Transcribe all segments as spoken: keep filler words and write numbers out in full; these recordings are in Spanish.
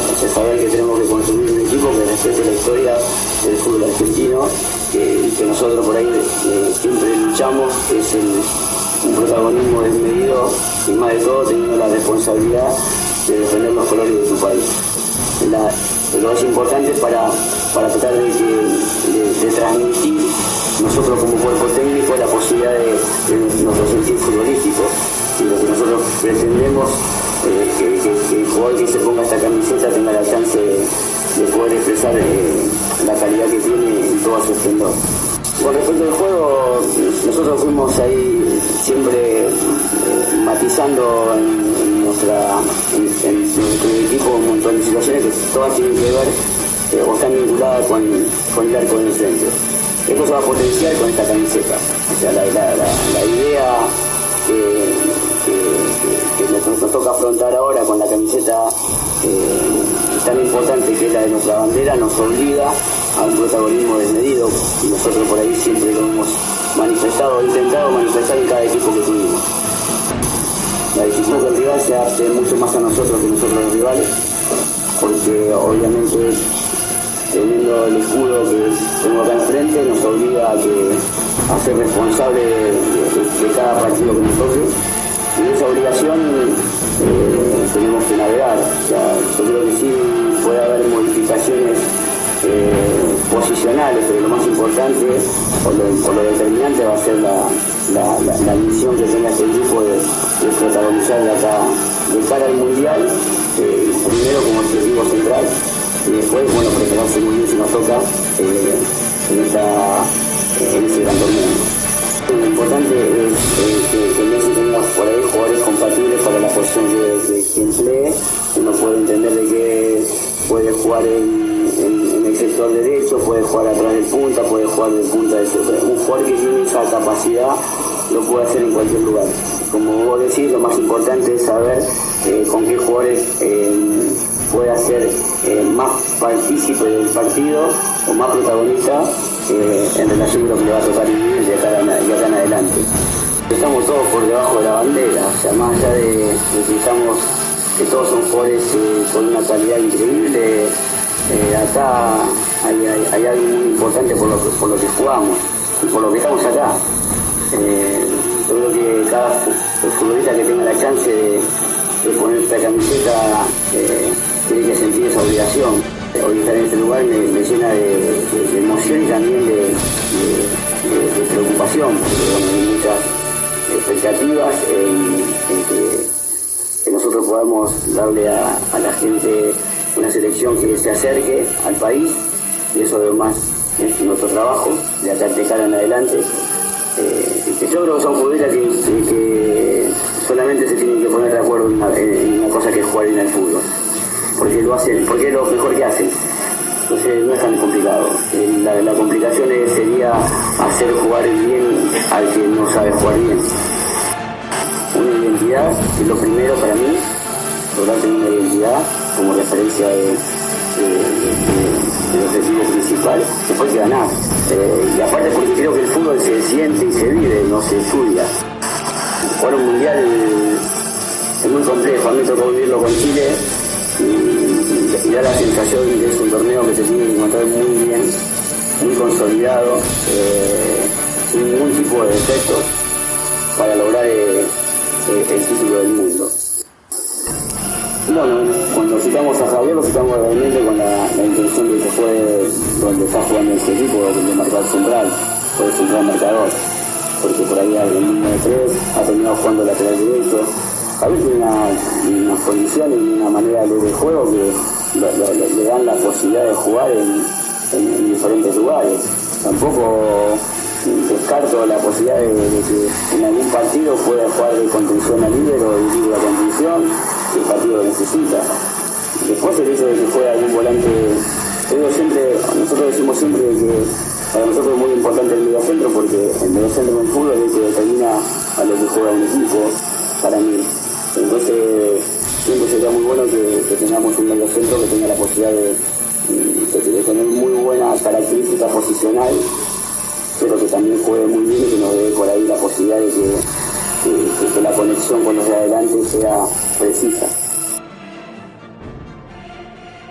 O sea, saber que tenemos que construir un equipo que respete la historia del fútbol argentino y que nosotros por ahí eh, siempre luchamos, es el, un protagonismo desmedido y más de todo teniendo la responsabilidad de defender los colores de tu país. La, lo más importante para, para tratar de, que, de, de transmitir nosotros como cuerpo técnico la posibilidad de, de nuestro sentir futbolístico y lo que nosotros pretendemos eh, que, que, que el jugador que se ponga esta camiseta tenga la chance de, de poder expresar eh, la calidad que tiene en todo su esplendor. Con respecto al juego, nosotros fuimos ahí siempre eh, matizando en, en, nuestra, en, en nuestro equipo un montón de situaciones que todas tienen que ver eh, o están vinculadas con, con el arco del centro. Esto se va a potenciar con esta camiseta. O sea, la, la, la, la idea que, que, que, que nos, nos toca afrontar ahora con la camiseta eh, tan importante que es la de nuestra bandera nos obliga a un protagonismo desmedido y nosotros por ahí siempre lo hemos manifestado, intentado manifestar en cada equipo que tuvimos. La dificultad del rival se hace mucho más a nosotros que nosotros los rivales, porque obviamente teniendo el escudo que tengo acá enfrente nos obliga a, que, a ser responsable de, de, de cada partido que nos toque y en esa obligación eh, tenemos que navegar. O sea, yo creo que sí puede haber modificaciones Eh, posicionales, pero lo más importante o lo, o lo determinante va a ser la, la, la, la misión que tenga este equipo de, de protagonizar de acá de cara al mundial, eh, primero como objetivo central y después bueno prepararse muy bien si nos toca eh, en, esta, en este gran torneo. Lo importante es eh, que, que Messi tenga por ahí jugadores compatibles para la posición que, que, que emplee. Uno puede entender de que puede jugar en En, en el sector derecho, puede jugar atrás del punta, puede jugar de punta de centro. Un jugador que tiene esa capacidad lo puede hacer en cualquier lugar. Como vos decís, lo más importante es saber eh, con qué jugadores eh, puede hacer eh, más partícipe del partido o más protagonista eh, en relación a lo que le va a tocar vivir de acá, de acá en adelante. Estamos todos por debajo de la bandera, o sea, más allá de, de que estamos, que todos son jugadores eh, con una calidad increíble. Eh, acá hay, hay, hay algo muy importante por lo, que, por lo que jugamos y por lo que estamos acá. Eh, yo creo que cada futbolista que tenga la chance de, de poner esta camiseta eh, tiene que sentir esa obligación. Hoy estar en este lugar me, me llena de, de, de emoción y también de, de, de, de preocupación, porque bueno, hay muchas expectativas en, en que, que nosotros podamos darle a, a la gente una selección que se acerque al país y eso además es nuestro trabajo de acá de cara en adelante. Eh, que yo creo que son futbolistas que, que, que solamente se tienen que poner de acuerdo en una, en una cosa que es jugar bien al fútbol, porque lo hacen, porque es lo mejor que hacen. Entonces no es tan complicado. La, la complicación es, sería hacer jugar bien al que no sabe jugar bien. Una identidad es lo primero para mí, lograr tener una identidad como referencia de, de, de, de, del objetivo principal, después hay que ganar. Eh, y aparte porque creo que el fútbol se siente y se vive, no se estudia. Jugar un mundial es muy complejo, a mí me tocó vivirlo con Chile y, y, y da la sensación de que es un torneo que se tiene que encontrar muy bien, muy consolidado, eh, sin ningún tipo de defectos para lograr eh, eh, el título del mundo. Bueno, cuando citamos a Javier, lo citamos realmente con la, la intención de que fue donde está jugando este equipo, donde marcó el central, fue el central marcador, porque por ahí hay un número de tres, ha terminado jugando lateral derecho. Javier tiene una, unas condiciones y una manera de ver el juego que le, le, le dan la posibilidad de jugar en, en, en diferentes lugares. Tampoco descarto la posibilidad de, de que en algún partido pueda jugar de contención a líbero o de la contención, el partido lo necesita. Después el hecho de que juegue algún volante, yo digo siempre, nosotros decimos siempre que para nosotros es muy importante el mediocentro porque el mediocentro en el fútbol es el que determina a lo que juega un equipo, para mí. Entonces siempre sería muy bueno que, que tengamos un mediocentro que tenga la posibilidad de, de, de tener muy buena característica posicional, pero que también juegue muy bien y que nos dé por ahí la posibilidad de que, que, que la conexión con los de adelante sea precisa.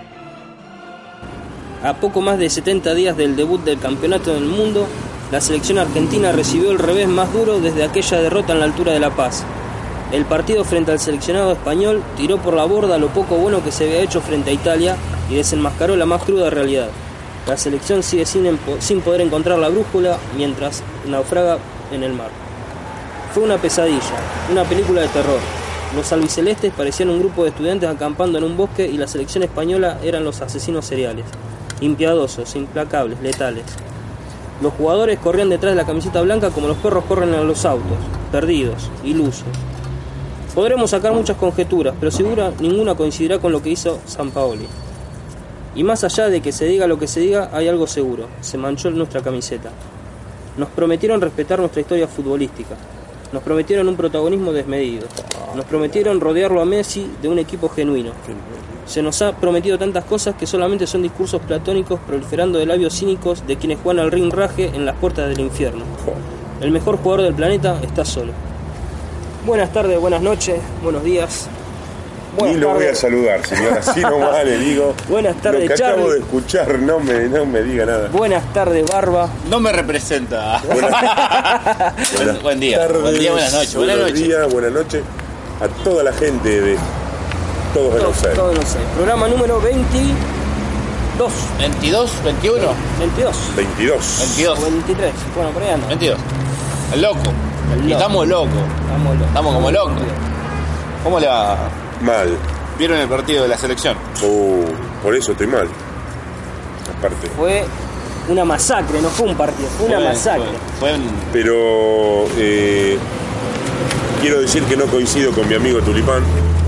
A poco más de setenta días del debut del campeonato del mundo, la selección argentina recibió el revés más duro desde aquella derrota en la altura de La Paz. El partido frente al seleccionado español tiró por la borda lo poco bueno que se había hecho frente a Italia y desenmascaró la más cruda realidad. La selección sigue sin, sin poder encontrar la brújula mientras naufraga en el mar. Fue una pesadilla, una película de terror. Los albicelestes parecían un grupo de estudiantes acampando en un bosque y la selección española eran los asesinos seriales, impiadosos, implacables, letales. Los jugadores corrían detrás de la camiseta blanca como los perros corren en los autos, perdidos, ilusos. Podremos sacar muchas conjeturas, pero segura ninguna coincidirá con lo que hizo Sampaoli. Y más allá de que se diga lo que se diga, hay algo seguro: se manchó nuestra camiseta. Nos prometieron respetar nuestra historia futbolística. Nos prometieron un protagonismo desmedido. Nos prometieron rodearlo a Messi de un equipo genuino. Se nos ha prometido tantas cosas que solamente son discursos platónicos proliferando de labios cínicos de quienes juegan al rinraje en las puertas del infierno. El mejor jugador del planeta está solo. Buenas tardes, buenas noches, buenos días. Buenas Ni lo tardes. Voy a saludar, señora, así nomás le digo. Buenas tardes, Lo que Charlie. acabo de escuchar no me, no me diga nada. Buenas tardes, Barba. No me representa. Buenas, buenas buen día. Tardes, buen día, buenas noches. Buenas buenas noches. Días, buenas noches a toda la gente de Todos de los Seis. Todos de los Seis. Programa número veintidós. ¿veintidós? ¿veintiuno? veintidós. veintidós. veintidós. O veintitrés. Bueno, por ahí anda. veintidós. El loco. El loco. Y estamos locos. Estamos locos. Estamos como locos. ¿Cómo le va? Mal. ¿Vieron el partido de la selección? Uh, por eso estoy mal. Aparte. Fue una masacre, no fue un partido, fue una Fue- masacre. Fue, fue un... Pero eh, quiero decir que no coincido con mi amigo Tulipán.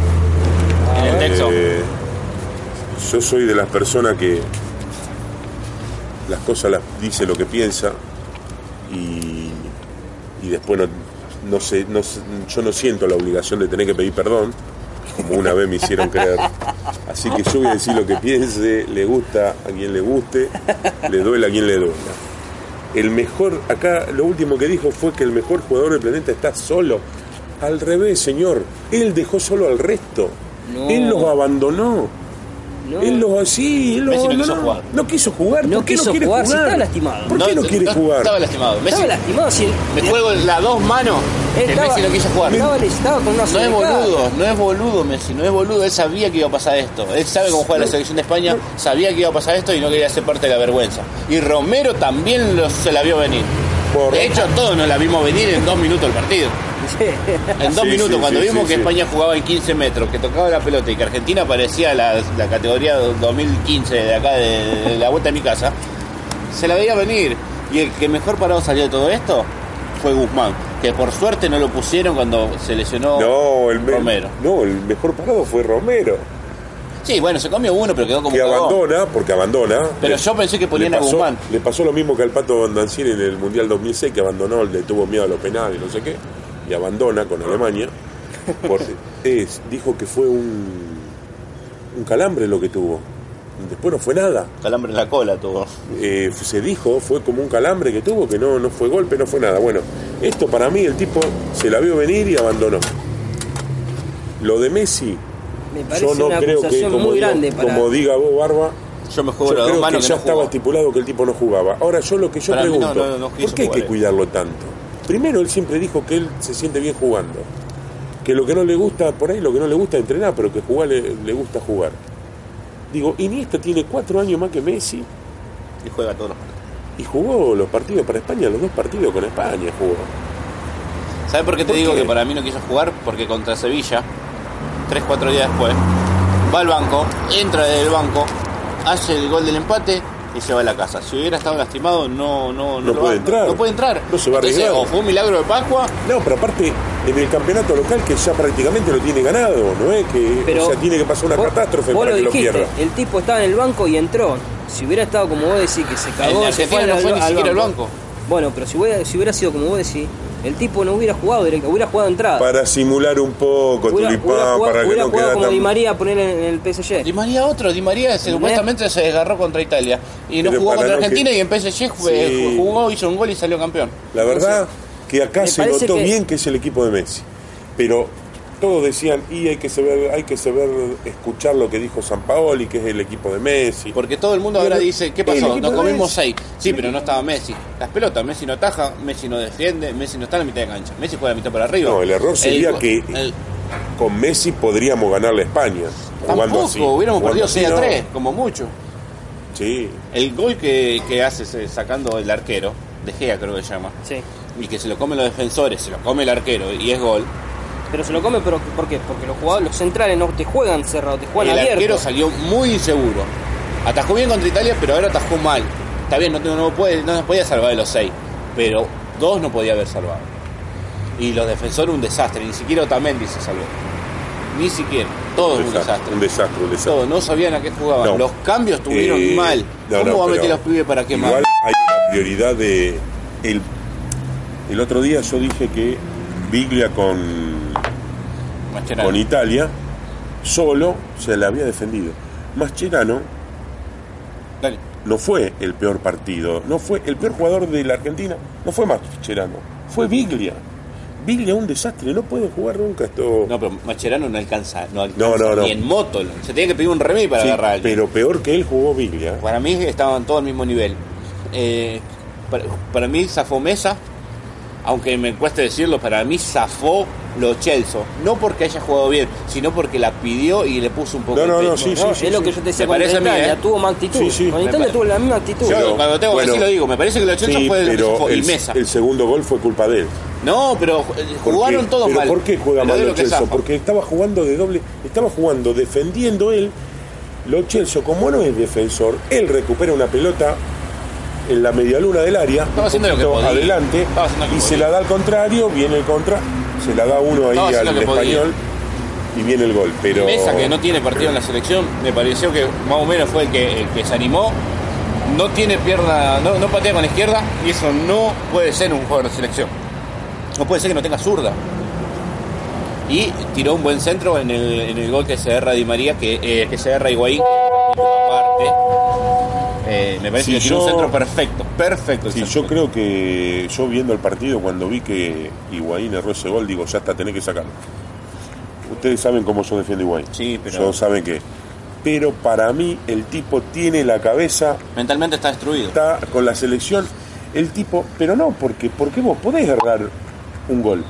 en el texto. Eh, yo soy de las personas que las cosas las dice lo que piensa y, y después no, no sé, no, sé- yo no siento la obligación de tener que pedir perdón, como una vez me hicieron creer. Así que yo voy a decir lo que piense, le gusta a quien le guste, le duele a quien le duela. El mejor, acá lo último que dijo fue que el mejor jugador del planeta está solo. Al revés, señor, él dejó solo al resto. No. Él los abandonó. No. Él los así, él los Messi no quiso abandonó. jugar. No quiso jugar. No ¿Por qué quiso no quiere jugar, jugar? si está lastimado. ¿Por qué no, quiere jugar? Estaba lastimado. Messi, Estaba lastimado, si me juego las dos manos que estaba, Messi no quiso jugar. Estaba, estaba con una No es sobrecarga. boludo, no es boludo Messi, no es boludo, él sabía que iba a pasar esto, él sabe cómo juega la selección de España, sabía que iba a pasar esto y no quería ser parte de la vergüenza. Y Romero también lo- se la vio venir. Por- De hecho, todos nos la vimos venir en dos minutos el partido. En dos Sí, minutos, sí, cuando sí, vimos sí, que sí. España jugaba en quince metros, que tocaba la pelota y que Argentina parecía la, la categoría dos mil quince de acá, de, de la vuelta de mi casa, se la veía venir. Y el que mejor parado salió de todo esto fue Guzmán, que por suerte no lo pusieron cuando se lesionó No, el me- Romero. No, el mejor parado fue Romero. Sí, bueno, se comió uno, pero quedó como Que cagón. abandona, porque abandona. Pero Le- yo pensé que ponían le a pasó, Guzmán. Le pasó lo mismo que al Pato Bandancieri en el Mundial dos mil seis, que abandonó, le tuvo miedo a los penales, no sé qué, y abandona con Alemania. Por, es, dijo que fue un, un calambre lo que tuvo. Después no fue nada. Calambre en la cola tuvo. Eh, se dijo, fue como un calambre que tuvo, que no, no fue golpe, no fue nada. Bueno, esto para mí el tipo se la vio venir y abandonó. Lo de Messi, Me parece yo no una creo que, acusación como, muy digo- grande para... como diga vos, Barba, Yo me yo juego las dos creo que manos ya que no estaba jugó. estipulado que el tipo no jugaba. Ahora yo lo que yo Para mí pregunto, no, no, no quiso ¿por qué hay jugar que él. cuidarlo tanto? Primero, él siempre dijo que él se siente bien jugando. Que lo que no le gusta, por ahí lo que no le gusta es entrenar, pero que jugar le, le gusta jugar. Digo, Iniesta tiene cuatro años más que Messi Y juega todos los partidos. y jugó los partidos para España, los dos partidos con España jugó. ¿Sabes por qué te ¿Por digo qué? que para mí no quiso jugar? Porque contra Sevilla, tres cuatro días después, va al banco, entra del banco, hace el gol del empate y se va a la casa. Si hubiera estado lastimado, no no No lo puede va- entrar. No, no puede entrar. No se va a Entonces, arriesgar. o fue un milagro de Pascua, No, pero aparte, en el campeonato local que ya prácticamente lo tiene ganado, ¿no es? Que, Pero o sea, tiene que pasar una vos- catástrofe vos para lo que lo dijiste, pierda. el tipo estaba en el banco y entró. Si hubiera estado como vos decís, que se cagó, En se fue, Argentina no al- fue ni al siquiera al banco. Bueno, pero si hubiera, si hubiera sido como vos decís, el tipo no hubiera jugado directo, hubiera jugado entrada. Para simular un poco, hubiera, Tulipán, hubiera jugado, para que hubiera no jugado quede como tan... Di María a poner en, en el P S G. Di María otro, Di María supuestamente se desgarró contra Italia y no Pero jugó para contra no Argentina que- y en P S G fue- Sí. jugó, hizo un gol y salió campeón. La verdad que acá me se parece notó que- bien que es el equipo de Messi. Pero todos decían, y hay que saber, hay que saber escuchar lo que dijo Sampaoli, que es el equipo de Messi. Porque todo el mundo ahora Pero, dice, ¿qué el pasó? equipo Nos de comimos Messi. seis. Sí, pero no estaba Messi. Las pelotas, Messi no ataja, Messi no defiende, Messi no está en la mitad de cancha. Messi juega la mitad para arriba. No, el error sería El- que el- con Messi podríamos ganarle a España. Jugando Tampoco, así. hubiéramos Jugando perdido así, seis a no. tres, como mucho. Sí. El gol que, que hace se- sacando el arquero, De Gea creo que se llama, Sí. y que se lo comen los defensores, se lo come el arquero y es gol. Pero se lo come, pero ¿por qué? Porque los jugadores, los centrales no te juegan cerrados, te juegan El abiertos. arquero salió muy inseguro. Atajó bien contra Italia, pero ahora atajó mal. Está bien, no, no, no, puede, no nos podía salvar de los seis, pero dos no podía haber salvado. Y los defensores un desastre, ni siquiera Otamendi se salvó. Ni siquiera, todo Un un desastre, desastre. un desastre, un desastre. Todos no sabían a qué jugaban. No. Los cambios estuvieron Eh, mal. no, ¿Cómo no, va a pero meter los pibes para quemar? Igual hay una prioridad de... El, el otro día yo dije que Biglia con... Mascherano. con Italia, solo se la había defendido. Mascherano Dale. no fue el peor partido, no fue el peor jugador de la Argentina, no fue Mascherano, fue Biglia. Biglia un desastre, no puede jugar nunca esto. No, pero Mascherano no alcanza, no alcanza No, no, no. ni en moto. Se tiene que pedir un remis para Sí, agarrar a alguien. pero peor que él jugó Biglia. Para mí estaban todos al mismo nivel. Eh, para, para mí zafó Mesa, aunque me cueste decirlo, para mí zafó Lo Celso. No porque haya jugado bien, sino porque la pidió y le puso un poco No, no, de no, pecho. sí, No, sí, es lo sí. que yo te decía Me con parece a mí, Italia, ¿eh? tuvo más actitud. Sí, sí. Con Me Italia pare- tuvo la misma actitud. Yo Pero, cuando tengo que bueno, decirlo digo, me parece que Lo Celso Sí, fue el que pero zafó. Y el, Mesa. el segundo gol fue culpa de él. No, pero eh, ¿Por jugaron qué? todos ¿Pero mal. ¿Por qué juega Pero mal de Lo lo que Celso? zafa. Porque estaba jugando de doble, estaba jugando defendiendo él. Lo Celso, como no es defensor, él recupera una pelota en la medialuna del área, Estaba haciendo lo que poquito podía. adelante, Estaba haciendo lo que y se podía. la da al contrario, viene el contra, se la da uno ahí Estaba haciendo al lo que podía. español y viene el gol. Pero Mesa, que no tiene partido en la selección, me pareció que más o menos fue el que, el que se animó. No tiene pierna, no, no patea con la izquierda, y eso no puede ser un jugador de selección. No puede ser que no tenga zurda. Y tiró un buen centro en el, en el gol que se erra Di María, que, eh, que se erra Higuaín, que aparte. Eh, me parece Si que tiró yo- un centro perfecto, perfecto. el sí, centro. yo creo que yo viendo el partido, cuando vi que Higuaín erró ese gol, digo, ya está, tenés que sacarlo. Ustedes saben cómo yo defiendo a Higuaín. Sí, pero- Yo saben que. Pero para mí, el tipo tiene la cabeza, Mentalmente está destruido. está con la selección, el tipo, pero no, porque, porque vos podés errar un gol.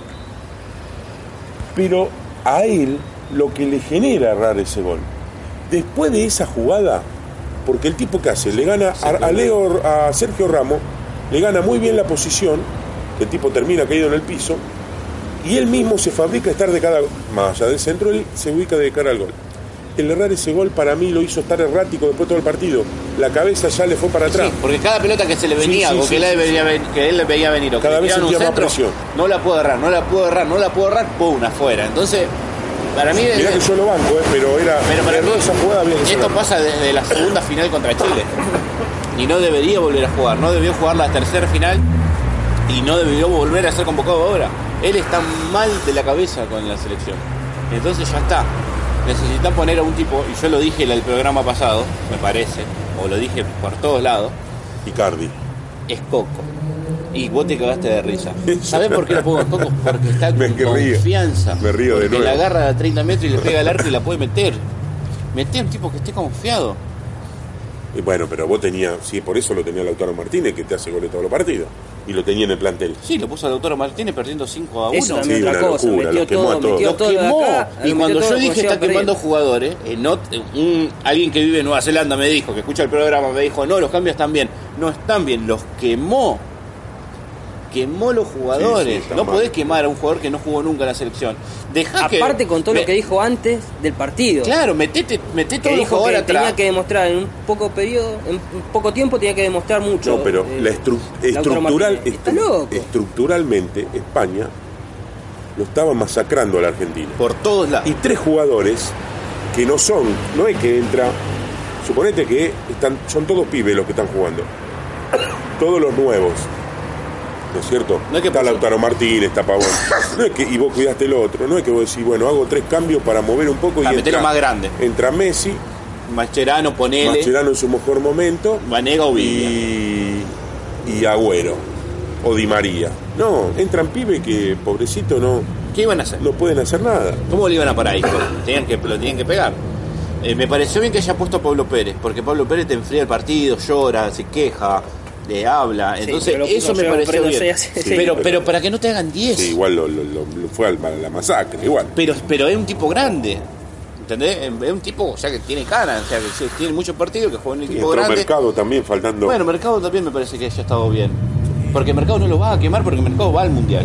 Pero a él lo que le genera errar ese gol, después de esa jugada, porque el tipo que hace, le gana a, a Leo, a Sergio Ramos, le gana muy bien la posición, el tipo termina caído en el piso, y él mismo se fabrica estar de cara, más allá del centro, él se ubica de cara al gol. El errar ese gol para mí lo hizo estar errático después de todo el partido. La cabeza ya le fue para atrás. Sí, porque cada pelota que se le venía Sí, sí, o sí, que, sí, él sí. veía ven- que él le veía venir o que Cada le vez tiraban un sentía más centro, presión. no la puedo errar, no la puedo errar, no la puedo errar, pum, afuera. Entonces, para mí, Mirá que yo lo banco, eh, pero era pero para erró mí esa jugada bien. esto pasa desde la segunda final contra Chile y no debería volver a jugar, no debió jugar la tercera final y no debió volver a ser convocado ahora. Él está mal de la cabeza con la selección. Entonces ya está. Necesitan poner a un tipo, y yo lo dije en el programa pasado, me parece, o lo dije por todos lados, Icardi. es Coco. Y vos te cagaste de risa. ¿Sabés por qué lo pongo a Coco? Porque está Me con río. confianza. Me río de porque nuevo. la agarra a treinta metros y le pega al arco y la puede meter. Meté a un tipo que esté confiado. Y bueno, pero vos tenías, sí, por eso lo tenía Lautaro Martínez, que te hace goles todos los partidos. Y lo tenía en el plantel. Sí, lo puso a Lautaro Martínez perdiendo cinco a uno. Eso también Sí, otra una cosa, locura, metió los quemó todo, a todos. metió Lo todo de quemó. acá, Y metió cuando todo yo como dije se iba está a quemando perder. jugadores, eh, no, un, alguien que vive en Nueva Zelanda me dijo, que escucha el programa, me dijo, no, los cambios están bien. No están bien, los quemó. Quemó los jugadores. Sí, sí, está no mal. podés quemar a un jugador que no jugó nunca en la selección. Dejá que- Aparte con todo me- lo que dijo antes del partido. Claro, metete, metete Que todos los dijo que jugadores atrás. tenía que demostrar en un poco periodo, en un poco tiempo tenía que demostrar mucho. No, pero eh, la estru- Lautaro estructural, Martínez. Está estru- loco. estructuralmente, España lo estaba masacrando a la Argentina. Por todos lados. Y tres jugadores que no son, no es que entra, suponete que están, son todos pibes los que están jugando, todos los nuevos, ¿no es cierto? No es que está puso- Lautaro Martínez, está Pavón, no es que, y vos cuidaste el otro, no es que vos decís, bueno, hago tres cambios para mover un poco y Para meterlo entra, más grande. entra Messi, Mascherano, ponele, Mascherano en su mejor momento, Vanega o Villa. y, y Agüero o Di María. No, entran pibes que, pobrecito, no. ¿Qué iban a hacer? No pueden hacer nada. ¿Cómo le iban a parar ahí? Tenían que, lo tenían que pegar. Eh, me pareció bien que haya puesto a Pablo Pérez, porque Pablo Pérez te enfría el partido, llora, se queja, le habla. Sí, entonces, pero eso me pareció bien. seis, sí, pero, pero, pero para que no te hagan diez. Sí, igual lo, lo, lo, lo fue a la masacre, igual. Pero, pero es un tipo grande. ¿Entendés? Es un tipo, o sea, que tiene cara, o sea, que tiene muchos partidos, que juega en un equipo grande. Mercado también faltando. Bueno, Mercado también me parece que ya ha estado bien. Porque Mercado no lo va a quemar, porque Mercado va al Mundial.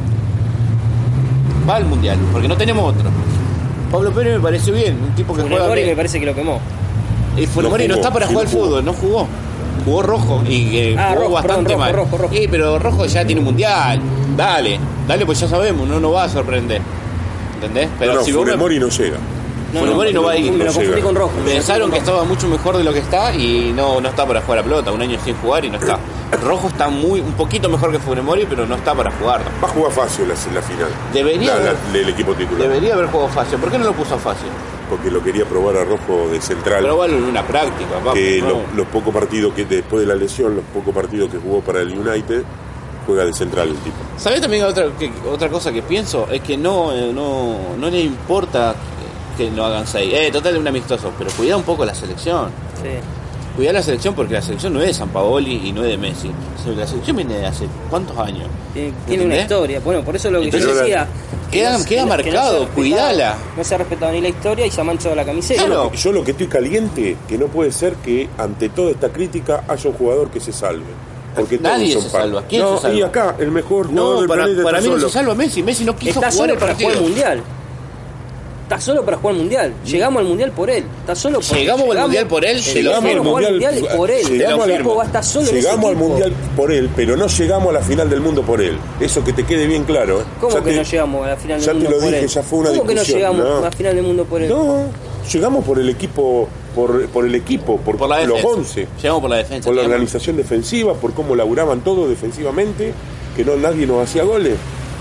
Va al Mundial, porque no tenemos otro. Pablo Pérez me pareció bien, un tipo que Funes juega Mori bien. me parece que lo quemó. Y Funes Mori no, no está para jugar al fútbol, no jugó. Jugó Rojo y eh, ah, jugó rojo, bastante perdón, mal. Rojo, rojo, rojo. Sí, pero Rojo ya tiene un Mundial. Dale, dale, pues ya sabemos, no nos va a sorprender. ¿Entendés? Pero no, no, si Funes vos me... Mori no llega. No, Funes Mori no, no va a ir. Me lo no confundí llega. con Rojo. Pensaron que estaba mucho mejor de lo que está y no, no está para jugar a pelota. Un año sin jugar y no está. Rojo está muy un poquito mejor que Funes Mori, pero no está para jugar. Va a jugar fácil la, la final. Debería la, haber, la, el equipo titular. Debería haber jugado fácil. ¿Por qué no lo puso fácil? Porque lo quería probar a Rojo de central. Probarlo en una práctica. Vamos, que no. los, los pocos partidos que después de la lesión, los pocos partidos que jugó para el United, juega de central el tipo. ¿Sabés también otra, que, otra cosa que pienso? Es que no, no, no le importa que no hagan seis. Eh, total, es un amistoso, pero cuida un poco la selección. Sí. Cuida la selección porque la selección no es de Sampaoli y no es de Messi. La selección viene de hace cuántos años. Tiene, tiene una historia. Bueno, por eso lo que Entonces, yo decía. Queda, no, queda que marcado, no se cuidala. No se ha respetado ni la historia y se ha manchado la camiseta. Claro. Yo lo que estoy caliente, que no puede ser que ante toda esta crítica haya un jugador que se salve. Porque Nadie todos se son salva. par- ¿Quién no, se salva? y acá, el mejor jugador No, del para, planeta para está mí no solo. se salva Messi. Messi no quiso Está jugar solo el para partido. jugar el Mundial. Está solo para jugar el Mundial. Llegamos al Mundial por él. Está solo por Llegamos al Mundial por él, se lo Llegamos al firmo. Mundial por él. Llegamos, El a equipo la- va a estar solo en ese llegamos al equipo. mundial por él, pero no llegamos a la final del mundo por él. Eso que te quede bien claro. ¿eh? ¿Cómo Ya que te- no llegamos a la final ya del te mundo lo por dije, él? ya fue una ¿Cómo que no discusión, llegamos no. a la final del mundo por él? No, llegamos por el equipo, por, por el equipo, por, Por la los defensa. once, Llegamos por la defensa. por la llegamos. organización defensiva, por cómo laburaban todos defensivamente, que no nadie nos hacía goles.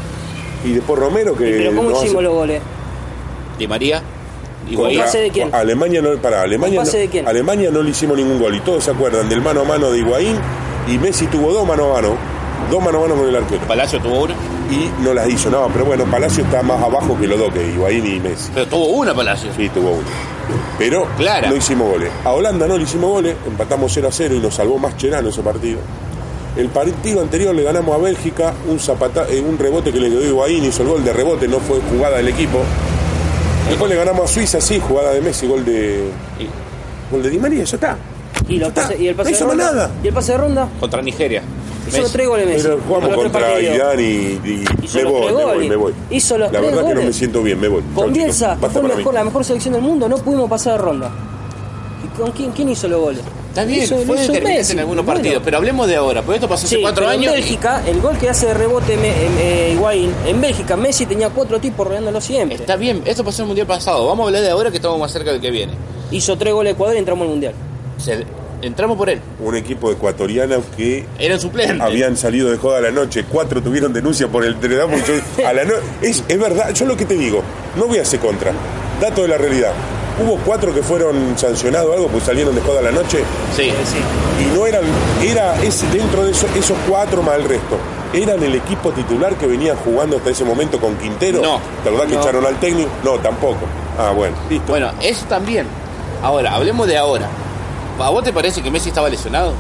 Y después Romero que Pero ¿cómo nos hicimos hace- los goles? Di María. ¿Con Higuaín. pase de quién? Alemania no, para Alemania ¿Con pase no, de quién? Alemania no le hicimos ningún gol y todos se acuerdan del mano a mano de Higuaín y Messi tuvo dos mano a mano, dos mano a mano con el arquero Palacio tuvo una. y no las hizo, no, pero bueno, Palacio está más abajo que los dos, que Higuaín y Messi. Pero tuvo una Palacio. Sí, tuvo uno. Pero Clara. no hicimos goles. A Holanda no le hicimos goles, empatamos cero a cero y nos salvó Mascherano ese partido. El partido anterior le ganamos a Bélgica, un zapata, eh, un rebote que le dio Higuaín, hizo el gol de rebote, no fue jugada del equipo. Después le ganamos a Suiza, sí, jugada de Messi, gol de gol de Di María, ya está. ¿Y, Ya los está. pase- y el pase no hizo de más ronda? nada. ¿Y el pase de ronda? Contra Nigeria. Hizo Messi. los tres goles Messi. Pero jugamos Los tres contra partidos. Irán y, y Hizo me los voy, tres me voy, goles. me voy. Hizo los La tres verdad que no goles. me siento bien, me voy. Chau, Con chicos. Bielsa, que Basta fue el para mejor, mí. la mejor selección del mundo, no pudimos pasar de ronda. ¿Y con quién, quién hizo los goles? Está bien, Hizo- lo fue hizo determinante Messi. en algunos Bueno. partidos, pero hablemos de ahora, porque esto pasó hace Sí, cuatro pero años. En Bélgica, el gol que hace de rebote me, eh, Higuaín, en Bélgica Messi tenía cuatro tipos rodeándolo siempre. Está bien, esto pasó en el Mundial pasado. Vamos a hablar de ahora que estamos más cerca del que viene. Hizo tres goles de Ecuador y entramos al Mundial. Se- entramos por él. Un equipo ecuatoriano que Eran suplentes. habían salido de joda a la noche, cuatro tuvieron denuncia por el Trinidad porque yo- a la no- es, es verdad, yo lo que te digo, no voy a hacer contra, dato de la realidad. Hubo cuatro que fueron sancionados o algo porque salieron de joda a la noche Sí. y no eran, era ese, dentro de eso, esos cuatro más el resto. ¿Eran el equipo titular que venía jugando hasta ese momento con Quintero? No. ¿La verdad que No. echaron al técnico? No, tampoco. Ah, bueno, listo. Bueno, eso también. Ahora, hablemos de ahora. ¿A vos te parece que Messi estaba lesionado?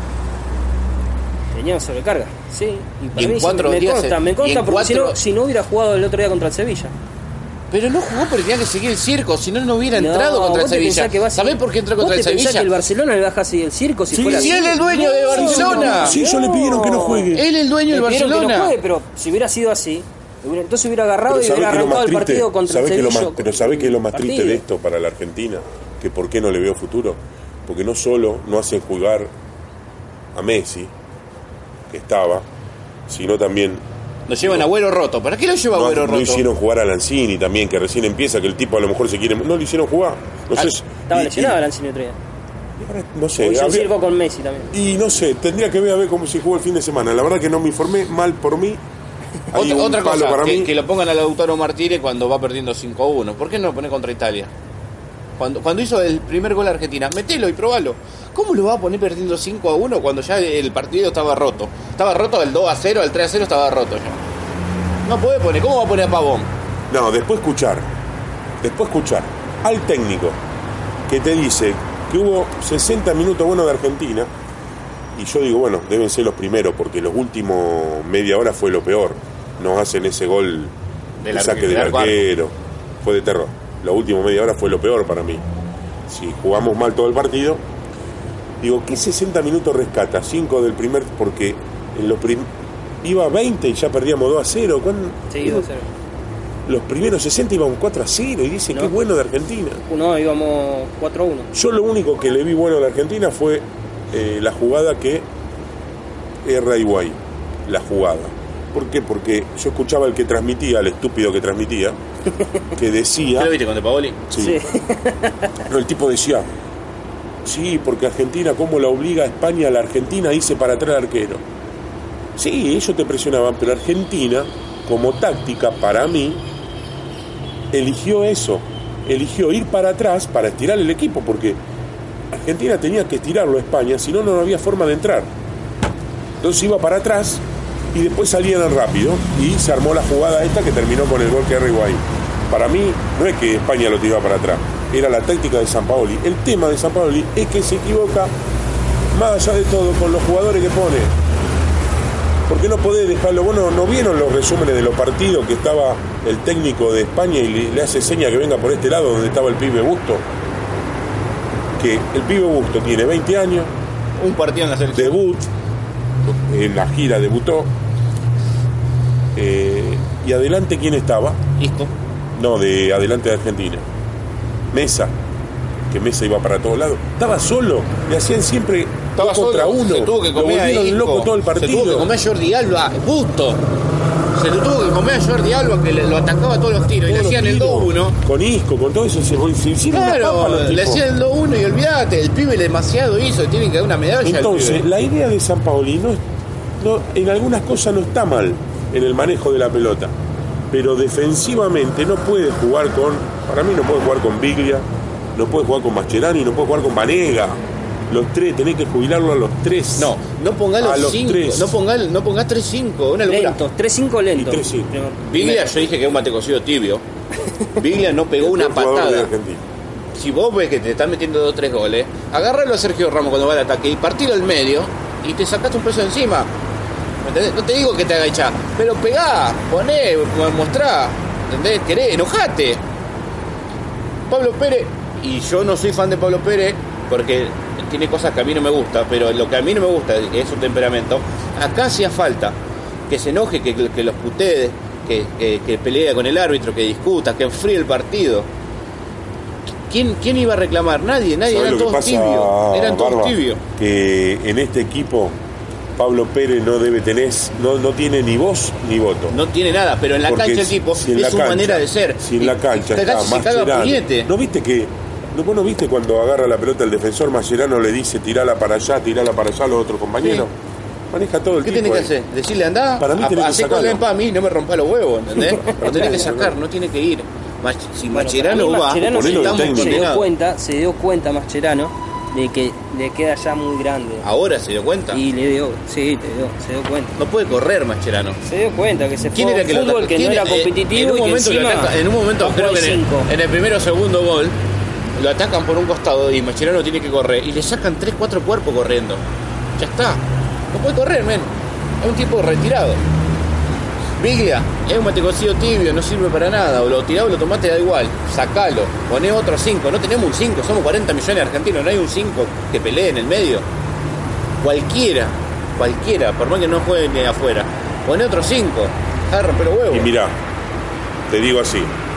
Tenía sobrecarga, sí. Y para Y en mí cuatro me días consta, se- me y consta en porque si, cuatro- no, si no hubiera jugado el otro día contra el Sevilla. Pero no jugó porque tenía que seguir el circo, si no, no hubiera entrado No, contra el vos te Sevilla. pensás que va a ¿Sabés seguir- por qué entró vos contra el te pensás Sevilla? que el Barcelona le baja así el circo si Sí, fuera Si así? él es el dueño de Barcelona. Sí, ellos le pidieron que no juegue. Él es el dueño Le del pidieron que Barcelona. no juegue, pero si hubiera sido así, hubiera- entonces hubiera agarrado Pero y ¿sabés hubiera qué es lo arrancado más el triste? partido contra el ¿Sabés qué es lo Sevilla. más- Pero ¿sabés qué es lo más triste partido. de esto para la Argentina? Que por qué no le veo futuro. Porque no solo no hacen jugar a Messi, que estaba, sino también Nos llevan a Agüero roto. ¿Para qué lo lleva no, Agüero no roto? hicieron jugar a Lanzini también, que recién empieza, que el tipo a lo mejor se quiere... No le hicieron jugar. No Ah, sé, Estaba y- lesionado y- Lanzini otro día. No sé, O hizo el habría- circo con Messi también. y no sé, tendría que ver a ver cómo se jugó el fin de semana. La verdad que no me informé, mal por mí. Hay Otra, un otra palo cosa, para que, mí. que lo pongan a Lautaro Martínez cuando va perdiendo cinco a uno. ¿Por qué no lo pone contra Italia? Cuando, cuando hizo el primer gol a Argentina, metelo y probalo. ¿Cómo lo va a poner perdiendo cinco a uno cuando ya el partido estaba roto? Estaba roto el dos a cero, el tres a cero estaba roto ya. No puede poner, ¿cómo va a poner a Pavón? No, después escuchar, después escuchar al técnico que te dice que hubo sesenta minutos buenos de Argentina, y yo digo, bueno, deben ser los primeros, porque los últimos media hora fue lo peor. Nos hacen ese gol de saque del arquero, fue de terror. Los últimos media hora fue lo peor para mí. Si jugamos mal todo el partido, digo, ¿qué sesenta minutos rescata? cinco del primer, porque en los prim... iba veinte y ya perdíamos dos a cero. ¿Cuándo? Sí, dos a cero. Los primeros sesenta íbamos cuatro a cero y dice, no, qué bueno de Argentina. No, íbamos cuatro a uno. Yo lo único que le vi bueno de Argentina fue eh, la jugada que erra Higuaín, la jugada. ¿Por qué? Porque yo escuchaba al que transmitía, al estúpido que transmitía, que decía... ¿Qué lo viste con De Paoli? Sí. sí. No, el tipo decía, sí, porque Argentina, ¿cómo la obliga a España? La Argentina dice para atrás al arquero. Sí, ellos te presionaban, pero Argentina, como táctica, para mí, eligió eso, eligió ir para atrás para estirar el equipo, porque Argentina tenía que estirarlo a España, si no, no había forma de entrar. Entonces iba para atrás y después salían rápido y se armó la jugada esta que terminó con el gol que erra Higuaín. Para mí, no es que España lo tiraba para atrás, era la táctica de Sampaoli. El tema de Sampaoli es que se equivoca, más allá de todo, con los jugadores que pone. Porque no podés dejarlo. Bueno, ¿no vieron los resúmenes de los partidos que estaba el técnico de España y le, le hace seña que venga por este lado donde estaba el pibe Busto? Que el pibe Busto tiene veinte años, un partido en la selección, debut, en la gira debutó, eh, y adelante, ¿quién estaba? Isco. No, de adelante de Argentina, Mesa, que Mesa iba para todos lados, estaba solo, le hacían siempre estaba contra solo. uno, se tuvo que comer lo volvieron loco todo el partido. Se tuvo que comer a Jordi Alba, Busto. Se lo tuvo que comer a Jordi Alba, que le, lo atacaba a todos los tiros, todos y le hacían el dos uno. Con Isco, con todo eso, se, se hicieron claro, una papa, le hacían el dos uno y olvídate, el pibe demasiado hizo, tienen que dar una medalla. Entonces, la idea de Sampaoli no, no, en algunas cosas no está mal en el manejo de la pelota, pero defensivamente no puede jugar con, para mí no puede jugar con Biglia, no puede jugar con Mascherani, no puede jugar con Vanega. Los tres, tenés que jubilarlo a los tres. No, no pongas los cinco, no pongas no pongas tres cinco, una locura. Lentos, tres cinco lentos. tres cinco. Biglia, yo dije que es un mate cocido tibio. Biglia no pegó una patada. Si vos ves que te están metiendo dos o tres goles, agárralo a Sergio Ramos cuando va al ataque y partilo al medio y te sacaste un peso encima. ¿Entendés? No te digo que te haga echar, pero pegá, poné, mostrá, ¿entendés? Querés, enojate. Pablo Pérez, y yo no soy fan de Pablo Pérez porque tiene cosas que a mí no me gusta, pero lo que a mí no me gusta es su temperamento. Acá hacía falta que se enoje, que, que los putee, que, que, que pelee con el árbitro, que discuta, que enfríe el partido. ¿Quién, quién iba a reclamar? Nadie, nadie, eran todos pasa, tibios. Eran todos Barba, tibios. Que en este equipo Pablo Pérez no debe tener, no, no tiene ni voz ni voto. No tiene nada, pero en la porque cancha el tipo si es su cancha, manera de ser. Si en la cancha está Mascherano. ¿No viste que ¿No, vos no viste cuando agarra la pelota el defensor Mascherano le dice tirala para allá, tirala para allá a los otros compañeros? Sí. Maneja todo el ¿Qué tiempo. ¿Qué tiene que hacer? Decirle andá, para mí tenés así con a mí, no me rompa los huevos, ¿entendés? Lo tenés que sacar, no tiene que ir. Si bueno, Mascherano va, Mascherano se, se dio cuenta, se dio cuenta Mascherano de que le queda ya muy grande. ¿Ahora se dio cuenta? Y le dio, sí, te dio, se dio cuenta. No puede correr Mascherano. Se dio cuenta que se fue a un fútbol que no era competitivo en un y que encima ataca, en un momento creo que en el, en el primero o segundo gol lo atacan por un costado y Mascherano tiene que correr y le sacan tres cuatro cuerpos corriendo. Ya está. No puede correr, men. Es un tipo retirado. Biglia, es un matecocido tibio, no sirve para nada. O lo tirás o lo tomás, te da igual. Sacalo. Poné otro cinco. No tenemos un cinco, somos cuarenta millones de argentinos. No hay un cinco que pelee en el medio. Cualquiera, cualquiera, por más que no juegue ni afuera. Poné otro cinco. Deja de romper los huevos. Y mirá, te digo así.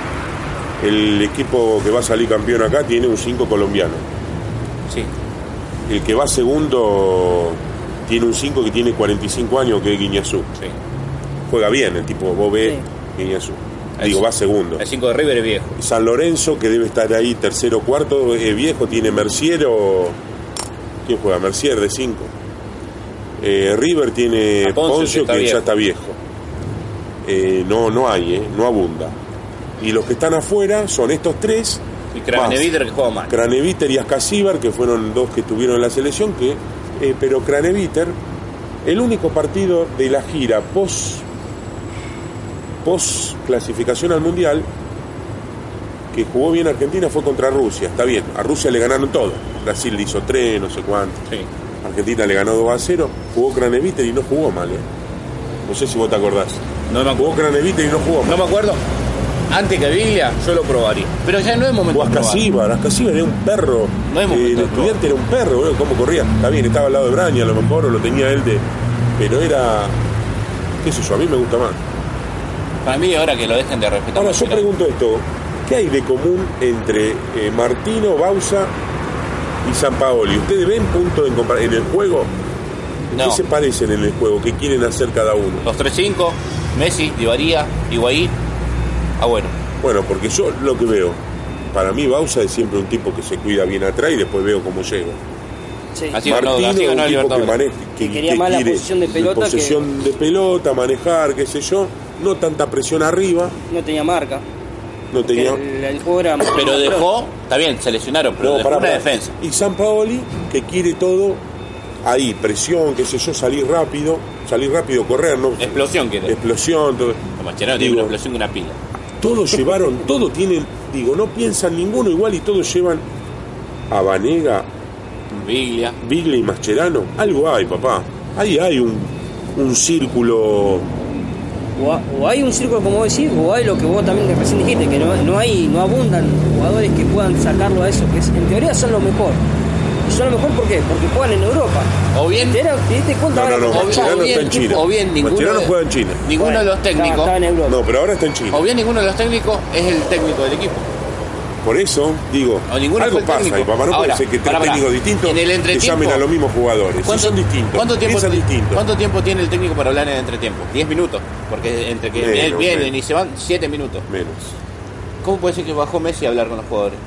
El equipo que va a salir campeón acá tiene un cinco colombiano. Sí. El que va segundo tiene un cinco que tiene cuarenta y cinco años, que es Guiñazú. Sí. Juega bien el tipo, vos ves, sí. Guiñazú. Digo, va segundo. El cinco de River es viejo. San Lorenzo, que debe estar ahí tercero o cuarto, es viejo, tiene Mercier o... ¿Quién juega? Mercier de cinco. Eh, River tiene Poncio, Poncio que, que ya está viejo. Eh, no, no hay, eh, no abunda. Y los que están afuera son estos tres. Y Craneviter que juega mal. Craneviter y Ascasíbar, que fueron dos que estuvieron en la selección, que eh, pero Craneviter, el único partido de la gira post post clasificación al Mundial, que jugó bien Argentina fue contra Rusia. Está bien, a Rusia le ganaron todo. Brasil le hizo tres, no sé cuánto. Sí. Argentina le ganó dos a cero. Jugó Craneviter y no jugó mal, ¿eh? No sé si vos te acordás. No me acuerdo. Jugó Craneviter y no jugó mal. No me acuerdo. Antes que Biglia, yo lo probaría. Pero ya no es momento O de probar. Ascasíbar, Ascasíbar era un perro. No es momento eh, el de estudiante era un perro, boludo, cómo corría. Está bien, estaba al lado de Braña, a lo mejor, o lo tenía él de. Pero era. qué sé yo, a mí me gusta más. Para mí, ahora que lo dejen de respetar. Ahora, yo pregunto esto: ¿qué hay de común entre eh, Martino, Bausa y Sampaoli? ¿Ustedes ven punto en, compar- en el juego? ¿En No. qué se parecen en el juego? ¿Qué quieren hacer cada uno? Los tres cinco, Messi, Di María, Higuaín. Ah, bueno. Bueno, porque yo lo que veo, para mí Bausa es siempre un tipo que se cuida bien atrás y después veo cómo llega. Sí. Así ganó, Martino así es ganó un el tipo que, Libertadores. maneja, que, Que quería que más la quiere posesión de pelota posesión de pelota, manejar, qué sé yo, no tanta presión arriba, No tenía marca. no tenía. El, el juego era Pero dejó, está bien, se lesionaron, pero No, dejó pará, una pará. defensa. Y Sampaoli, que quiere todo ahí, presión, qué sé yo, salir rápido, salir rápido, correr, no. Explosión quiere. Explosión, todo. Mascherano tiene Digo, una explosión de una pila. Todos llevaron, todos tienen, digo, no piensan ninguno igual y todos llevan a Vanega, Biglia. Biglia y Mascherano. Algo hay, papá. Ahí hay un, un círculo. O, ha- o hay un círculo, como vos decís, o hay lo que vos también recién dijiste, que no, no hay, no abundan jugadores que puedan sacarlo a eso, que es- en teoría son lo mejor. ¿Y son lo mejor por qué? Porque juegan en Europa. O bien, ¿Te era- te diste cuenta No, no, ahora no, que está Mascherano Chávez? bien, está en China. o bien ninguno Mascherano de- juega en China. ninguno Bueno, de los estaba- técnicos, estaba en Europa. No, pero ahora está en China. o bien ninguno de los técnicos es el técnico del equipo. Por eso, digo, O ninguno algo fue el pasa técnico. y papá, no Ahora, puede ser que tres pará, pará. técnicos distintos En el que entretiempo, llamen a los mismos jugadores. Si son distintos, ¿cuánto tiempo, piensan distintos. ¿Cuánto tiempo tiene el técnico para hablar en el entretiempo? Diez minutos. Porque entre que Menos, él vienen menos. y se van, siete minutos. Menos. ¿Cómo puede ser que bajó Messi a hablar con los jugadores?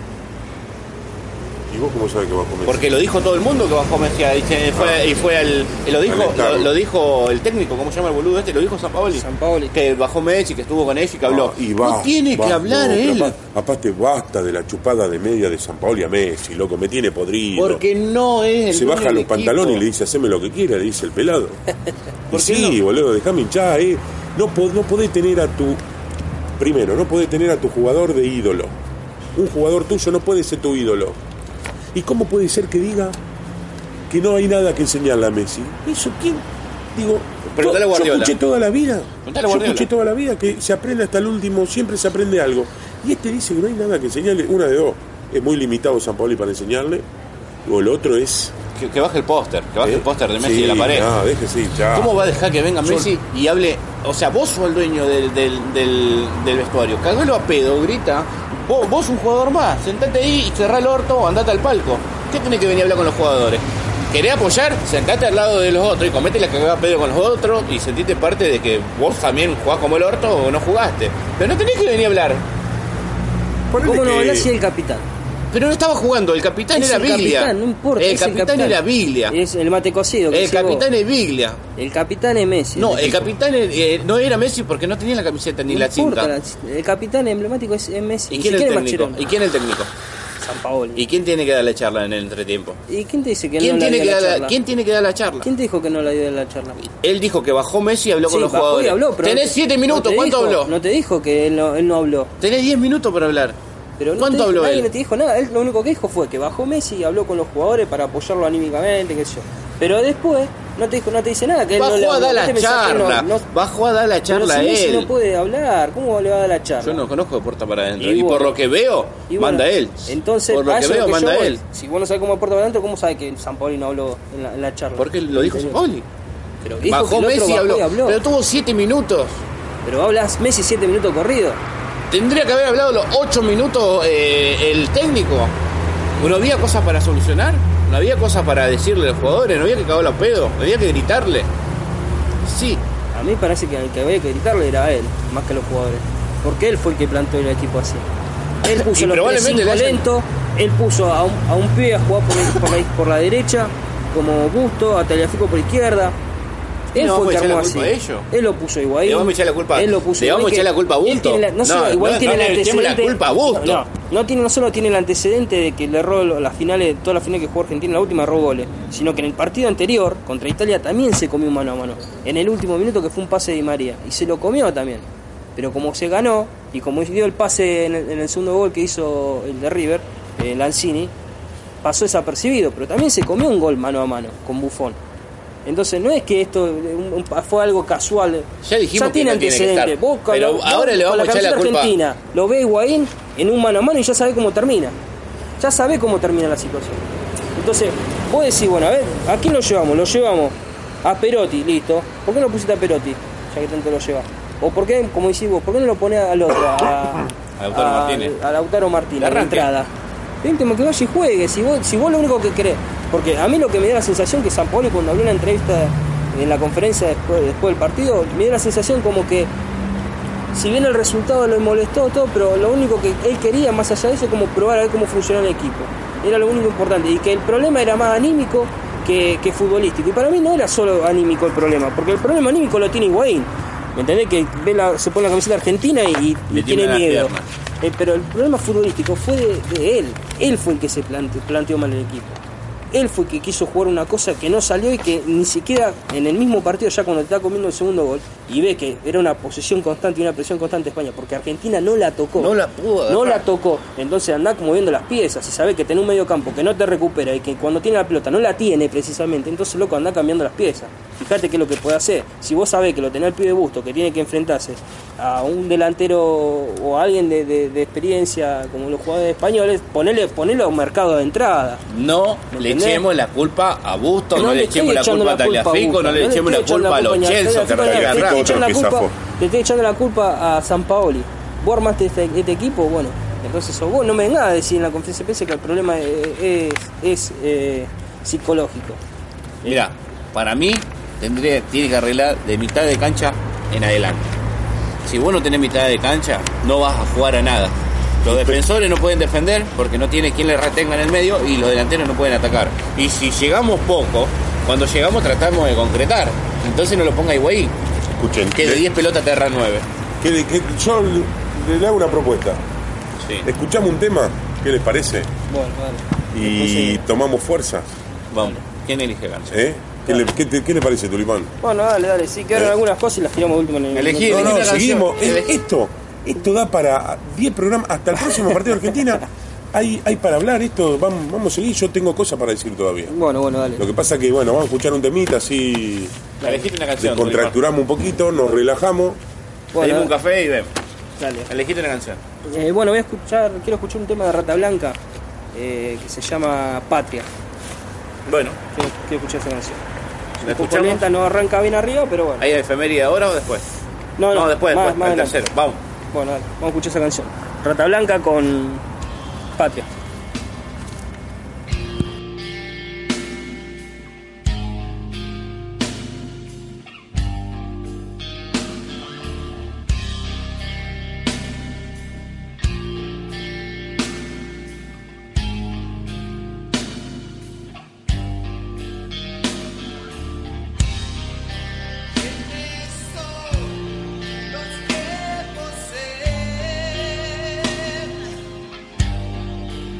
¿Y vos cómo sabés que va a comer? Porque lo dijo todo el mundo que bajó Messi a- y se fue, y fue al. y lo dijo Al lo, establo. lo dijo el técnico, ¿cómo se llama el boludo este? Lo dijo Sampaoli. Sampaoli. Que bajó Messi, que estuvo con ellos y que habló. Ah, y no va, tiene va, que hablar no, pero él. apa- Aparte, basta de la chupada de media de Sampaoli a Messi, loco, me tiene podrido. Porque no es el se dueño baja del los equipo. pantalones y le dice, haceme lo que quiera, le dice el pelado. Y ¿Por qué sí, no? boludo, dejame hinchar, eh. No, po- no podés tener a tu. Primero, no podés tener a tu jugador de ídolo. Un jugador tuyo no puede ser tu ídolo. ¿Y cómo puede ser que diga que no hay nada que enseñarle a Messi? ¿Eso quién? Digo, Preguntale a yo Guardiola. escuché toda la vida. Preguntale a Yo Guardiola. escuché toda la vida que se aprende hasta el último, siempre se aprende algo. Y este dice que no hay nada que enseñarle. Una de dos. Es muy limitado Sampaoli para enseñarle. O el otro es. Que, que baje el póster, que baje ¿eh? el póster de Messi Sí, de la pared. No, déjese hinchar. ¿Cómo va a dejar que venga Yo- Messi y hable? O sea, vos sos el dueño del, del, del, del vestuario. Cagalo a pedo, grita. Vos, vos un jugador más, sentate ahí y cerrá el orto o andate al palco. ¿Qué tenés que venir a hablar con los jugadores? ¿Querés apoyar? Sentate al lado de los otros y comete la cagada a pedo con los otros y sentite parte de que vos también jugás como el orto o no jugaste. Pero no tenés que venir a hablar. Ponele ¿Cómo no que- hablas si el capitán? Pero no estaba jugando, el capitán Es era el Biglia. capitán, no importa. El es capitán era Biglia. Es el mate cocido. que El decís vos. capitán es Biglia. El capitán es Messi. No, del el equipo. capitán eh, no era Messi porque no tenía la camiseta ni No la importa, cinta. la- el capitán emblemático es, es Messi. ¿Y Ni quién es el siquiera técnico? Mascherano. ¿Y quién es el técnico? Sampaoli. ¿Y quién tiene que dar la charla en el entretiempo? ¿Y quién te dice que ¿Quién no tiene la que dio dar la la, charla? ¿Quién tiene que dar la charla? ¿Quién te dijo que no la dio de la charla? Él dijo que bajó Messi y habló con Sí, los bajó y jugadores. habló, pero Tenés no te- siete no minutos, te ¿cuánto dijo- habló? No te dijo que él no, él no habló. Tenés diez minutos para hablar. Pero no ¿Cuánto te dijo- habló nadie él? no te dijo nada. Él lo único que dijo fue que bajó Messi y habló con los jugadores para apoyarlo anímicamente, qué sé yo. Pero después no te dijo, no te dice nada. Que él no le Bajó a habló. dar ¿Vos la te pensás que charla. no- no- Bajó a dar la Pero charla si a Messi él. no puede hablar, ¿cómo le va a dar la charla? Yo no conozco de puerta para adentro. Y Y, por bueno. lo que veo, Y bueno, manda él. Entonces, por lo a que eso es veo, lo manda yo voy. él. Si vos no sabés cómo es puerta para adentro, ¿cómo sabés que Sampaoli no habló en la, en la charla? Porque lo dijo Sampaoli. Pero dijo que Bajó el otro Messi y bajó habló. y habló. Pero tuvo siete minutos. Pero hablas Messi siete minutos corrido. Tendría que haber hablado los ocho minutos eh, el técnico. ¿No había cosas para solucionar? ¿No había cosas para decirle a los jugadores? ¿No había que cagarlo a pedo? ¿No había que gritarle? Sí. A mí parece que el que había que gritarle era a él, más que a los jugadores. Porque él fue el que planteó el equipo así. Él puso Y los probablemente le hayan- lentos, él puso a un, a un pibe a jugar por, el- por, la, por la derecha, como Busto, a Tagliafico por izquierda. ¿Y Él no fue vamos el a que echar armó la así. culpa a ellos? Él lo puso a Higuaín. ¿Le vamos a echar la culpa- Él lo puso a le vamos a Higuaín, echar la culpa a él Busto? tiene la- no, No, solo, Higuaín no, tiene no el le echemos la antecedente. culpa a Busto. No, no tiene, no solo tiene el antecedente de que le erró las finales, todas las finales que jugó Argentina, la última erró goles, sino que en el partido anterior contra Italia también se comió un mano a mano. En el último minuto que fue un pase de Di María y se lo comió también. Pero como se ganó, y como dio el pase en el, en el segundo gol que hizo el de River, eh, Lanzini, pasó desapercibido, pero también se comió un gol mano a mano con Buffon. Entonces no es que esto un, un, fue algo casual. Ya dijimos ya tiene que no antecedentes. tiene que estar, Vos, pero lo, ahora le vamos a echar la culpa. Argentina, lo ve Higuaín en un mano a mano y ya sabe cómo termina. Ya sabe cómo termina la situación. Entonces, vos decís, bueno, a ver, ¿a quién lo llevamos? Lo llevamos a Perotti, listo. ¿Por qué no pusiste a Perotti? Ya que tanto lo llevas. O por qué, como decís vos, ¿por qué no lo pones al otro? A, a Lautaro Martínez. A Lautaro Martínez, a la entrada. El último que vaya y juegue, si vos, si vos lo único que querés. Porque a mí lo que me da la sensación que Sampaoli, cuando habló en la entrevista en la conferencia después, después del partido, me dio la sensación como que si bien el resultado lo molestó todo, pero lo único que él quería más allá de eso es como probar a ver cómo funcionaba el equipo. Era lo único importante, y que el problema era más anímico que, que futbolístico. Y para mí no era solo anímico el problema, porque el problema anímico lo tiene Higuaín. ¿Me entendés? Que ve la, se pone la camiseta argentina y, y tiene miedo. Eh, pero el problema futbolístico fue de, de él. Él fue el que se plante, planteó mal el equipo. Él fue el que quiso jugar una cosa que no salió y que ni siquiera en el mismo partido, ya cuando te está comiendo el segundo gol, y ve que era una posesión constante y una presión constante de España, porque Argentina no la tocó. No la pudo agarrar. No la tocó. Entonces andá moviendo las piezas y sabe que tenés un medio campo que no te recupera y que cuando tiene la pelota no la tiene precisamente. Entonces, loco, andá cambiando las piezas. Fíjate qué es lo que puede hacer. Si vos sabés que lo tenés al pibe Busto, que tiene que enfrentarse a un delantero o a alguien de, de, de experiencia como los jugadores españoles, ponele, ponelo a un mercado de entrada. No le echemos la culpa a Busto, no, no le echemos la culpa a Tagliafico, no le echemos la culpa a los Chelsea que agarraron. Le estoy echando la culpa a Sampaoli. Vos armaste este, este equipo, bueno, entonces sos vos. No me vengas a decir en la conferencia de prensa que el problema es, es, es eh, psicológico. Mira, para mí tendría, tiene que arreglar de mitad de cancha en adelante. Si vos no tenés mitad de cancha, no vas a jugar a nada. Los defensores no pueden defender porque no tiene quien les retenga en el medio y los delanteros no pueden atacar. Y si llegamos poco, cuando llegamos tratamos de concretar. Entonces no lo ponga Higuaín. Escuchen, que de diez pelotas te erran nueve. Que, que yo le, le hago una propuesta. Sí. Escuchamos un tema, ¿qué les parece? Bueno, vale. Y Entonces, tomamos fuerza. Vamos. ¿Quién elige gancho? ¿Eh? ¿Qué, Dale. le, qué, te, ¿Qué le parece, Tulipán? Bueno, dale, dale. Sí, quedaron ¿Eh? algunas cosas y las tiramos de último en el Elegí, No, elegí no, una seguimos. canción. Eh, Esto, esto da para diez programas. Hasta el próximo partido de Argentina hay, hay para hablar. Esto, vamos, vamos a seguir. Yo tengo cosas para decir todavía. Bueno, bueno, dale. Lo que pasa que, bueno, vamos a escuchar un temita así. Elegí una canción. Descontracturamos un poquito, nos relajamos. Bueno, Pedimos un café y vemos. dale. Elegí una canción. Eh, bueno, voy a escuchar, quiero escuchar un tema de Rata Blanca eh, que se llama Patria. Bueno, Quiero, quiero escuchar esa canción. ¿la Un poco escuchamos? lenta, no arranca bien arriba, pero bueno. ¿hay efeméride ahora o después? No, no, después, más, después, más el adelante. tercero. Vamos. Bueno, dale, vamos a escuchar esa canción. Rata Blanca con Patria. Los que poseen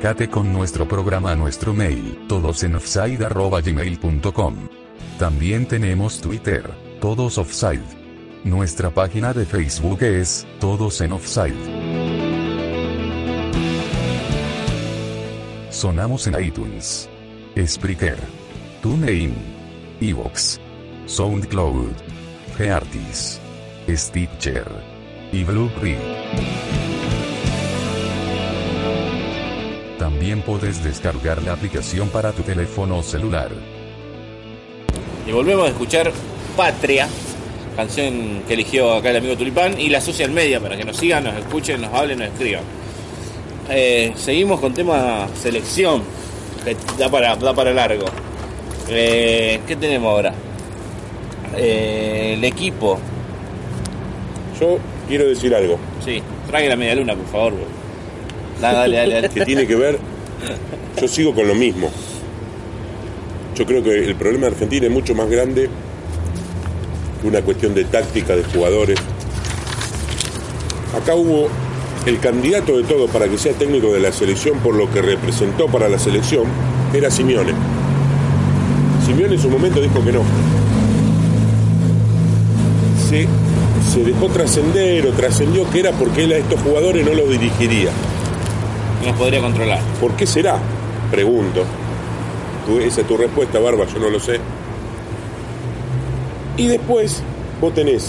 Comunicate con nuestro programa a nuestro mail, todosenofside arroba gmail punto com. También tenemos Twitter, Todos Offside. Nuestra página de Facebook es Todos en Offside. Sonamos en iTunes, Spreaker, TuneIn, iVoox, SoundCloud, Geartis, Stitcher y Blueberry. También puedes descargar la aplicación para tu teléfono celular. Y volvemos a escuchar Patria, canción que eligió acá el amigo Tulipán, y la social media para que nos sigan, nos escuchen, nos hablen, nos escriban. Eh, seguimos con tema selección, que da para, da para largo. Eh, ¿Qué tenemos ahora? Eh, el equipo. Yo quiero decir algo. Sí, trague la media luna, por favor. Dale, dale, dale, dale. Que tiene que ver, yo sigo con lo mismo. Yo creo que el problema de Argentina es mucho más grande que una cuestión de táctica de jugadores. Acá hubo el candidato de todo para que sea técnico de la selección por lo que representó para la selección, era Simeone. Simeone en su momento dijo que no. Se, se dejó trascender o trascendió que era porque él a estos jugadores no los dirigiría. No los podría controlar. ¿Por qué será? Pregunto. Tú, esa es tu respuesta, Barba, yo no lo sé. Y después vos tenés,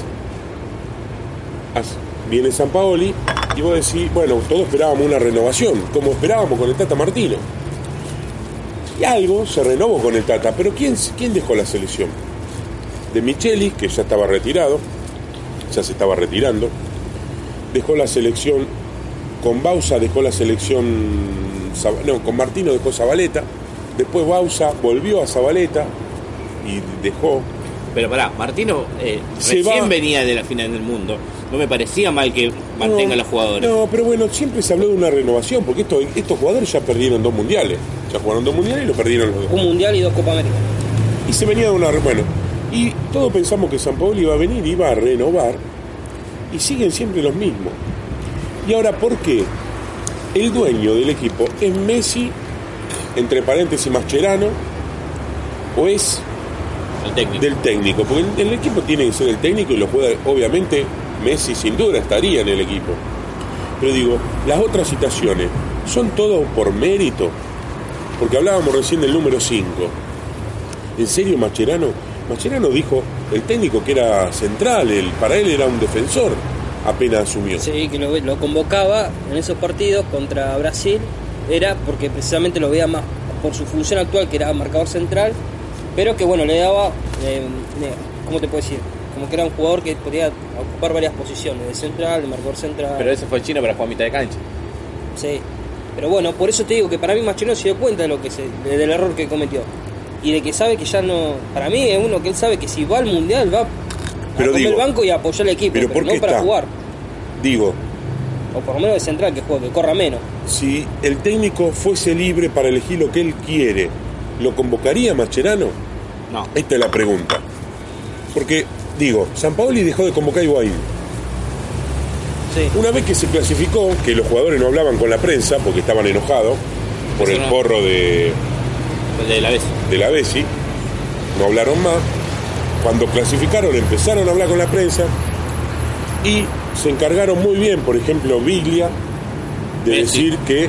viene Sampaoli y vos decís, bueno, todos esperábamos una renovación, como esperábamos con el Tata Martino. Y algo se renovó con el Tata, pero ¿quién, quién dejó la selección? De Michelis, que ya estaba retirado, ya se estaba retirando, dejó la selección con Bausa, dejó la selección, no, con Martino dejó Zabaleta, después Bausa volvió a Zabaleta y dejó. Pero pará, Martino eh, recién va... venía de la final del mundo. No me parecía mal que mantenga a los jugadores. No, pero bueno, siempre se habló de una renovación, porque esto, estos jugadores ya perdieron dos mundiales. Ya jugaron dos mundiales y lo perdieron los dos. Un mundial y dos Copa América. Y se venía de una... Bueno, y todos pensamos que Sampaoli iba a venir, iba a renovar, y siguen siempre los mismos. Y ahora, ¿por qué? El dueño del equipo es Messi, entre paréntesis Mascherano, o es el técnico. Del técnico, porque el, el equipo tiene que ser el técnico y lo juega, obviamente Messi sin duda estaría en el equipo. Pero digo, las otras citaciones son todo por mérito, porque hablábamos recién del número cinco. ¿En serio Mascherano? Mascherano dijo, el técnico que era central, el, para él era un defensor, apenas asumió. Sí, que lo, lo convocaba en esos partidos contra Brasil, era porque precisamente lo veía más por su función actual, que era marcador central, pero que bueno, le daba, eh, ¿cómo te puedo decir? Como que era un jugador que podía ocupar varias posiciones, de central, de marcador central. Pero ese fue el Chino para jugar a mitad de cancha. Sí, pero bueno, por eso te digo que para mí Mascherano se dio cuenta de lo que se, de, del error que cometió. Y de que sabe que ya no, para mí es uno que él sabe que si va al mundial va pero a comer digo, el banco y a apoyar al equipo, pero, pero ¿por qué no para está? jugar. Digo, o por lo menos de central, que juegue, que corra menos. Si el técnico fuese libre para elegir lo que él quiere, ¿lo convocaría Mascherano? No. Esta es la pregunta. Porque, digo, Sampaoli dejó de convocar a Higuaín. Sí. Una vez que se clasificó, que los jugadores no hablaban con la prensa porque estaban enojados por Eso el no. porro de... de la Bessi. de la Bessi, no hablaron más. Cuando clasificaron empezaron a hablar con la prensa y se encargaron muy bien, por ejemplo, Biglia, de Messi. decir que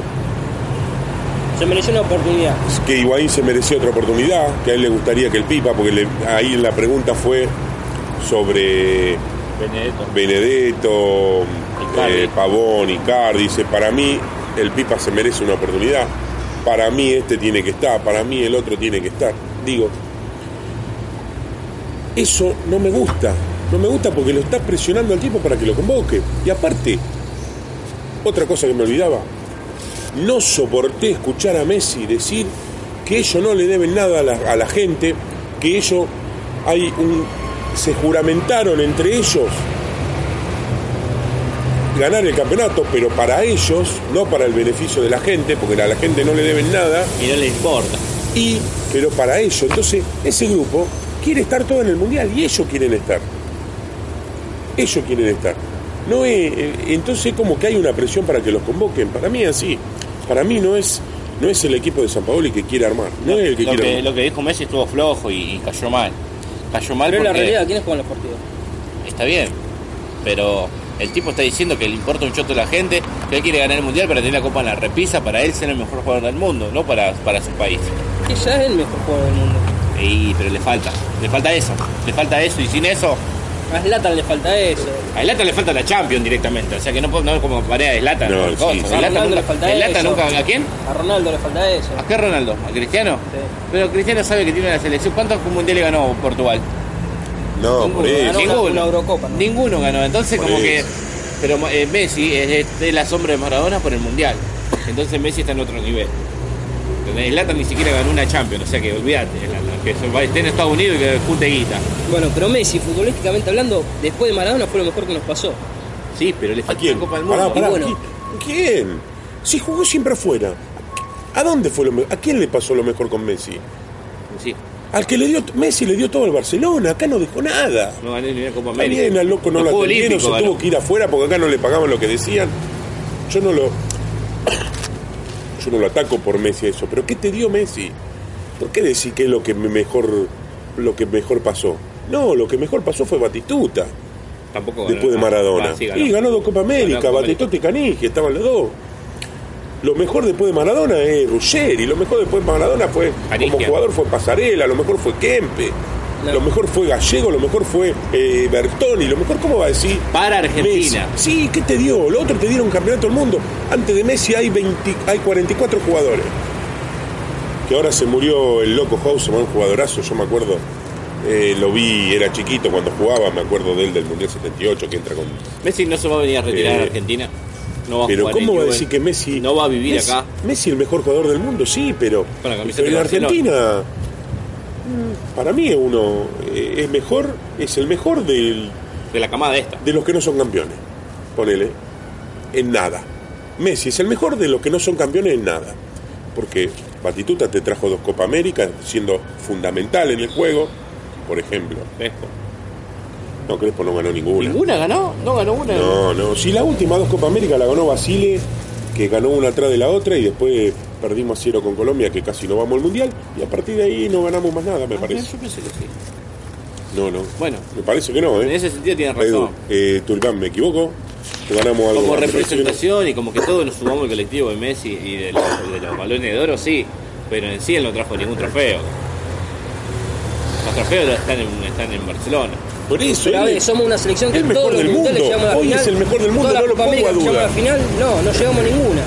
se mereció una oportunidad. Que Higuaín se mereció otra oportunidad, que a él le gustaría que el Pipa, porque le, ahí la pregunta fue sobre Benedetto, Benedetto eh, Pavón, Icardi. Dice, para mí el Pipa se merece una oportunidad, para mí este tiene que estar, para mí el otro tiene que estar. Digo, eso no me gusta, no me gusta porque lo está presionando al tipo para que lo convoque. Y aparte, otra cosa que me olvidaba, no soporté escuchar a Messi decir que ellos no le deben nada a la, a la gente, que ellos hay un, se juramentaron entre ellos ganar el campeonato, pero para ellos, no para el beneficio de la gente, porque a la gente no le deben nada. Y no le importa. Y, pero para ellos, entonces, ese grupo quiere estar todo en el Mundial y ellos quieren estar. Ellos quieren estar. No es, entonces como que hay una presión para que los convoquen. Para mí es así. Para mí no es No es el equipo de Sampaoli que quiere armar. No lo, es el que lo quiere que, armar. Lo que dijo Messi estuvo flojo y, y cayó mal. Cayó mal Pero en porque... la realidad, ¿quiénes juegan los partidos? Está bien, pero el tipo está diciendo que le importa un choto a la gente, que él quiere ganar el Mundial para tener la Copa en la repisa, para él ser el mejor jugador del mundo, no para, para su país. Que ya es el mejor jugador del mundo. Y, pero le falta, le falta eso, le falta eso, y sin eso, A Zlatan le falta eso. a Zlatan le falta la Champions directamente, o sea que no, no es como pareja de Zlatan. No, o sí, cosa. sí. A Zlatan Ronaldo nunca, le falta Zlatan eso. nunca- ¿a quién? A Ronaldo le falta eso. ¿A qué Ronaldo? ¿A Cristiano? Sí. Pero Cristiano sabe que tiene una selección. ¿Cuántos mundiales ganó Portugal? No, Ninguno, por eso. ganó una- una Eurocopa, ¿no? Ninguno ganó. Entonces, Por como que. eso. Pero eh, Messi es, es la sombra de Maradona por el mundial. Entonces, Messi está en otro nivel. ¿Entendés? Zlatan ni siquiera ganó una Champions. O sea que olvídate. la- la- Que se- esté en Estados Unidos y que junte guita. Bueno, pero Messi, futbolísticamente hablando, después de Maradona fue lo mejor que nos pasó. Sí, pero le ¿A falta quién? la Copa del Mundo. Pará, pará, Y bueno. ¿qui- ¿Quién? Si jugó siempre afuera. ¿A dónde fue lo mejor? ¿A quién le pasó lo mejor con Messi? Sí, Al que le dio, Messi le dio todo al Barcelona, acá no dejó nada. no ganó ni una Copa Está América. bien, al loco no Los lo Juegos atendieron, Olímpicos se ganó. tuvo que ir afuera porque acá no le pagaban lo que decían. Yo no lo yo no lo ataco por Messi eso, pero ¿qué te dio Messi? ¿Por qué decir que es lo que me- mejor lo que mejor pasó? No, lo que mejor pasó fue Batistuta, Tampoco ganó. después de Maradona. Ah, sí, Y ganó dos Copa América, Ganó Copa Batistuta y Caniggia, estaban los dos. Lo mejor después de Maradona es Ruggeri, lo mejor después de Maradona fue, Caniggia. como jugador fue Pasarela, lo mejor fue Kempe, No. lo mejor fue Gallego, lo mejor fue eh, Bertoni, lo mejor, ¿cómo va a decir? Para Argentina. Messi. Sí, ¿qué te dio? Lo otro te dieron campeonato del mundo. Antes de Messi hay veinte, hay cuarenta y cuatro jugadores. Que ahora se murió el loco Houseman, un jugadorazo, yo me acuerdo. Eh, lo vi, era chiquito cuando jugaba, me acuerdo de él del Mundial setenta y ocho, que entra con... Messi no se va a venir a retirar Eh, a Argentina. No va a Pero jugar ¿cómo en va a Juve. decir que Messi... no va a vivir Messi, acá? Messi el mejor jugador del mundo, sí, pero... Con la camiseta pero en de Barcelona. Argentina... mm, Para mí es uno... eh, es mejor, es el mejor del... De la camada esta. de los que no son campeones, ponele, en nada. Messi es el mejor de los que no son campeones en nada, porque Batistuta te trajo dos Copa América, siendo fundamental en el juego, por ejemplo. Crespo. No, Crespo no ganó ninguna. ¿Ninguna ganó? No ganó una. No, no, si la última dos Copa América la ganó Basile, que ganó una atrás de la otra, y después perdimos a cero con Colombia, que casi no vamos al Mundial, y a partir de ahí no ganamos más nada, me Ah, parece. Yo pensé que sí. No, no. Bueno, Me parece que no, en ¿eh? ese sentido tienes Edu, razón. eh, Tulcán, ¿me equivoco? Ganamos algo Como más, me parece que no. representación y como que todos nos sumamos al colectivo de Messi y de los, de los balones de oro, sí. Pero en sí él no trajo ningún trofeo. Los trofeos están en, están en Barcelona. Por eso, Pero a él ver, es somos una selección que el todos mejor los del mundiales mundo. llegamos a la Hoy final. es el mejor del mundo, Todas las no lo Copa pongo América a que llegamos duda. a la final, no, no llegamos a ninguna.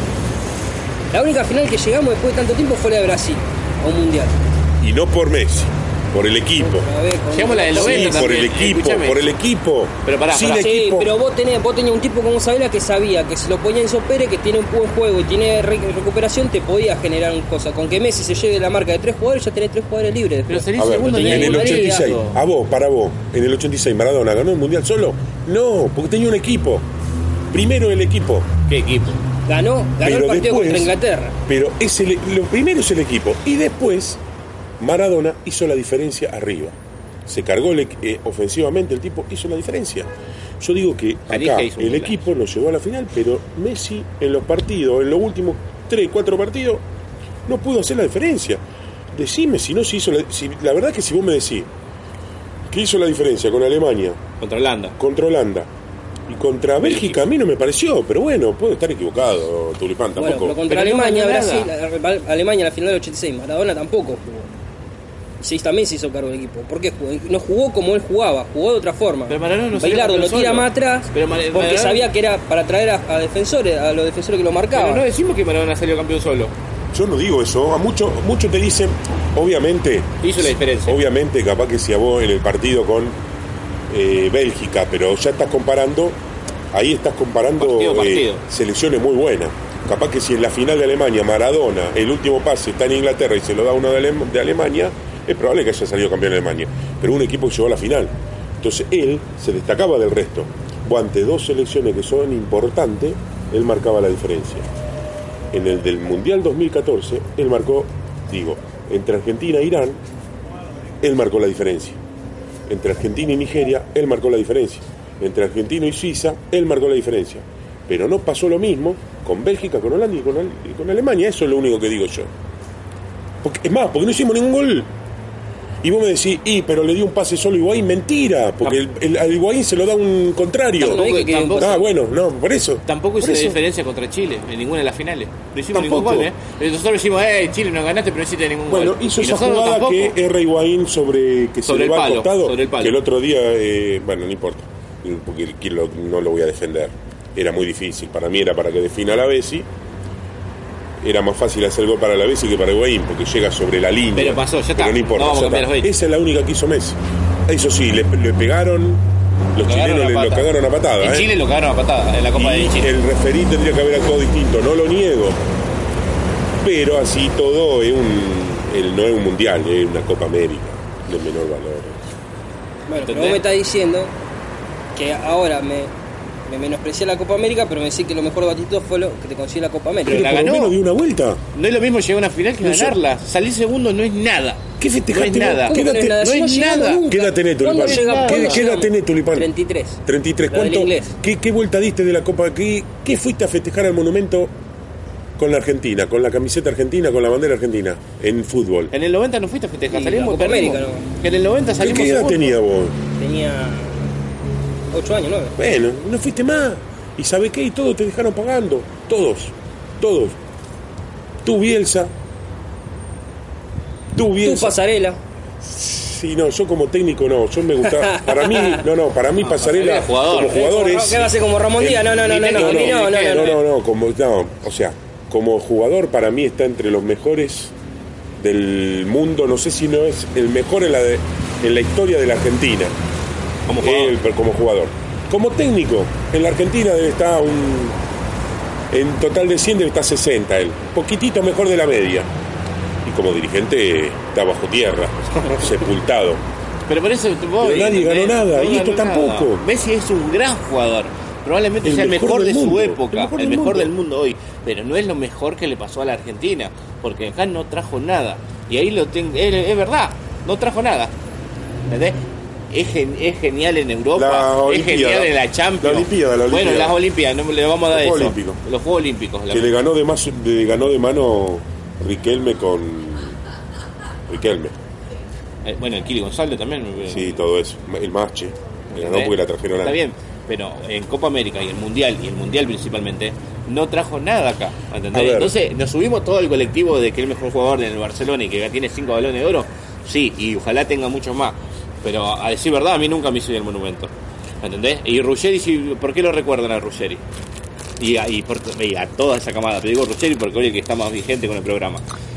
La única final que llegamos después de tanto tiempo fue la de Brasil, a un mundial. Y no por Messi, por el equipo. A ver, con- Llegamos a la del Sí, noventa por el también, equipo, escúchame. por el equipo. Pero pará, Sin pará. Sí, equipo. pero vos tenés, vos tenías un tipo como Sabela que sabía que si lo ponía Enzo Pérez, que tiene un buen juego y tiene re- recuperación, te podía generar una cosa. Con que Messi se lleve la marca de tres jugadores, ya tenés tres jugadores libres Pero después. salís A ver, segundo tenía en tenés el Di María. ochenta y seis, a vos, para vos, en el ochenta y seis Maradona ganó el Mundial solo. No, porque tenía un equipo. Primero el equipo. ¿Qué equipo? Ganó, ganó Pero el partido después- contra Inglaterra. Pero es el- lo primero es el equipo. Y después Maradona hizo la diferencia arriba. Se cargó el, eh, ofensivamente, el tipo hizo la diferencia. Yo digo que Caniggia acá hizo un el golazo. equipo nos llevó a la final, pero Messi en los partidos, en los últimos tres, cuatro partidos, no pudo hacer la diferencia. Decime si no se hizo la, si, la verdad que si vos me decís que hizo la diferencia con Alemania, Contra Holanda. contra Holanda y contra Bélgica, a mí no me pareció, pero bueno, puedo estar equivocado, Tulipán, Bueno, tampoco. pero contra Pero no Alemania, ganó Brasil, nada. a- Alemania en la final del ochenta y seis, Maradona tampoco jugó. Sí, también se hizo cargo del equipo. ¿Por qué jugó? No jugó como él jugaba, jugó de otra forma. Pero Maradona no salió Bailardo lo campeón tira solo. más atrás Pero Mar- porque Maradona- sabía que era para traer a, a defensores, a los defensores que lo marcaban. Pero no decimos que Maradona salió campeón solo. Yo no digo eso, a muchos muchos te dicen, obviamente, Hizo la diferencia. obviamente capaz que si a vos en el partido con eh, Bélgica, pero ya estás comparando, ahí estás comparando Partido a partido. eh, selecciones muy buenas. Capaz que si en la final de Alemania Maradona, el último pase está en Inglaterra y se lo da uno de, Ale- de Alemania, es probable que haya salido campeón de Alemania, pero un equipo que llegó a la final. Entonces él se destacaba del resto. O ante dos selecciones que son importantes, él marcaba la diferencia. En el del Mundial dos mil catorce, él marcó, digo, entre Argentina e Irán, él marcó la diferencia. Entre Argentina y Nigeria, él marcó la diferencia. Entre Argentina y Suiza, él marcó la diferencia. Pero no pasó lo mismo con Bélgica, con Holanda y con, y con Alemania. Eso es lo único que digo yo. Porque, es más, porque no hicimos ningún gol. Y vos me decís, y pero le dio un pase solo a Higuaín. Mentira, porque no. el, el, al Higuaín se lo da un contrario. Tampoco, que tampoco, ah, bueno, no, por eso. Tampoco hizo por eso. la diferencia contra Chile en ninguna de las finales. No hicimos Tampoco. ningún gol, ¿eh? Nosotros decimos, eh, Chile no ganaste, pero no hiciste ningún bueno, gol. Bueno, hizo y esa jugada tampoco. que erra Higuaín sobre que sobre se le va palo, al costado, sobre el palo. que el otro día, eh, bueno, no importa, porque lo, no lo voy a defender. Era muy difícil. Para mí era para que defina la Bessi. Era más fácil hacer gol para la Bessi que para Higuaín, porque llega sobre la línea. Pero pasó, ya está. Pero no importa, no, ya está. Esa es la única que hizo Messi. Eso sí, le, le pegaron, los lo chilenos le, lo cagaron a patada. En ¿eh? Chile lo cagaron a patada, en la Copa y de Chile. El referí tendría que haber actuado distinto, no lo niego. Pero así todo es un, el, no es un mundial, es una Copa América de menor valor. Bueno, pero vos me estás diciendo que ahora me... Me menosprecié la Copa América, pero me decís que lo mejor de Batito fue lo que te consiguió la Copa América. Pero la por ganó. lo menos dio una vuelta. No es lo mismo llegar a una final que no ganarla. Sé. Salir segundo no es nada. ¿Qué festejaste? No es nada. ¿Qué edad no es nada? no Si es no nada? nunca. ¿Qué edad tenés, Tulipán? ¿Qué, ¿Qué edad tenés, Tulipán? treinta y tres. treinta y tres. ¿Cuánto? ¿Qué, ¿Qué vuelta diste de la Copa? ¿Qué, ¿Qué fuiste a festejar al Monumento con la Argentina? Con la camiseta argentina, con la bandera argentina, en fútbol. En el noventa no fuiste a festejar, Sí, salimos Copa América, ¿no? En el noventa salimos ¿Qué, qué edad segundo. tenía vos? Tenía ocho años, nueve. Bueno, no fuiste más. ¿Y sabés qué? Y todos te dejaron pagando. Todos. Todos. Tú, Bielsa. Tú, Bielsa. Tú, Pasarela. Sí, no, yo como técnico no. Yo me gusta. Para mí, no, no, para mí no, Pasarela jugador. como jugadores. ¿Qué va a ser como Ramón Díaz? No, no, no, no, no, no, no, no, no, no, no, no, como, no, o sea, como jugador para mí está entre los mejores del mundo. No sé si no es el mejor en la, de, en la historia de la Argentina. Como jugador. Él, como jugador. Como técnico, en la Argentina debe estar un... En total de cien debe estar sesenta él. Poquitito mejor de la media. Y como dirigente está bajo tierra, sepultado. Pero por eso vos, Pero nadie ganó nada, no y esto ganó tampoco. Nada. Messi es un gran jugador. Probablemente El sea el mejor mejor de del su mundo. época, El mejor el del mejor mundo. del mundo hoy. Pero no es lo mejor que le pasó a la Argentina. Porque acá no trajo nada. Y ahí lo tengo, es, es verdad, no trajo nada. ¿Entendés? Es, gen, es genial en Europa, es genial en la Champions. La Olimpiada, la Olimpiada. Bueno, las Olimpiadas, no le vamos a dar Los eso. Juegos Olímpicos. Los Juegos Olímpicos. La Que le ganó de, más, de, ganó de mano Riquelme con... Riquelme. Eh, bueno, el Kili González también. Sí, todo eso. El Mache. Le ganó porque la trajeron Está a... bien, pero en Copa América y el Mundial, y el Mundial principalmente, no trajo nada acá. ¿Entendés? Entonces, nos subimos todo el colectivo de que es el mejor jugador del Barcelona y que tiene cinco balones de oro. Sí, y ojalá tenga muchos más. Pero a decir verdad, a mí nunca me hizo el Monumento. ¿Entendés? Y Ruggeri, ¿por qué lo recuerdan a Ruggeri? Y a, y, por, y a toda esa camada. Pero digo Ruggeri porque hoy es el que está más vigente con el programa.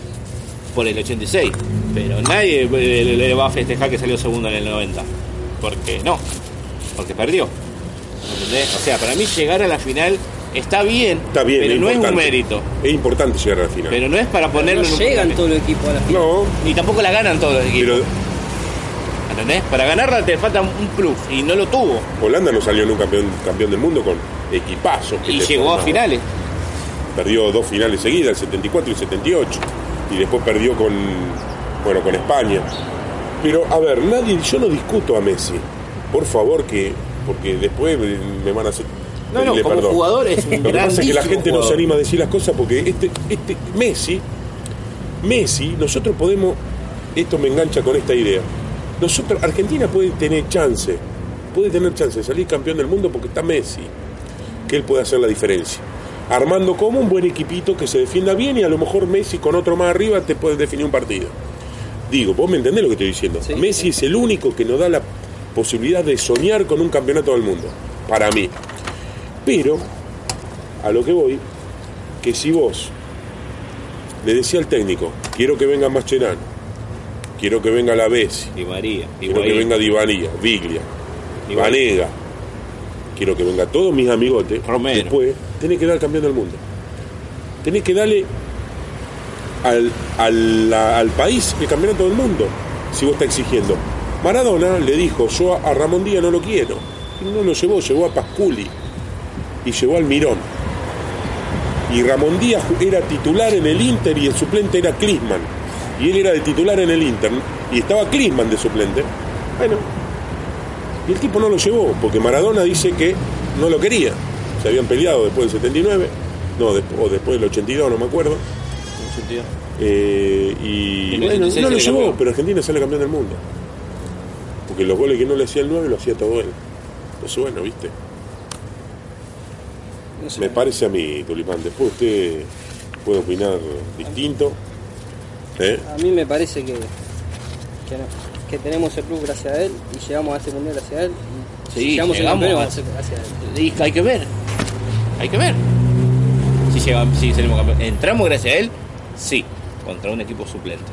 Por el ochenta y seis. Pero nadie le, le va a festejar que salió segundo en el noventa. Porque no. Porque perdió. ¿Entendés? O sea, para mí llegar a la final está bien. Está bien, pero es no es un importante. mérito. Es importante llegar a la final. Pero no es para ponerlo No en un llegan programa. todos los equipos a la final. No, Ni tampoco la ganan todos los equipos. pero ¿Entendés? Para ganarla te falta un plus. Y no lo tuvo. Holanda no salió nunca campeón, campeón del mundo con equipazos. que Y te llegó a formaban. finales. Perdió dos finales seguidas, el setenta y cuatro y el setenta y ocho. Y después perdió con, bueno, con España. Pero, a ver, nadie, yo no discuto a Messi. Por favor, que porque después me van a hacer... No, no, pedirle como perdón. jugador es un Lo que pasa es que la grandísimo gente no se jugador. anima a decir las cosas porque este, este Messi, Messi, nosotros podemos, esto me engancha con esta idea, nosotros, Argentina puede tener chance, puede tener chance de salir campeón del mundo porque está Messi, que él puede hacer la diferencia. Armando como un buen equipito que se defienda bien y a lo mejor Messi con otro más arriba te puede definir un partido. Digo, vos me entendés lo que estoy diciendo. Sí. Messi es el único que nos da la posibilidad de soñar con un campeonato del mundo, para mí. Pero, a lo que voy, que si vos le decía al técnico, quiero que venga Mascherano, quiero que venga la Bessi, Y María. quiero que venga Di María, Biglia, Vanega, quiero que venga todos mis amigotes, Romero. después tenés que dar al campeón del mundo. Tenés que darle al, al, a- al país el campeonato del mundo, si vos estás exigiendo. Maradona le dijo, yo a Ramón Díaz no lo quiero. Y no lo llevó, llevó a Pasculi y llevó al Mirón. Y Ramón Díaz era titular en el Inter y el suplente era Klinsmann. Y él era de titular en el Inter y estaba Klinsmann de suplente. Bueno, y el tipo no lo llevó porque Maradona dice que no lo quería. Se habían peleado después del setenta y nueve No, de, o después del ochenta y dos, no me acuerdo. ochenta y dos. Eh, y El bueno, ochenta y seis no lo sale llevó, campeón. pero Argentina sale campeón del mundo. Porque los goles que no le hacía el nueve lo hacía todo él. Entonces, bueno, viste. No sé. Me parece a mí, Tulipán. Después usted puede opinar distinto. ¿Eh? A mí me parece que, que, no, que tenemos el club gracias a él y llegamos a este mundial gracias a él. Y Sí, si llegamos a llegamos. campeón va a ser gracias a él. Y hay que ver. Hay que ver. Si, llega, si salimos campeón. ¿Entramos gracias a él? Sí. Contra un equipo suplente.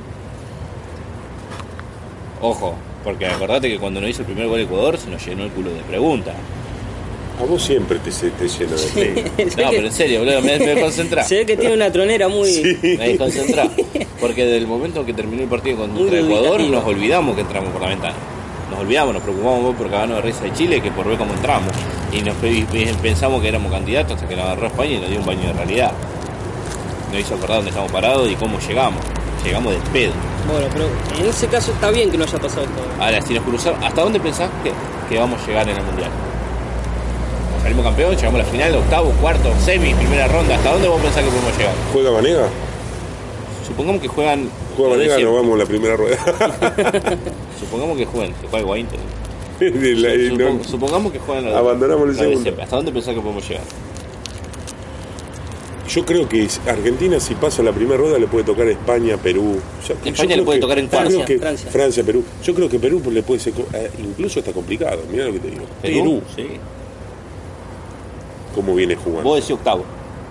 Ojo, porque acordate que cuando nos hizo el primer gol Ecuador se nos llenó el culo de preguntas. A vos siempre te, se- te lleno de fe. No, pero en serio, boludo, me, me desconcentrá. Se ve que tiene una tronera muy... Sí. Me desconcentrá. Porque desde el momento que terminó el partido Muy contra Ecuador dubitativo. nos olvidamos que entramos por la ventana. Nos olvidamos, nos preocupamos más por Cagano de Risa de Chile que por ver cómo entramos. Y nos pe- y pensamos que éramos candidatos hasta que nos agarró España y nos dio un baño de realidad. Nos hizo acordar dónde estamos parados y cómo llegamos. Llegamos de pedo. Bueno, pero en ese caso está bien que no haya pasado todo. Ahora, si nos cruzamos, ¿hasta dónde pensás que, que vamos a llegar en el Mundial? Salimos campeón, llegamos a la final, octavo, cuarto, semi, primera ronda. ¿Hasta dónde vos pensás que podemos llegar? ¿Juega Vanega? Supongamos que juegan... Juega lo de Vanega, siempre. nos vamos a la primera rueda. Supongamos que jueguen, que juegue Guainte. De la- y Supo- no- supongamos que juegan lo de- Abandonamos el lo de segundo. siempre. ¿Hasta dónde pensás que podemos llegar? Yo creo que Argentina, si pasa la primera rueda, le puede tocar España, Perú. Ya- yo España le creo puede que- tocar en yo creo Francia, que Francia. Francia, Perú. Yo creo que Perú le puede ser. co- eh, incluso está complicado. Mira lo que te digo. Perú, Sí. cómo viene jugando. Vos decís octavo.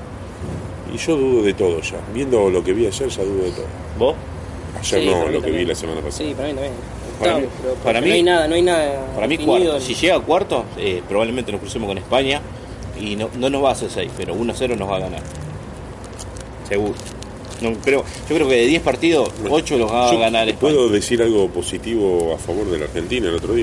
Y yo dudo de todo ya. Viendo lo que vi ayer, ya dudo de todo. ¿Vos? Ayer Sí, no, para mí lo que también. vi la semana pasada. Sí, para mí también. Para Octavo, mí- pero porque para mí- no hay nada, no hay nada Para mí definido. cuarto. Si llega a cuarto, eh, probablemente nos crucemos con España y no, no nos va a hacer seis, pero uno cero nos va a ganar. Seguro. No, creo, yo creo que de diez partidos, ocho los va a Yo ganar España. ¿Puedo decir algo positivo a favor de la Argentina el otro día?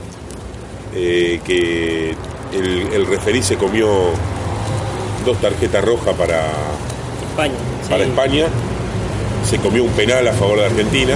Eh, que el, el referí se comió dos tarjetas rojas para, España. para sí. España, se comió un penal a favor de Argentina.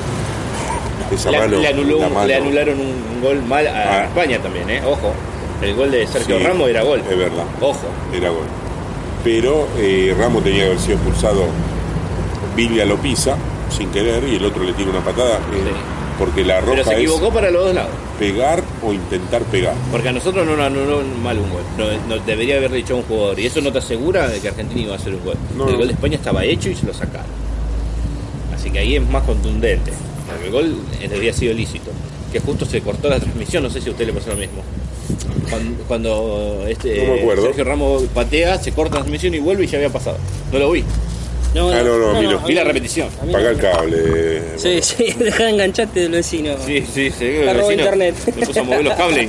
Esa Le, mano, le anuló la un- mano, le anularon un, un gol mal a Ah. España también, ¿eh? Ojo. El gol de Sergio Sí, Ramos era gol. es verdad. Ojo. era gol. Pero eh, Ramos tenía que haber sido expulsado. Villa lo pisa sin querer y el otro le tira una patada. eh, Sí. Porque la Pero roja se es equivocó para los dos lados. pegar o intentar pegar. Porque a nosotros no nos anuló mal un gol. No, no debería haberle dicho a un jugador. Y eso no te asegura de que Argentina iba a hacer un gol. No, el no. gol de España estaba hecho y se lo sacaron. Así que ahí es más contundente. Porque el gol eh, había sido lícito. Que justo se cortó la transmisión. No sé si a usted le pasó lo mismo. Cuando, cuando este, No me acuerdo. Sergio Ramos patea, se corta la transmisión y vuelve y ya había pasado. No lo vi. No, Ah, no, no, a mí no. a Vi la mí- repetición. a mí Paga no. el cable. Sí, sí, deja de engancharte del vecino. Sí, sí, sí. Te robó internet. Me puso a mover los cables.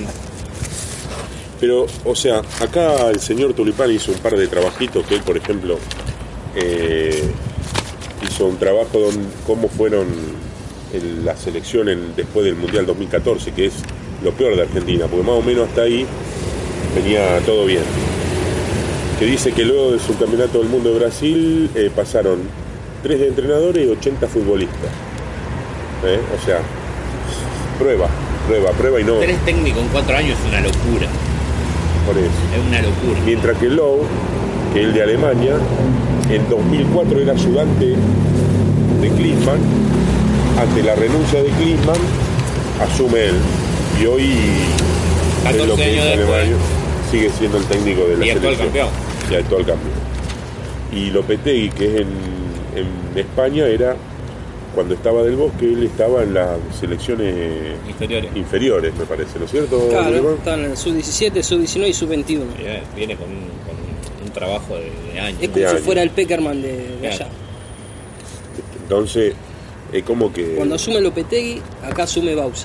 Pero, o sea, acá el señor Tulipán hizo un par de trabajitos que él, por ejemplo, eh, hizo un trabajo donde cómo fueron el- la selección en- después del Mundial dos mil catorce, que es lo peor de Argentina, porque más o menos hasta ahí venía todo bien. Que dice que luego del subcampeonato del mundo de Brasil eh, pasaron tres de entrenadores y ochenta futbolistas. ¿Eh? O sea, prueba, prueba, prueba y no Tres técnicos en cuatro años es una locura. por eso. Es una locura. Mientras que Lowe, que el de Alemania, en dos mil cuatro era ayudante de Klinsmann. Ante la renuncia de Klinsmann, asume él. Y hoy, es lo catorce que años es después. Alemania, sigue siendo el técnico de la Y actual selección. campeón. Y actual campeón. Y Lopetegui, que es en, en España, era cuando estaba del Bosque, él estaba en las selecciones Inferiores. inferiores, me parece, ¿no es cierto? Claro, Tulipán? están en el sub diecisiete, sub diecinueve y sub veintiuno. Viene, viene con, un, con un trabajo de, de años. Es como De si años. fuera el Peckerman de, de Claro. allá. Entonces, es como que... Cuando asume Lopetegui, acá asume Bausa.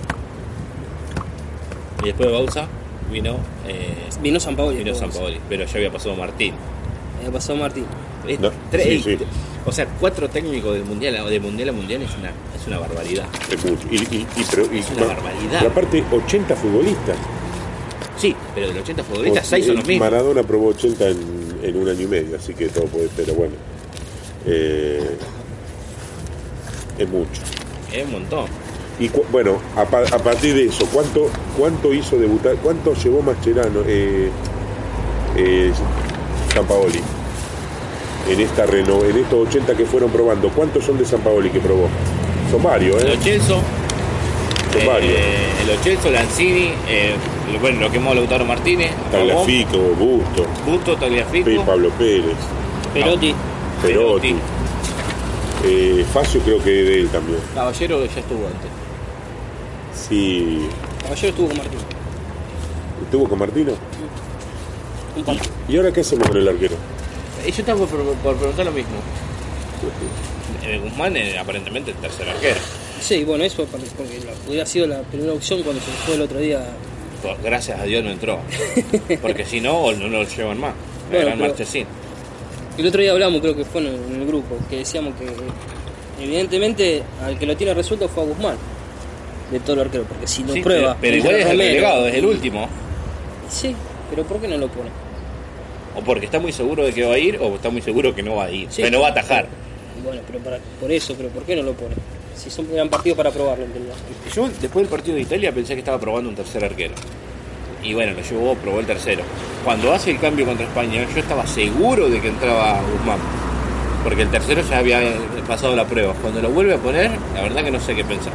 Y después de Bausa vino, eh, Vino San Paolo. vino Sampaoli, pero ya había pasado Martín. Había pasado Martín. Es No, tres- sí, sí. O sea, cuatro técnicos del mundial, de mundial a mundial es una, es una barbaridad. Es mucho. Y, y, y- pero, y- Es una barbaridad. pero aparte, ochenta futbolistas. Sí, pero de los ochenta futbolistas, O- seis son eh, los mismos. Maradona probó ochenta en, en un año y medio, así que todo puede, pero bueno. Eh, es mucho. Es un montón. Y cu- bueno, a, pa- a partir de eso, ¿cuánto cuánto hizo debutar? ¿Cuánto llevó Mascherano? Eh, eh, Sampaoli. En esta reno, en estos ochenta que fueron probando, ¿cuántos son de Sampaoli que probó? Son varios, ¿eh? El Ochelso, Son eh, varios. el Ochelso, Lanzini, eh, bueno, lo quemó Lautaro Martínez, Tagliafico, Busto, Busto, Tagliafico, Pe- Pablo Pérez, Perotti. Perotti. Perotti. Eh, Facio creo que de él también. Caballero ya estuvo antes. Sí. Caballero estuvo con Martín. ¿Estuvo con Martino? Un par. ¿Y ahora qué hacemos con el arquero? Eh, Yo estaba por, por preguntar lo mismo. Eh, Guzmán, eh, aparentemente, el tercer arquero. Sí, bueno, eso porque porque la- hubiera sido la primera opción cuando se fue el otro día. Por- Gracias a Dios no entró. Porque si no, no lo llevan más. Bueno, Gran pero- Marchesín. El otro día hablamos, creo que fue en el, en el grupo, que decíamos que evidentemente al que lo tiene resuelto fue a Guzmán, de todo el arquero, porque si lo Sí, prueba. pero, pero entre igual es el Romero relegado, es el y- último. Sí, pero ¿por qué no lo pone? O porque está muy seguro de que va a ir, o está muy seguro que no va a ir. Sí, pero no va a atajar. Bueno, pero para, por eso, pero ¿por qué no lo pone? Si son eran partidos para probarlo, ¿entendés? Yo, después del partido de Italia, pensé que estaba probando un tercer arquero. Y bueno, lo llevó, probó el tercero. Cuando hace el cambio contra España, yo estaba seguro de que entraba Guzmán. Porque el tercero ya había pasado la prueba. Cuando lo vuelve a poner, la verdad que no sé qué pensar.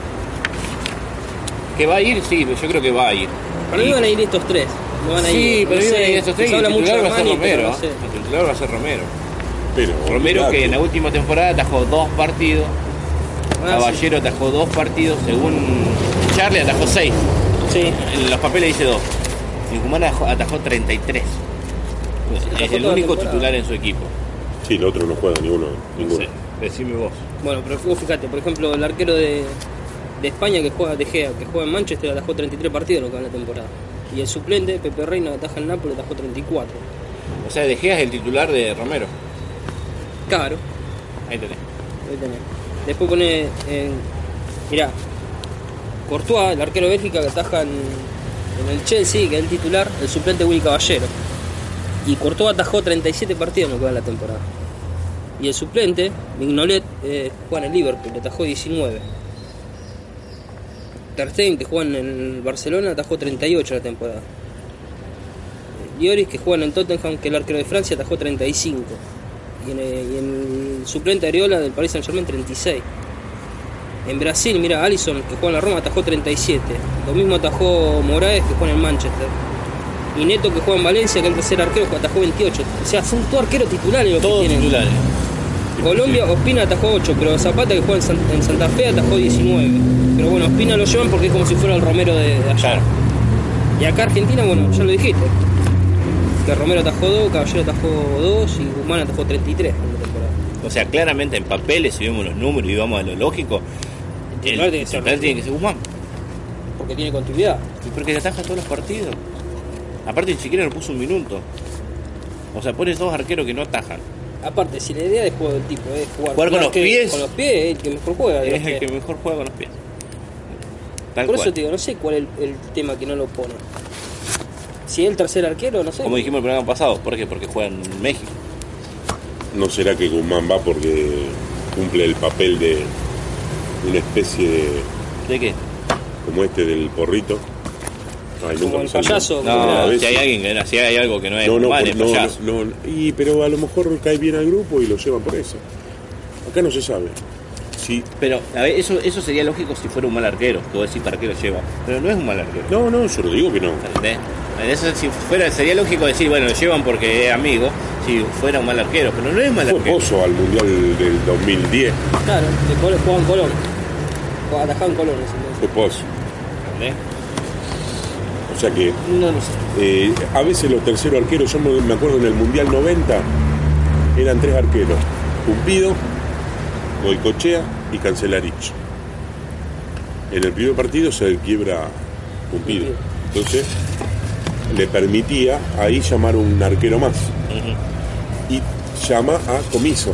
¿Que va a ir? Sí, yo creo que va a ir. Para mí Y- van a ir estos tres. No van a Sí, ir, pero no iban a sé, ir estos tres y se el habla mucho titular de va a ser Mani, pero Romero. no sé. El titular va a ser Romero. Pero, Romero olvidate. que en la última temporada atajó dos partidos. Ah, Caballero atajó dos partidos. Según Charlie atajó seis. Sí. En los papeles dice dos. Y Guzmán atajó, atajó treinta y tres. atajó Es el toda la único temporada. titular en su equipo. Sí, el otro no juega ninguno. No ninguno. sé, decime vos. Bueno, pero vos fíjate, por ejemplo, el arquero de, de España que juega De Gea, que juega en Manchester, atajó treinta y tres partidos en lo que va en la temporada. Y el suplente, Pepe Reina, que ataja en Nápoles, atajó treinta y cuatro. O sea, De Gea es el titular de Romero. Caro, Ahí tenés. ahí tenés. Después pone, eh, mirá, Courtois, el arquero de Bélgica que ataja en, en el Chelsea, que es el titular, el suplente Willy Caballero. Y Courtois atajó treinta y siete partidos en lo que va en la temporada. Y el suplente, Mignolet, eh, juega en el Liverpool, le atajó diecinueve. Ter Stegen, que juega en el Barcelona, atajó treinta y ocho la temporada. Lloris, que juega en el Tottenham, que es el arquero de Francia, atajó treinta y cinco. Y en el, y en el suplente Areola del Paris Saint-Germain, treinta y seis. En Brasil, mira, Alisson, que juega en la Roma, atajó treinta y siete. Lo mismo atajó Moraes, que juega en el Manchester. Y Neto, que juega en Valencia, que es el tercer arquero, que atajó veintiocho. O sea, son todos arqueros titulares los Todos que tienen. titulares. Colombia, Ospina atajó ocho, pero Zapata, que juega en, San- en Santa Fe, atajó diecinueve. Pero bueno, Ospina lo llevan porque es como si fuera el Romero de, de allá. Claro. Y acá Argentina, bueno, ya lo dijiste. Que Romero atajó dos, Caballero atajó dos y Guzmán atajó treinta y tres en la temporada. O sea, claramente en papeles, si vemos los números y vamos a lo lógico, el titular tiene que ser titular tiene que ser Guzmán. Porque tiene continuidad. Y porque le ataja todos los partidos. Aparte, ni siquiera le puso un minuto. O sea, pones dos arqueros que no atajan. Aparte, si la idea de juego del tipo es jugar, Jugar con los que- pies. con los pies, es el que mejor juega. de los Es el que- que mejor juega con los pies. Tal Por cual. eso te digo, no sé cuál es el, el tema que no lo pone. Si es el tercer arquero, no sé. Como dijimos el programa pasado, ¿por qué? Porque juega en México. ¿No será que Guzmán va porque cumple el papel de una especie de, ¿De qué? como este del porrito? Ay, Como nunca el me sale. payaso. No, como a No, veces- si hay alguien que si hay algo que no es No, no, Guzmán, por- es no, payaso. no, no. Y, pero a lo mejor cae bien al grupo y lo llevan por eso. Acá no se sabe. Sí. Pero a ver, eso, eso sería lógico si fuera un mal arquero. Tú decís para qué lo lleva. Pero no es un mal arquero. No, no, yo no digo que no. ¿Entendés? Eso, si fuera, sería lógico decir, bueno, lo llevan porque es amigo, si fuera un mal arquero, pero no es mal Fue arquero. Pozo al Mundial del dos mil diez. Claro, de Col- jugaba en Colón. Jugaba atajado en Colón. ese Fue Pozo. ¿Entendés? O sea que No lo sé. eh, a veces los terceros arqueros, yo me me acuerdo en el Mundial noventa, eran tres arqueros. Pumpido, Goicochea y Cancelarich. En el primer partido se quiebra Pumpido. Entonces le permitía ahí llamar un arquero más. Ujú. Y llama a Comiso.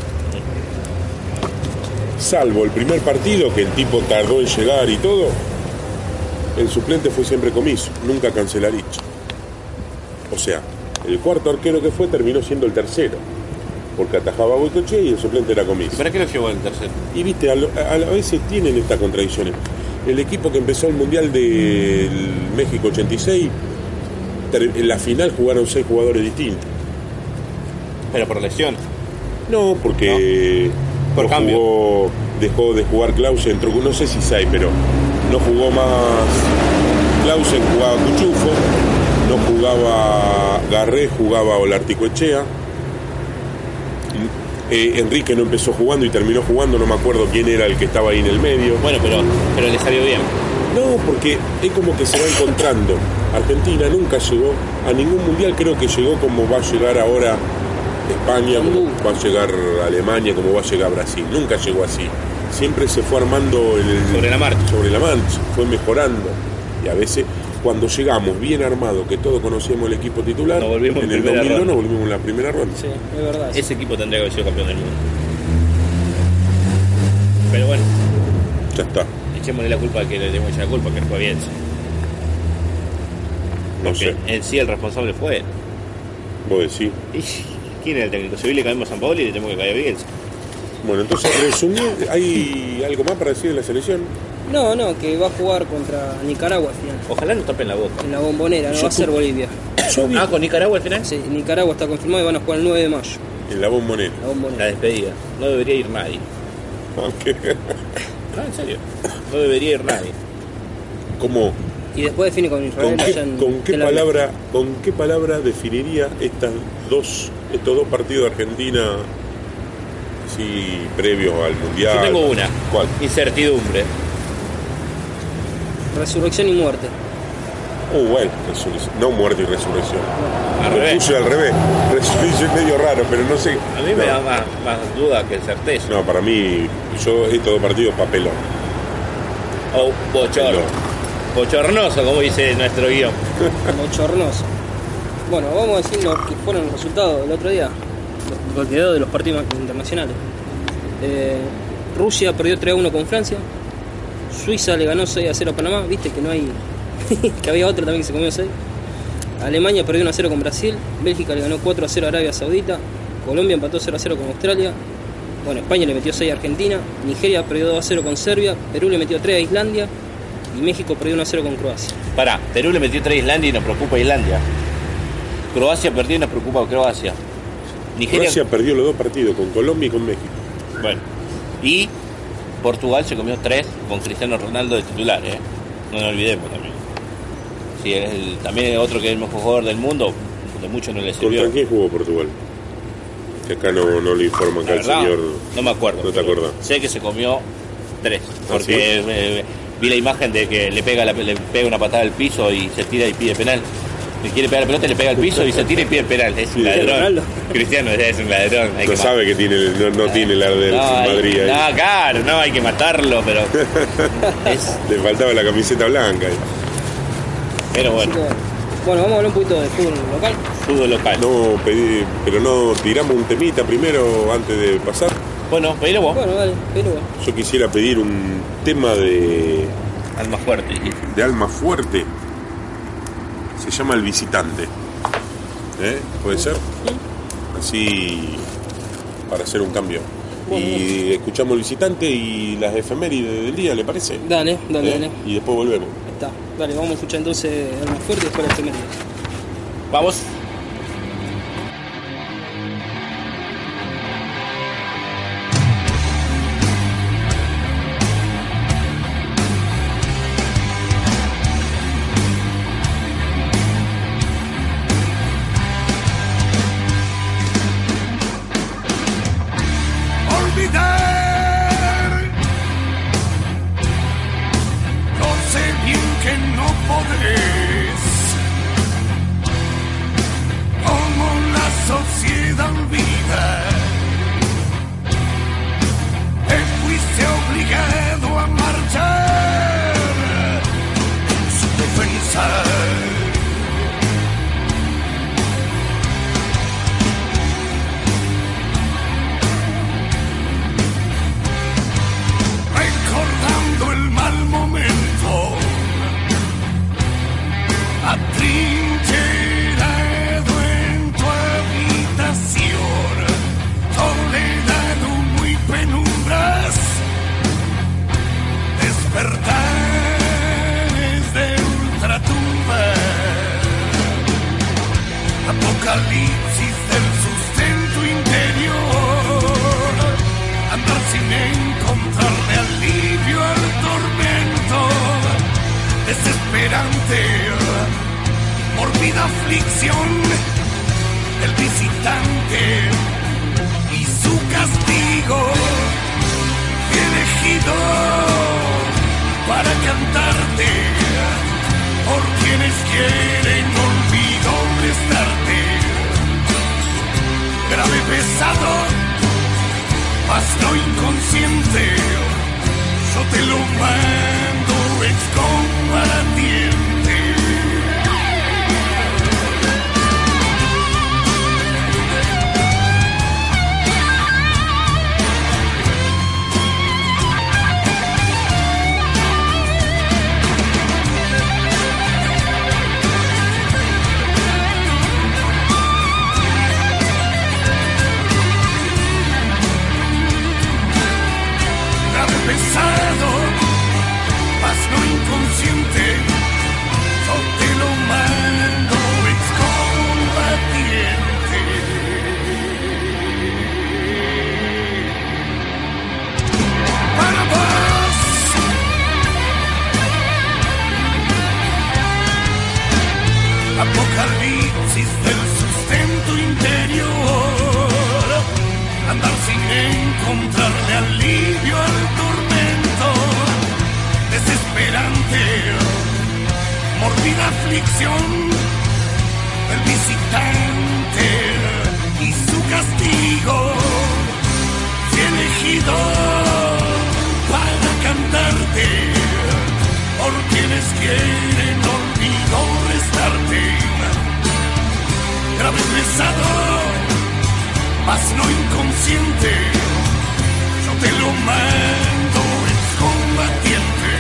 Salvo el primer partido, que el tipo tardó en llegar y todo, el suplente fue siempre Comiso, nunca Cancelarich. O sea, el cuarto arquero que fue terminó siendo el tercero, porque atajaba a Goicoechea y el suplente era Comiso. ¿Para qué lo llevó el tercero? Y viste, a, lo- a- a veces tienen estas contradicciones. El equipo que empezó el Mundial del México ochenta y seis, ter- en la final jugaron seis jugadores distintos. Pero por lesión. No, porque ¿No? Por no cambio. jugó, dejó de jugar Clausen, entró, no sé si seis, pero no jugó más Clausen, jugaba Cuchufo, no jugaba Garré, jugaba Olarticoechea. Eh, Enrique no empezó jugando y terminó jugando, no me acuerdo quién era el que estaba ahí en el medio. Bueno, pero, pero le salió bien. No, porque es como que se va encontrando. Argentina nunca llegó a ningún mundial, creo que llegó como va a llegar ahora España, como va a llegar Alemania, como va a llegar Brasil. Nunca llegó así. Siempre se fue armando el, Sobre la marcha. sobre la marcha, fue mejorando. Y a veces, cuando llegamos bien armados, que todos conocíamos el equipo titular, Nos volvimos en en el primera dos mil dos ronda. nos volvimos en la primera ronda. Sí, es verdad. Ese equipo tendría que haber sido campeón del mundo. Pero bueno, Ya está. echémosle la culpa a que le demos la culpa, que fue bien. No Porque sé. en sí el responsable fue él. Vos decís. ¿Y quién era el técnico? Si hoy le cambiamos a San Paolo y le tenemos que caer a Bielsa. Bueno, entonces, resumí, ¿hay algo más para decir de la selección? No, no, que va a jugar contra Nicaragua al final. Ojalá nos tapen la boca. En la Bombonera, no Yo va a ser tu- Bolivia. Yo vi Ah, con Nicaragua al final. Sí, Nicaragua está confirmado y van a jugar el nueve de mayo. en la Bombonera. La La Bombonera. despedida. No debería ir nadie. Aunque, No, en serio. No debería ir nadie. ¿cómo? Y después define con Israel ¿Con allá qué, en con qué Tel Aviv. palabra, con qué palabra definiría estas dos, estos dos partidos de Argentina, sí, previos al mundial? Yo tengo una. ¿Cuál? Incertidumbre. Resurrección y muerte. Uh, bueno, resurrección. No muerte y resurrección. Al Lo revés. puse al revés. Resurrección es medio raro, pero no sé. A mí me no, da más, más duda que certeza. no, para mí, yo estos dos partidos papelón. O bochorno. Bochornoso, como dice nuestro guión. Bochornoso. Bueno, vamos a decir lo que fueron los resultados del otro día. Los los videos de los partidos internacionales. Eh, Rusia perdió tres a uno con Francia. Suiza le ganó seis a cero a Panamá. Viste que no hay. que había otro también que se comió seis. Alemania perdió uno a cero con Brasil. Bélgica le ganó cuatro a cero a Arabia Saudita. Colombia empató cero a cero con Australia. Bueno, España le metió seis a Argentina. Nigeria perdió dos a cero con Serbia. Perú le metió tres a Islandia. Y México perdió uno a cero con Croacia. Pará, Perú le metió tres a Islandia y nos preocupa Islandia. Croacia perdió y nos preocupa Croacia. Nigeria. Croacia perdió los dos partidos, con Colombia y con México. Bueno. Y Portugal se comió tres con Cristiano Ronaldo de titular, ¿eh? No nos olvidemos también. Sí, es el, también es otro que es el mejor jugador del mundo. De mucho no le sirvió. ¿Contra quién jugó Portugal? Que acá no, no le informa acá La el verdad, señor. no me acuerdo. ¿No te pero acordás? Sé que se comió tres. Porque ¿sí? eh, vi la imagen de que le pega, la, le pega una patada al piso y se tira y pide penal. Le quiere pegar la pelota, le pega al piso y se tira y pide penal. Es un Sí, ladrón. Ronaldo. Cristiano es un ladrón. Hay No que sabe que tiene, no, no tiene la del no, hay- Madrid ahí. no, claro, no, hay que matarlo, pero es, Le faltaba la camiseta blanca. ahí. pero bueno, Así que, bueno, vamos a hablar un poquito de fútbol local. fútbol local. No pedí, pero no tiramos un temita primero antes de pasar. Bueno, pedilo vos. Bueno, dale, pero Yo quisiera pedir un tema de, Alma fuerte. dijiste. de alma fuerte. Se llama El Visitante. ¿Eh? ¿Puede ser? Así para hacer un cambio. Bueno, Y escuchamos El Visitante y las efemérides del día, ¿le parece? dale, dale, ¿Eh? dale. Y después volvemos. Ahí está. Dale, vamos a escuchar entonces Alma Fuerte y después la efeméride. Vamos. Olvidar, no sé bien que no podés, como la sociedad olvida, te fuiste obligado a marchar en su defensa. Recordando el mal momento, atrincherado en tu habitación, soledad, humo y penumbras, despertares de ultratumba, apocalipsis del sustento y mordida aflicción del visitante y su castigo. He elegido para cantarte por quienes quieren olvido prestarte. Grave, pesado, mas no inconsciente, yo te lo mando excombatiente. Pesado, mas no inconsciente, yo te lo mando excombatiente. Para vos, apocalipsis del sustento interior, andar sin encontrarle alivio al tormento, desesperante, mordida aflicción del visitante y su castigo. Fui elegido para cantarte por quienes quieren olvido restarte. Grave, pesado, mas no inconsciente, yo te lo mando excombatiente.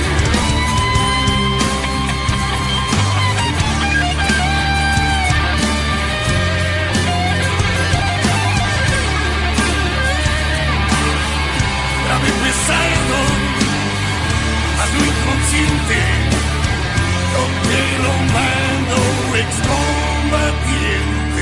Grave, pesado, mas no inconsciente, yo te lo mando excombatiente.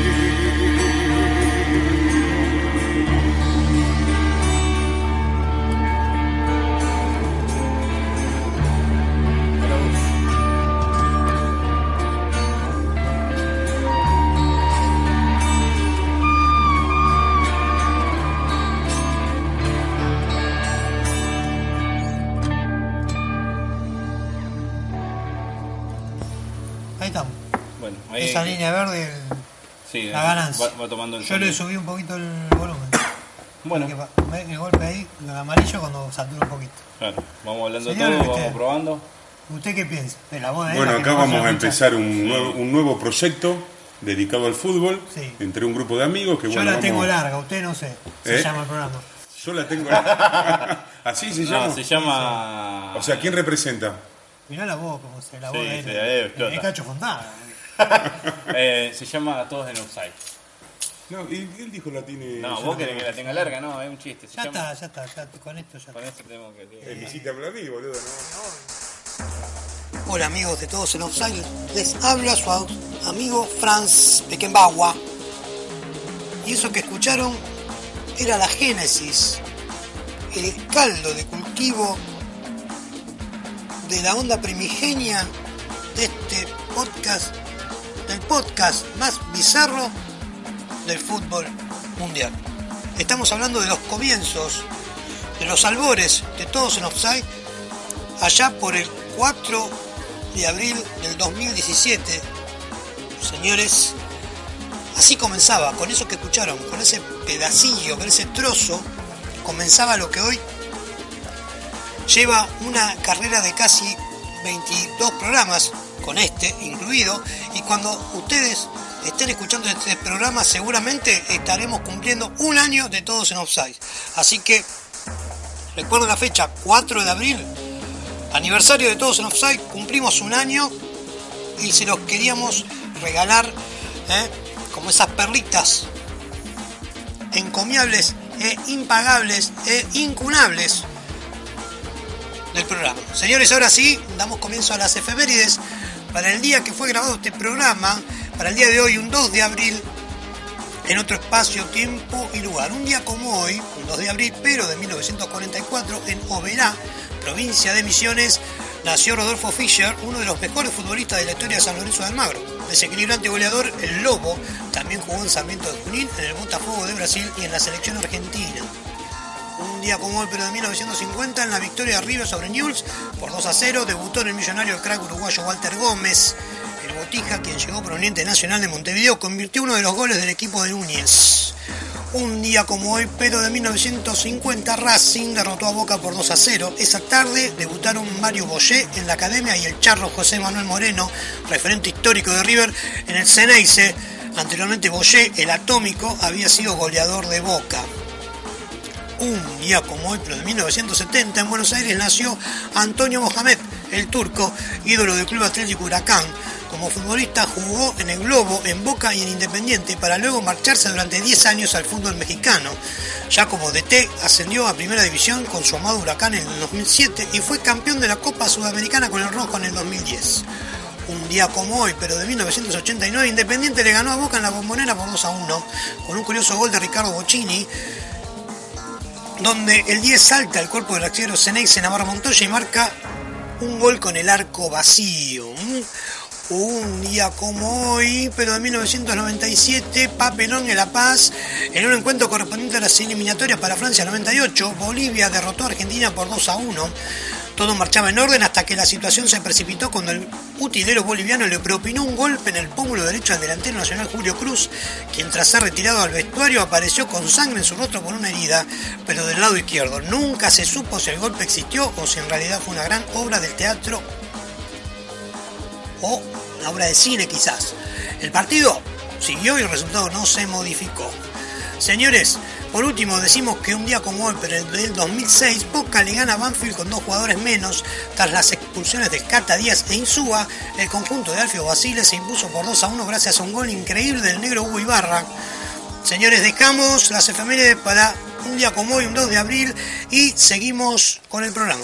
Esa línea verde, sí, la ganancia. Va, va tomando el Yo sonido. le subí un poquito el volumen. Bueno. Me, el golpe ahí, el amarillo cuando satura un poquito. Claro, vamos hablando Señor, todo, usted, vamos probando. ¿Usted qué piensa? De la voz de Bueno, ella, acá que vamos no a se empezar escucha. un nuevo, un nuevo proyecto dedicado al fútbol, Sí. entre un grupo de amigos que Yo bueno, la tengo vamos- larga, usted no sé. Se ¿Eh? llama el programa. Yo la tengo larga. ¿Así se llama? No, se llama... O sea, ¿quién representa? Mirá la voz, como se la Sí, voz de él. sí, ahí Es explota. Cacho Fontana. eh, se llama Todos en Offside. No, y él dijo la tiene... No, yo vos la querés tengo- que la tenga larga, no, es un chiste. Se Ya llama... está, ya está, ya con esto ya Con está. eso tenemos que... Eh, visítame a mí, boludo, ¿no? Hola amigos de Todos en Offside, les habla su amigo Franz Beckenbauer. Y eso que escucharon era la génesis, el caldo de cultivo de la onda primigenia de este podcast, del podcast más bizarro del fútbol mundial. Estamos hablando de los comienzos, de los albores de Todos en Offside, allá por el cuatro de abril del dos mil diecisiete. Señores, así comenzaba, con eso que escucharon, con ese pedacillo, con ese trozo, comenzaba lo que hoy lleva una carrera de casi veintidós programas, con este incluido, y cuando ustedes estén escuchando este programa seguramente estaremos cumpliendo un año de Todos en Offside. Así que recuerden la fecha, cuatro de abril, aniversario de Todos en Offside, cumplimos un año y se los queríamos regalar, ¿eh? como esas perlitas encomiables e impagables e incunables del programa. Señores, ahora sí, damos comienzo a las efemérides para el día que fue grabado este programa, para el día de hoy, un dos de abril, en otro espacio, tiempo y lugar. Un día como hoy, un dos de abril, pero de mil novecientos cuarenta y cuatro, en Oberá, provincia de Misiones, nació Rodolfo Fischer, uno de los mejores futbolistas de la historia de San Lorenzo de Almagro. Desequilibrante goleador, el Lobo también jugó en Sarmiento de Junín, en el Botafogo de Brasil y en la selección argentina. Un día como hoy, pero de mil novecientos cincuenta, en la victoria de River sobre Newell's por dos a cero, debutó en el Millonario el crack uruguayo Walter Gómez. El Botija, quien llegó proveniente Nacional de Montevideo, convirtió uno de los goles del equipo de Núñez. Un día como hoy, pero de mil novecientos cincuenta, Racing derrotó a Boca por dos a cero. Esa tarde debutaron Mario Boyé en la academia y el charro José Manuel Moreno, referente histórico de River, en el Ceneice. Anteriormente Boyé, el atómico, había sido goleador de Boca. Un día como hoy, pero de mil novecientos setenta, en Buenos Aires nació Antonio Mohamed, el turco, ídolo del Club Atlético Huracán. Como futbolista jugó en el Globo, en Boca y en Independiente, para luego marcharse durante diez años al fútbol mexicano. Ya como D T ascendió a Primera División con su amado Huracán en el dos mil siete y fue campeón de la Copa Sudamericana con el Rojo en el dos mil diez. Un día como hoy, pero de mil novecientos ochenta y nueve, Independiente le ganó a Boca en la Bombonera por dos a uno, con un curioso gol de Ricardo Bocchini, donde el diez salta al cuerpo del arquero Ceneice Navarro Montoya y marca un gol con el arco vacío. Un día como hoy, pero de mil novecientos noventa y siete, Papelón en La Paz, en un encuentro correspondiente a las eliminatorias para Francia noventa y ocho, Bolivia derrotó a Argentina por dos a uno. Todo marchaba en orden hasta que la situación se precipitó cuando el utilero boliviano le propinó un golpe en el pómulo derecho al delantero nacional Julio Cruz, quien tras ser retirado al vestuario apareció con sangre en su rostro por una herida, pero del lado izquierdo. Nunca se supo si el golpe existió o si en realidad fue una gran obra del teatro o una obra de cine quizás. El partido siguió y el resultado no se modificó. Señores, por último decimos que un día como hoy, pero el del dos mil seis, Boca le gana a Banfield con dos jugadores menos. Tras las expulsiones de Cata Díaz e Insúa, el conjunto de Alfio Basile se impuso por dos a uno gracias a un gol increíble del negro Hugo Ibarra. Señores, dejamos las efemérides para un día como hoy, un dos de abril, y seguimos con el programa.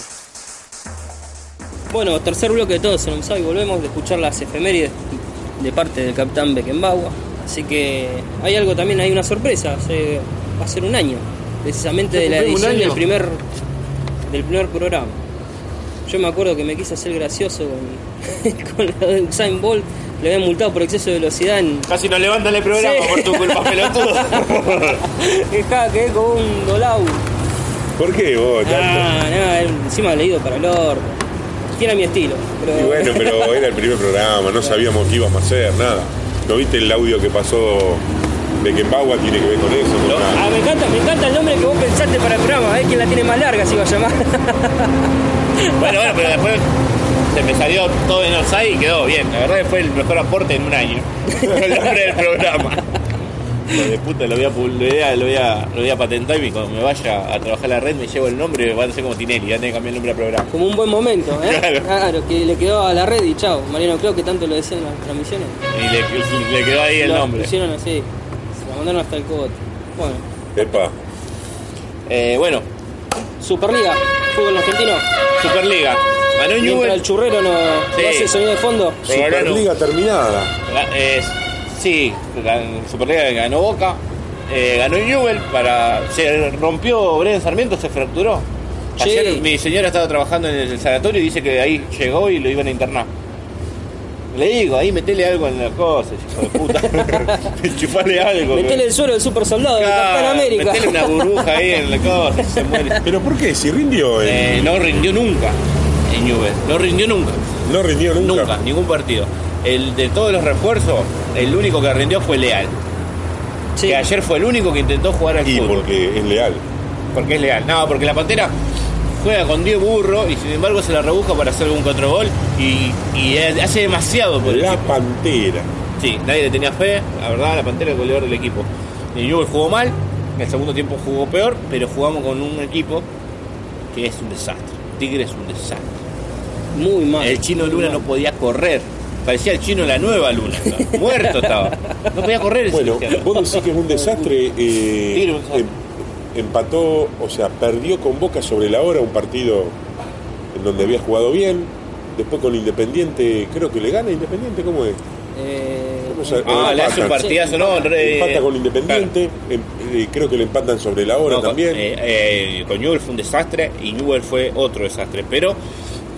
Bueno, tercer bloque de Todos en Offside, volvemos de escuchar las efemérides de parte del capitán Beckenbauer. Así que hay algo también, hay una sorpresa, hace, va a ser un año, precisamente de la edición del primer, del primer programa. Yo me acuerdo que me quise hacer gracioso con, con la de Usain Bolt, le habían multado por exceso de velocidad en... Casi nos levantan el programa, sí, por tu culpa, pelotudo. Dejá, quedé como un dolau. ¿Por qué vos? Ah, no, encima leído para el orto. Tiene mi estilo. Pero... Y bueno, pero era el primer programa, no sabíamos qué íbamos a hacer, nada. ¿No viste el audio que pasó Beckenbauer? Tiene que ver con eso. No, ah, me encanta, me encanta el nombre que vos pensaste para el programa. A ver quién la tiene más larga, se va a llamar. Bueno, bueno, pero después se me salió todo en offside y quedó bien. La verdad que fue el mejor aporte en un año. El nombre del programa. De puta, lo voy, a, lo, voy a, lo, voy a, lo voy a patentar y cuando me vaya a trabajar la red me llevo el nombre y va a ser como Tinelli, ya tengo que cambiar el nombre del programa. Como un buen momento, ¿eh? Claro. Claro, que le quedó a la red y chao. Mariano, creo que tanto lo decían en las transmisiones. Y le, le quedó ahí el lo nombre. Lo hicieron así, se la mandaron hasta el cogote. Bueno. Epa. Eh, bueno. Superliga, fútbol argentino. Superliga. Ganó Mientras Newell. el churrero no Sí. hace sonido de fondo. Superliga terminada. Eh, sí, Superliga ganó Boca. Eh, ganó Newell para. Se rompió Bren Sarmiento, se fracturó. Ayer Sí. mi señora estaba trabajando en el sanatorio y dice que ahí llegó y lo iban a internar. Le digo, ahí metele algo en la cosa, hijo de puta. Chupale algo. Metele el suero del super soldado del Claro, Capitán América. metele una burbuja ahí en la cosa, se muere. ¿Pero por qué? Si rindió. En... Eh, no rindió nunca en Newell, no rindió nunca. No rindió nunca. Nunca, ningún partido. El de todos los refuerzos, el único que rindió fue Leal. Sí. Que ayer fue el único que intentó jugar al Y fútbol. porque es leal. Porque es Leal. No, porque la Pantera juega con diez burros y sin embargo se la rebusca para hacer algún cuatro gol y, y hace demasiado por el La equipo. Pantera. Sí, nadie le tenía fe, la verdad, la Pantera es el goleador del equipo. Y Newell jugó mal, en el segundo tiempo jugó peor, pero jugamos con un equipo que es un desastre. Tigre es un desastre. Muy mal. El Chino Luna no podía correr. Parecía el Chino la nueva Luna. ¿No? Muerto estaba. No podía correr. Bueno, vos decís que es un desastre. Eh, Tigre, un desastre. em- empató, o sea, perdió con Boca sobre la hora un partido en donde había jugado bien. Después con Independiente, creo que le gana Independiente, ¿cómo es? Eh, ¿Cómo se- Ah, le hace un empatan? partidazo, no, re- Empata con Independiente, em- eh, creo que le empatan sobre la hora No, con- también. eh, eh, con Newell fue un desastre y Newell fue otro desastre. Pero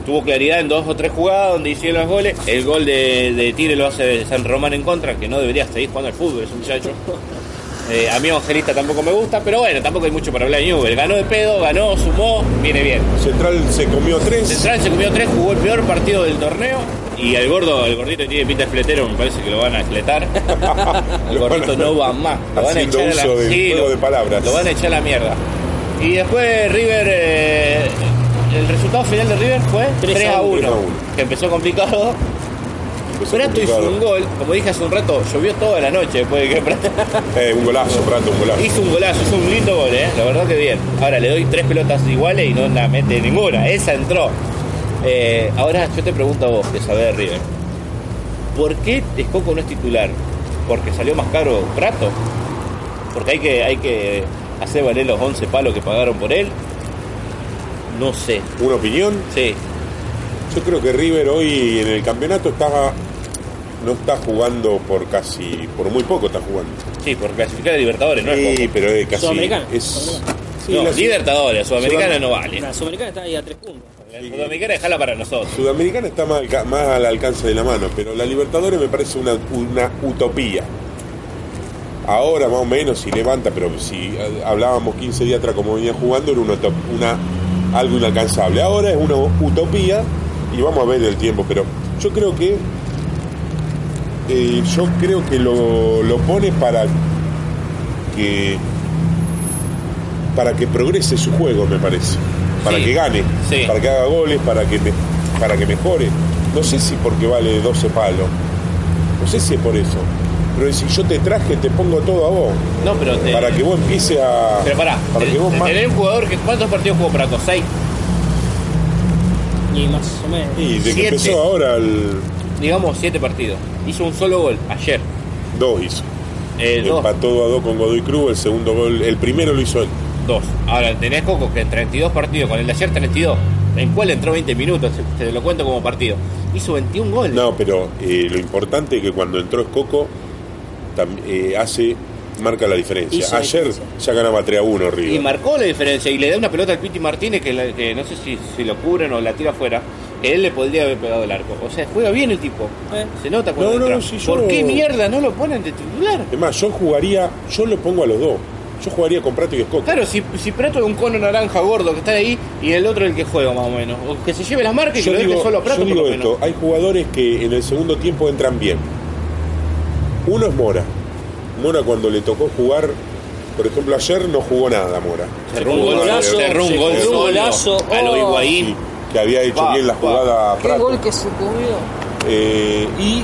tuvo claridad en dos o tres jugadas donde hicieron los goles. El gol de, de Tigre lo hace San Román en contra, que no debería seguir jugando al fútbol, ese muchacho. Eh, a mí Evangelista tampoco me gusta, pero bueno, tampoco hay mucho para hablar de Newell. Ganó de pedo, ganó, sumó, viene bien. Central se comió tres. Central se comió tres, jugó el peor partido del torneo. Y el gordo, el gordito que tiene pinta de fletero, me parece que lo van a escletar. El gordito no va más. Lo van a Haciendo echar a uso la, del sí, juego lo, de palabras. Lo van a echar a la mierda. Y después River, eh, el resultado final de River fue tres a uno, que empezó complicado. Empezó Prato complicado. hizo un gol, como dije hace un rato, llovió toda la noche después de que Prato Eh, un golazo, Prato, un golazo. hizo un golazo, hizo un lindo gol, eh, la verdad que bien. Ahora le doy tres pelotas iguales y no la mete ninguna, esa entró. Eh, ahora yo te pregunto a vos, que sabés de River, ¿por qué Escoco no es titular? ¿Porque salió más caro Prato? ¿Porque hay que, hay que hacer valer los once palos que pagaron por él? No sé. ¿Una opinión? Sí. Yo creo que River hoy en el campeonato está, no está jugando por casi, por muy poco está jugando. Sí, por clasificar a Libertadores, no es Sí, poco. pero es casi. Sudamericana. Es, Sudamericana. sí, No, la- Libertadores, Sudamericana Sudam- no vale. La Sudamericana está ahí a tres puntos. La Sudamericana dejala para nosotros. Sudamericana está más, alca- más al alcance de la mano, pero la Libertadores me parece una, una utopía. Ahora más o menos si levanta, pero si eh, hablábamos quince días atrás como venía jugando, era una, utop- una algo inalcanzable. Ahora es una utopía y vamos a ver el tiempo, pero yo creo que eh, yo creo que lo, lo pone para que para que progrese su juego, me parece, para Sí. que gane, Sí. para que haga goles, para que me- para que mejore. No sé si porque vale doce palos, no sé si es por eso, pero si yo te traje te pongo todo a vos, No, pero te, para que vos empieces a Pero pará, para que te- vos te- más tener un jugador que ¿cuántos partidos jugó Prato? ¿Seis? Y más o menos. y de que siete. empezó ahora el Digamos siete partidos. Hizo un solo gol ayer. dos hizo. Eh, dos. Empató dos a dos con Godoy Cruz, el segundo gol, el primero lo hizo él. Dos. Ahora tenés Coco que en treinta y dos partidos, con el de ayer treinta y dos, en cual entró veinte minutos, se- te lo cuento como partido. Hizo veintiún goles. No, pero eh, lo importante es que cuando entró Escoco tam- eh, hace marca la diferencia. Hizo la Ayer diferencia. ya ganaba tres a uno Y River. marcó la diferencia y le da una pelota al Piti Martínez que, la- que no sé si, si lo cubren o la tira afuera, que él le podría haber pegado el arco. O sea, juega bien el tipo. Eh. Se nota cuando No, no, entra. si yo- ¿Por qué mierda no lo ponen de titular? Es más, yo jugaría, yo lo pongo a los dos. Yo jugaría con Prato y Escoco. Claro, si, si Prato es un cono naranja gordo que está ahí y el otro el que juega más o menos. O que se lleve las marcas y que Yo lo deje digo, solo a Prato yo por lo digo menos. esto, hay jugadores que en el segundo tiempo entran bien. Uno es Mora. Mora cuando le tocó jugar, por ejemplo ayer no jugó nada Mora. Cerró un gol, golazo, cerró un se gol comió un solo golazo. a lo Oh. Higuaín. Sí, que había hecho Pa, bien la pa. jugada a Qué Prato. gol que se comió. Eh, y,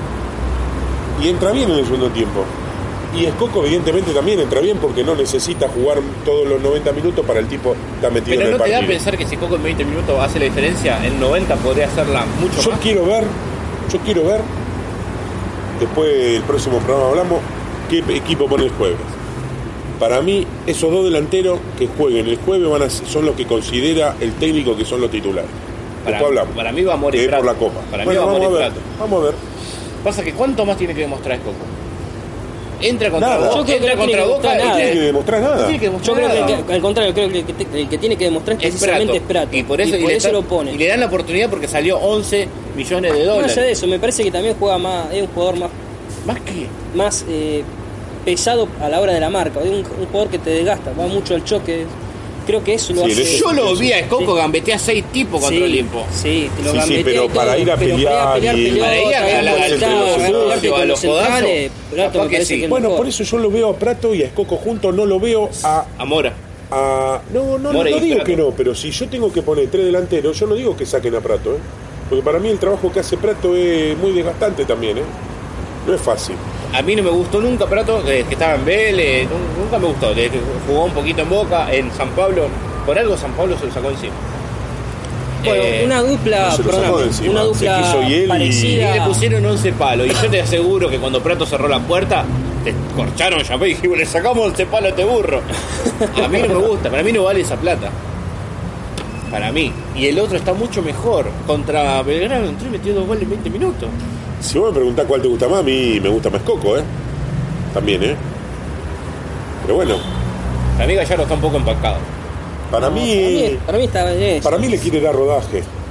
y entra bien en el segundo tiempo. Y Escoco evidentemente también entra bien porque no necesita jugar todos los noventa minutos para el tipo estar metido Pero en el no te da a partido. pensar que si Coco en veinte minutos hace la diferencia, en noventa podría hacerla mucho Yo más. quiero ver, yo quiero ver, después del próximo programa hablamos, qué equipo pone el jueves. Para mí, esos dos delanteros que jueguen el jueves van a, ser- son los que considera el técnico que son los titulares. Para, Después hablamos. para mí va a Que morir es por Prato. la Copa. Para Bueno, mí va a vamos a morir ver, Prato. vamos a ver. Pasa que ¿cuánto más tiene que demostrar Coco? Entra contra Nada. Boca, Yo creo que entra no tiene contra que Boca demostrar y No nada. tiene te- que demostrar no nada. tiene que Yo demostrar creo nada. que, que- al contrario, creo que el que, te- el que tiene que demostrar es Es precisamente es Prato. Prato. Y por eso, y por le eso está- lo pone. y le dan la oportunidad porque salió once millones de Más dólares. allá de eso, me parece que también juega más, es un jugador más, ¿Más que? más eh, pesado a la hora de la marca. Es un, un jugador que te desgasta, va mucho al choque. Creo que eso lo Sí, hace. en ese- Yo lo vi a Escoco Sí. gambetear seis tipos contra Sí, Olimpo. Sí, te lo Sí, sí, gambetea pero y todo, para ir a pero pelear y- pelota, Para ir a- a la- aguantar, al aguantarte sucio, con a los los codazos, centrales, Prato capaz me que parece sí. que es Bueno, mejor. por eso yo lo veo a Prato y a Escoco juntos, no lo veo a... Amora. a no, no, More no y digo Prato. que no, pero si yo tengo que poner tres delanteros, yo no digo que saquen a Prato, ¿eh? Porque para mí el trabajo que hace Prato es muy desgastante también, ¿eh? No es fácil. Ah, A mí no me gustó nunca Prato, desde que estaba en Vélez, nu- nunca me gustó. Desde que jugó un poquito en Boca, en San Pablo, por algo San Pablo se lo sacó encima. Bueno, Eh, una dupla, no se lo sacó perdóname, de encima, una se dupla quiso y él y- Y parecida. le pusieron once palos. Y yo te aseguro que cuando Prato cerró la puerta, te corcharon ya y dijimos, le sacamos once palos a este burro. A mí no me gusta, para mí no vale esa plata. Para mí. Y el otro está mucho mejor. Contra Belgrano entró y metió dos goles en veinte minutos. Si vos me preguntás cuál te gusta más, a mí me gusta más Coco, ¿eh? También, ¿eh? Pero bueno, Para mí Gallardo está un poco empacado. para No, mí... para mí, para mí está bien. Para mí le quiere dar rodaje.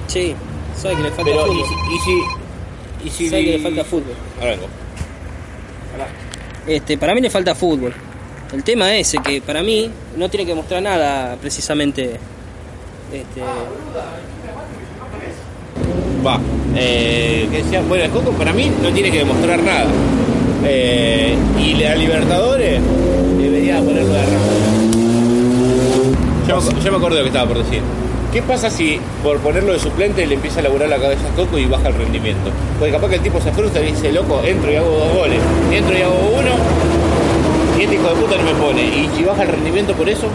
Sí, sabe que le falta Pero, fútbol. y si. Y si, y si sabe que le falta fútbol. Ahora vengo. Este, para mí le falta fútbol. El tema es ese, que para mí no tiene que mostrar nada precisamente. Este, Va. Eh, que decía, bueno, el Coco para mí no tiene que demostrar nada. Eh, y la Libertadores debería ponerlo de arranque. Yo, yo me acuerdo de lo que estaba por decir. ¿Qué pasa si por ponerlo de suplente le empieza a laburar la cabeza a Coco y baja el rendimiento? Porque capaz que el tipo se frustra y dice, loco, entro y hago dos goles, entro y hago uno, y este hijo de puta no me pone. Y si baja el rendimiento por eso,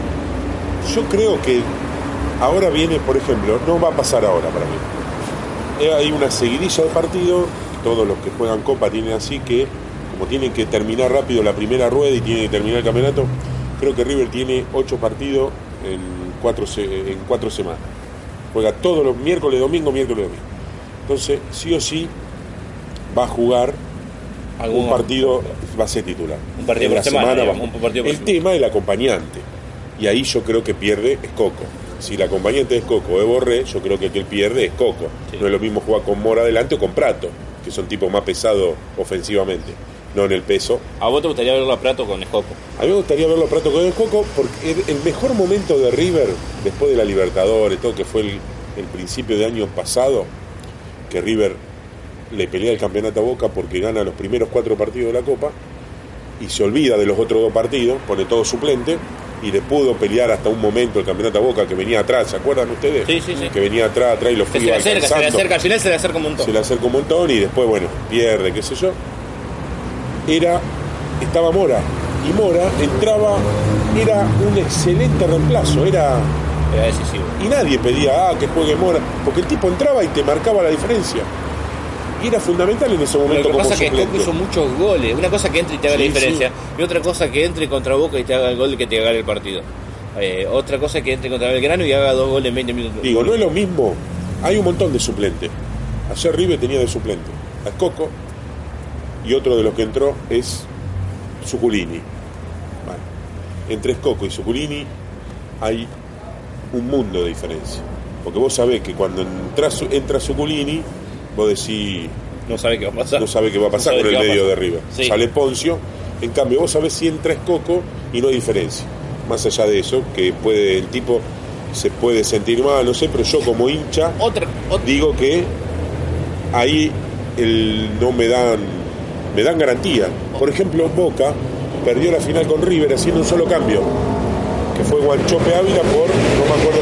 Yo creo que ahora viene, por ejemplo, no va a pasar ahora para mí. Eh, Hay una seguidilla de partidos, todos los que juegan Copa tienen así que, como tienen que terminar rápido la primera rueda y tienen que terminar el campeonato, creo que River tiene ocho partidos en cuatro, se- en cuatro semanas. Juega todos los miércoles, domingo, miércoles, domingo. Entonces, sí o sí, va a jugar algún un partido, va a ser titular. Un partido En por la semana, va a digamos, jugar. un partido por El semana. tema es el acompañante. Y ahí yo creo que pierde es Coco. Si el acompañante es Coco o es Borré, yo creo que el que pierde es Coco. Sí. No es lo mismo jugar con Mora adelante o con Prato, que son tipos más pesados ofensivamente, no en el peso. a vos te gustaría verlo a Prato con Escoco. A mí me gustaría verlo a Prato con el Coco, porque el, el mejor momento de River, después de la Libertadores, todo que fue el, el principio de año pasado, que River le pelea el campeonato a Boca porque gana los primeros cuatro partidos de la Copa y se olvida de los otros dos partidos, pone todo suplente y le pudo pelear hasta un momento el campeonato a Boca, que venía atrás, ¿se acuerdan ustedes? Sí, sí, sí. Que venía atrás, atrás y lo Que fue se le acerca, se le alcanzando. acerca, al final se le acerca un montón. Se le acerca un montón y después, bueno, pierde, qué sé yo. Era, estaba Mora, y Mora entraba, era un excelente reemplazo, era, Era decisivo. y nadie pedía, ah, que juegue Mora, porque el tipo entraba y te marcaba la diferencia. Y era fundamental en ese Lo momento que como pasa es que Escoco suplente. hizo muchos goles. Una cosa que entre y te haga Sí, la diferencia. Y otra cosa que entre contra Boca y te haga el gol que te haga el partido. Eh, otra cosa que entre contra Belgrano y haga dos goles en veinte minutos. Digo, no es lo mismo, hay un montón de suplentes. Ayer River tenía de suplente a Escoco y otro de los que entró es Zuculini. Bueno, entre Escoco y Zuculini hay un mundo de diferencia. Porque vos sabés que cuando entras, entra Zuculini, vos decís, No sabe qué va a pasar. no sabe qué va a pasar No con sabe el qué va a medio de pasar. River. Sí. Sale Poncio, en cambio vos sabés si entra Escoco y no hay diferencia. Más allá de eso, que puede el tipo se puede sentir mal, no sé, pero yo como hincha Otra, otra- digo que ahí el, no me dan me dan garantía. Por ejemplo, Boca perdió la final con River haciendo un solo cambio, que fue Guanchope Ávila por no me acuerdo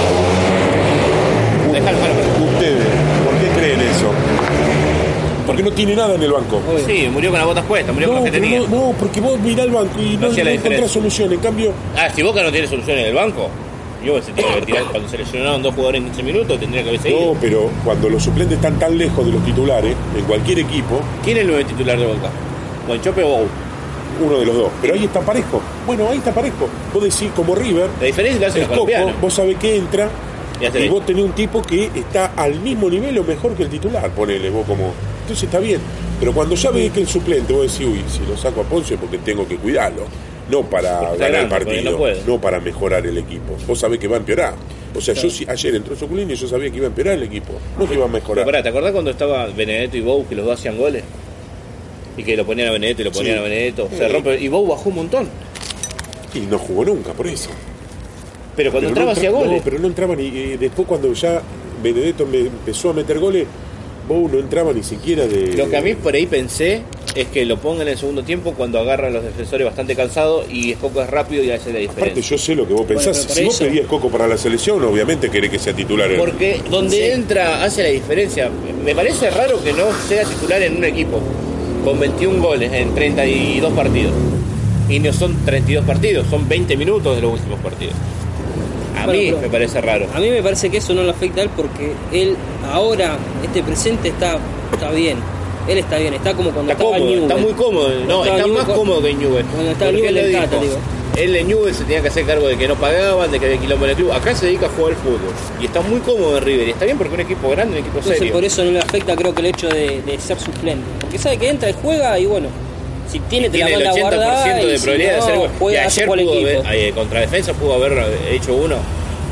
quién. Dejalo, dejalo. Ustedes, ¿por qué creen eso? Porque no tiene nada en el banco. Sí, murió con las botas puestas, murió No, con lo que pero tenía. no, no, porque vos mirás el banco y no, hacía la no encontrás diferencia. solución. En cambio, Ah, si Boca no tiene solución en el banco, yo se tiene que retirar. Cuando se lesionaron dos jugadores en quince minutos, tendría que haber seguido. no, pero cuando los suplentes están tan lejos de los titulares, en cualquier equipo, ¿Quién es el nuevo titular de Boca? ¿Guanchope o Bou? uno de los dos. Pero ahí está parejo. Bueno, ahí está parejo. Vos decís, como River, La diferencia la hace el los Coco, colombianos. vos sabés que entra Y hasta y ahí. vos tenés un tipo que está al mismo nivel o mejor que el titular, ponele vos como... Entonces está bien. Pero cuando ya ves que el suplente, vos decís, uy, si lo saco a Ponce porque tengo que cuidarlo. No para Porque está ganar el grande, porque partido, no puede. no para mejorar el equipo. Vos sabés que va a empeorar. O sea, yo si ayer entró Soculini, yo sabía que iba a empeorar el equipo, no que iba a Pero mejorar. pará, ¿te acordás cuando estaba Benedetto y Bou que los dos hacían goles? Y que lo ponían a Benedetto y lo ponían Sí. a Benedetto. Sí. Se rompe. Y Bou bajó un montón. Y no jugó nunca, por eso. Pero cuando Pero entraba no hacía entra- goles. No, pero no entraba ni. eh, después, cuando ya Benedetto me empezó a meter goles, Bou no entraba ni siquiera de. Lo que a mí por ahí pensé es que lo pongan en el segundo tiempo cuando agarran a los defensores bastante cansados y Escoco es rápido y hace la Aparte, diferencia. yo sé lo que vos Bueno, pensás. pero por si vos eso- pedías Coco para la selección, obviamente querés que sea titular. en- Porque donde entra hace la diferencia. Me parece raro que no sea titular en un equipo con veintiún goles en treinta y dos partidos. Y no son treinta y dos partidos, son veinte minutos de los últimos partidos. A Bueno, mí pero- me parece raro. A mí me parece que eso no le afecta a él porque él ahora, este presente está, está bien. Él está bien, está como cuando Está estaba en cómodo, está Newell's. muy cómodo. No, Estaba está en más Newell's, cómodo que en Newell. Cuando estaba en Porque Newell's él en lo Tata, dijo. digo. Él en Newell se tenía que hacer cargo de que no pagaban, de que había quilombo en el club. Acá se dedica a jugar al fútbol. Y está muy cómodo en River. Y está bien porque es un equipo grande, un equipo Entonces serio. por eso no le afecta creo que el hecho de, de ser suplente. Porque sabe que entra y juega y bueno, si tiene, te la Tiene el manda ochenta por guardada ciento y de si probabilidad de no, hacer gol. Y juega, hace ayer cual pudo equipo. haber, eh, contra defensa pudo haber hecho uno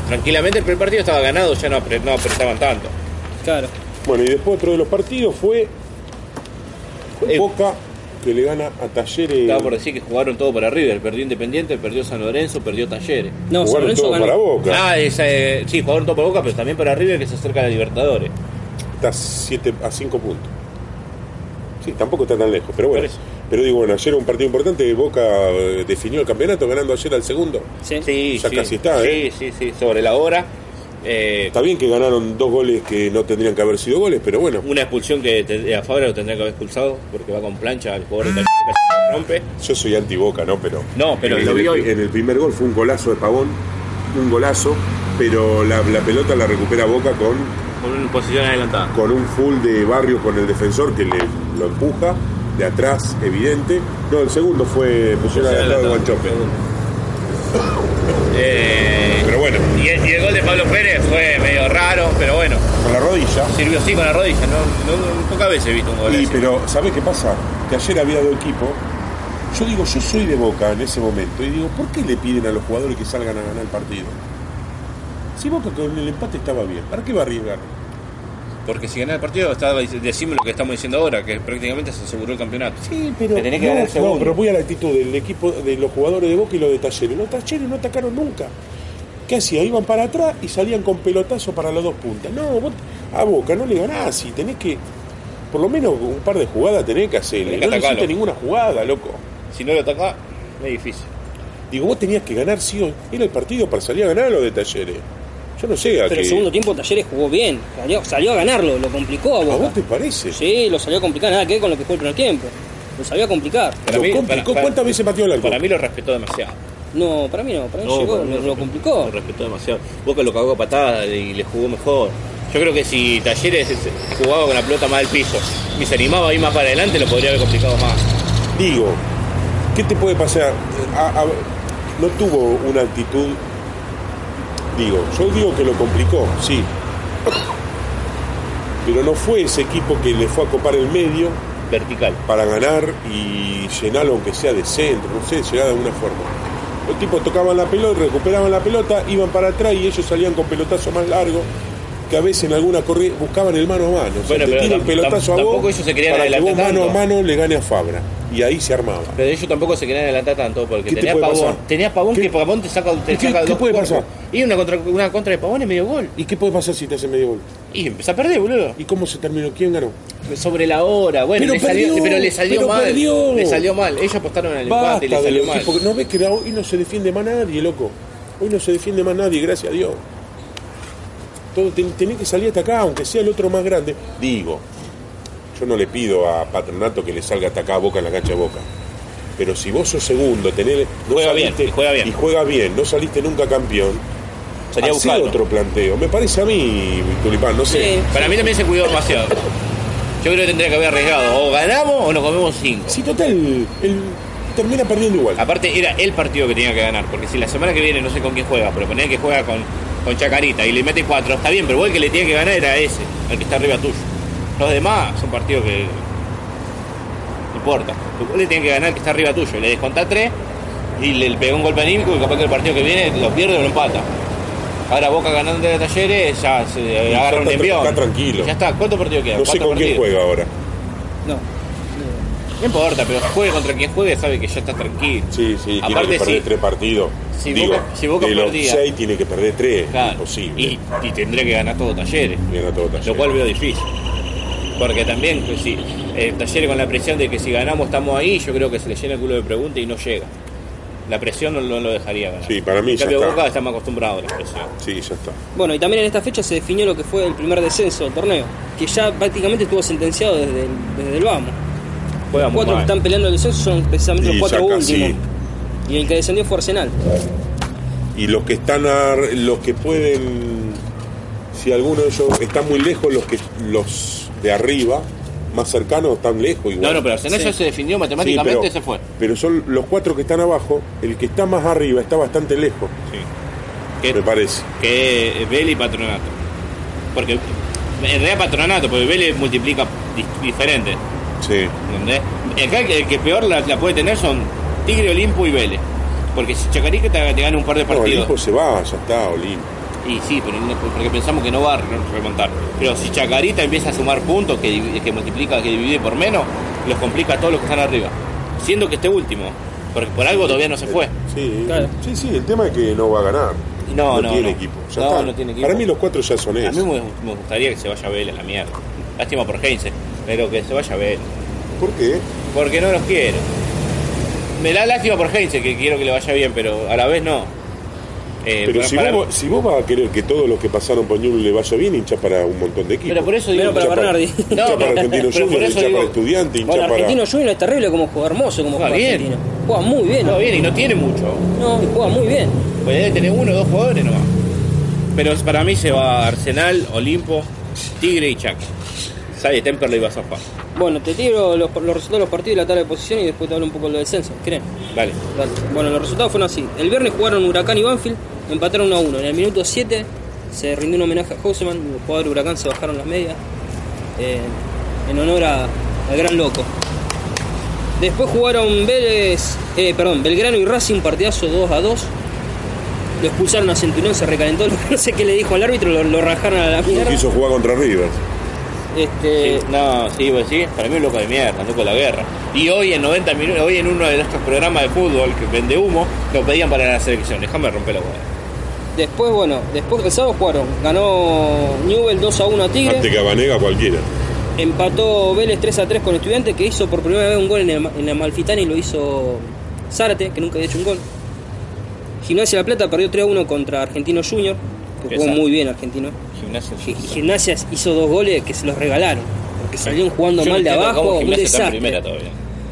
tranquilamente el primer partido estaba ganado, ya no, apre- no apretaban tanto. Claro. Bueno, y después otro de los partidos fue Eh, Boca, que le gana a Talleres. Estaba por decir que jugaron todo para River, perdió Independiente, perdió San Lorenzo, perdió Talleres. No, San Jugaron Lorenzo todo ganó. para Boca. Ah, esa, eh, sí, jugaron todo para Boca, pero también para River que se acerca a la Libertadores. Está siete a cinco puntos. Sí, tampoco está tan lejos, pero bueno. Por eso. Pero digo, bueno, ayer un partido importante, Boca eh, definió el campeonato ganando ayer al segundo. Sí. Sí, Ya sí, casi está, sí, ¿eh? sí, sí, sobre la hora. Eh, Está bien que ganaron dos goles que no tendrían que haber sido goles, pero bueno, una expulsión que te- a Fabra lo tendría que haber expulsado porque va con plancha al jugador de Talleres, casi se rompe. yo soy anti-Boca, ¿no? Pero, No, pero en, lo el, vi hoy. en el primer gol fue un golazo de Pavón, un golazo, pero la, la pelota la recupera Boca con, Con una posición adelantada. con un full de Barrios con el defensor que le lo empuja, de atrás, evidente. No, el segundo fue posición adelantada de Guanchope. Eh, Pero bueno, y, el, y el gol de Pablo Pérez fue medio raro, pero bueno, con la rodilla. sirvió sí con la rodilla. No, no, no- pocas veces he visto un gol Y, así. pero, ¿sabés qué pasa? Que ayer había dos equipos. Yo digo, yo soy de Boca en ese momento. Y digo, ¿por qué le piden a los jugadores que salgan a ganar el partido? Si Boca con el empate estaba bien, ¿para qué va a arriesgar? Porque si ganaba el partido, estaba, decime lo que estamos diciendo ahora, que prácticamente se aseguró el campeonato. Sí, pero. Le tenés que no, ganar el segundo. no, pero voy a la actitud del equipo, de los jugadores de Boca y los de Talleres. Los Talleres no atacaron nunca. ¿Qué hacían? Iban para atrás y salían con pelotazo para las dos puntas. No, vos a Boca no le ganás y tenés que. Por lo menos un par de jugadas tenés que hacerle. Tenés que No le atacarlo. hiciste ninguna jugada, loco. Si no lo ataca, es difícil. Digo, vos tenías que ganar sí o era el partido para salir a ganar a los de Talleres. Yo no sé a Pero qué. el segundo tiempo Talleres jugó bien. Salió, salió a ganarlo, lo complicó a ¿A Boca. vos te parece? Sí, lo salió a complicar, nada que ver con lo que fue el primer tiempo. Lo salió a complicar. Para Lo mí- complicó. para- para- ¿Cuántas veces pateó el arco? Para mí lo respetó demasiado. No, para mí no, para mí No, llegó, para mí lo, lo respetó- complicó. Lo respetó demasiado. Boca lo cagó a patadas y le jugó mejor. Yo creo que si Talleres jugaba con la pelota más del piso y se animaba a ir más para adelante, lo podría haber complicado más. Digo, ¿qué te puede pasar? A- a- no tuvo una actitud. Digo, yo digo que lo complicó, sí. Pero no fue ese equipo que le fue a copar el medio Vertical. para ganar y llenarlo aunque sea de centro, no sé, llegar de alguna forma. Los tipos tocaban la pelota, recuperaban la pelota, iban para atrás y ellos salían con pelotazos más largos, que a veces en alguna corrida buscaban el mano a mano. O sea, Bueno, te pero tira el tam- pelotazo a tampoco vos ellos se querían para que vos adelantar mano a tanto. mano le gane a Fabra. Y ahí se armaba. Pero ellos tampoco se querían adelantar tanto porque ¿Qué te tenía puede Pavón. pasar? Tenía Pavón ¿Qué? que Pavón te saca, te ¿Qué- saca qué dos puede cuerpos. pasar? Y una contra, una contra de Pavón y medio gol. ¿Y qué puede pasar si te hace medio gol? Y empezó a perder, boludo. ¿Y cómo se terminó? ¿Quién ganó? Sobre la hora, bueno, Pero le salió, perdió, pero le salió pero mal. perdió. Le salió mal. Ellos apostaron en el empate Basta y le de salió los mal. equipos. ¿No ves que hoy no se defiende más nadie, loco? Hoy no se defiende más nadie, gracias a Dios. Todo, ten- tenés que salir hasta acá, aunque sea el otro más grande. Digo, yo no le pido a Patronato que le salga hasta acá a Boca en la cancha de Boca. Pero si vos sos segundo, tenés, no Juega saliste- bien, y juega bien. y juega bien, no saliste nunca campeón, Sería hacé buscarlo. otro planteo. Me parece a mí, Tulipán, no sé. Sí. Para mí también se cuidó demasiado. Yo creo que tendría que haber arriesgado. O ganamos o nos comemos cinco. Sí, total, el, termina perdiendo igual. Aparte era el partido que tenía que ganar. Porque si la semana que viene no sé con quién juega, pero poner que juega con, con Chacarita y le mete cuatro, está bien, pero vos el que le tiene que ganar era ese, el que está arriba tuyo. Los demás son partidos que no importa. Vos le tiene que ganar el que está arriba tuyo. Le descontá tres y le, le pegó un golpe anímico y capaz que el partido que viene lo pierde o lo empata. Ahora Boca ganando de Talleres ya se Y agarra está- un envión. está tranquilo. Ya está. ¿Cuántos partidos quedan? No sé ¿Cuatro con quién partidos? juega ahora. No. No importa, pero juegue contra quien juegue sabe que ya está tranquilo. Sí, sí, tiene Aparte, que perder si- tres partidos. si Digo, Boca- si Boca de los perdía- seis tiene que perder tres. Claro. Imposible. Y, y tendría que ganar todo Talleres. Gana todo Talleres. Lo cual veo difícil. Porque también, pues sí, eh, Talleres con la presión de que si ganamos estamos ahí, yo creo que se le llena el culo de preguntas y no llega. La presión no, no lo dejaría ganar. Sí, para mí En ya cambio, está. Boca está más acostumbrado a la presión. Sí, ya está. Bueno, y también en esta fecha se definió lo que fue el primer descenso del torneo, que ya prácticamente estuvo sentenciado desde el, desde el vamos. Juega Los muy cuatro que mal. están peleando el descenso son precisamente Y los cuatro ya casi. últimos. Y el que descendió fue Arsenal. Y los que están, a- los que pueden, si alguno de ellos está muy lejos, los que los de arriba, más cercanos, están lejos igual. No, no, pero Arsenal Sí. ya se definió Sí, matemáticamente, pero, se fue. pero son los cuatro que están abajo, el que está más arriba está bastante lejos, Sí. Que, me parece. que eh, Vélez y Patronato. Porque en realidad Patronato, porque Vélez multiplica dis- diferente. Sí. ¿Entendés? Acá el que, el que peor la, la puede tener son Tigre, Olimpo y Vélez. Porque si Chacarita te, te gana un par de No, partidos. Olimpo se va, ya está, Olimpo. Y sí, pero no, porque pensamos que no va a remontar. Pero si Chacarita empieza a sumar puntos, que, que multiplica, que divide por menos, los complica a todos los que están arriba. Siendo que esté último. Porque por algo todavía no se fue. Sí, Claro. sí, sí, el tema es que no va a ganar. No, no, tiene no. equipo. Ya No, está. no tiene equipo. Para mí los cuatro ya son A mí esos. me, me gustaría que se vaya Vélez a la mierda. Lástima por Heinze, pero que se vaya Vélez. ¿Por qué? Porque no los quiero. Me da lástima por Heinze, que quiero que le vaya bien, pero a la vez no. Eh, Pero para- si, para- vos, si vos vas a querer que todos los que pasaron por Newell's le vaya bien, hincha para un montón de equipos. Pero por eso digo... Menos para Hincha Bernardi. hincha No, para pero- Argentino pero por Junior, eso hincha digo- para Estudiante, hincha Bueno, para... Argentino Junior es terrible como juega, hermoso como Juega juega bien. Argentino. Juega muy bien. No, bien, y no tiene mucho. No, y juega muy bien. Pues debe tener uno o dos jugadores nomás. Pero para mí se va Arsenal, Olimpo, Tigre y Chaco. Sabe, Temperley va a zafar. Bueno, te tiro los, los resultados de los partidos y la tabla de posición y después te hablo un poco del descenso. ¿Creen? Dale. Dale. Bueno, los resultados fueron así. El viernes jugaron Huracán y Banfield, empataron uno a uno. En el minuto siete se rindió un homenaje a Houseman, los jugadores de Huracán se bajaron las medias eh, en honor a, al gran loco. Después jugaron Vélez, eh, perdón, Belgrano y Racing, partidazo dos a dos. Lo expulsaron a Centurión, se recalentó, no sé qué le dijo al árbitro, lo, lo rajaron a la No mierda. quiso jugar contra River. Este, Sí, no, sí, pues sí, para mí un loco de mierda, un loco de la guerra. Y hoy en noventa minutos, hoy en uno de estos programas de fútbol que vende humo, lo pedían para la selección. Déjame romper la hueá. Después, bueno, después el sábado jugaron, ganó Newell's dos a uno a Tigre. Ante Cabanega cualquiera. Empató Vélez tres a tres con Estudiantes, que hizo por primera vez un gol en el, en el Amalfitani, lo hizo Zárate, que nunca había hecho un gol. Gimnasia de La Plata perdió tres a uno contra Argentino Junior, que jugó Exacto. muy bien Argentino. Gimnasia. Gi- Gimnasia hizo dos goles que se los regalaron, porque salieron jugando Yo no mal de entiendo abajo, cómo un Gimnasia está en desastre. primera todavía.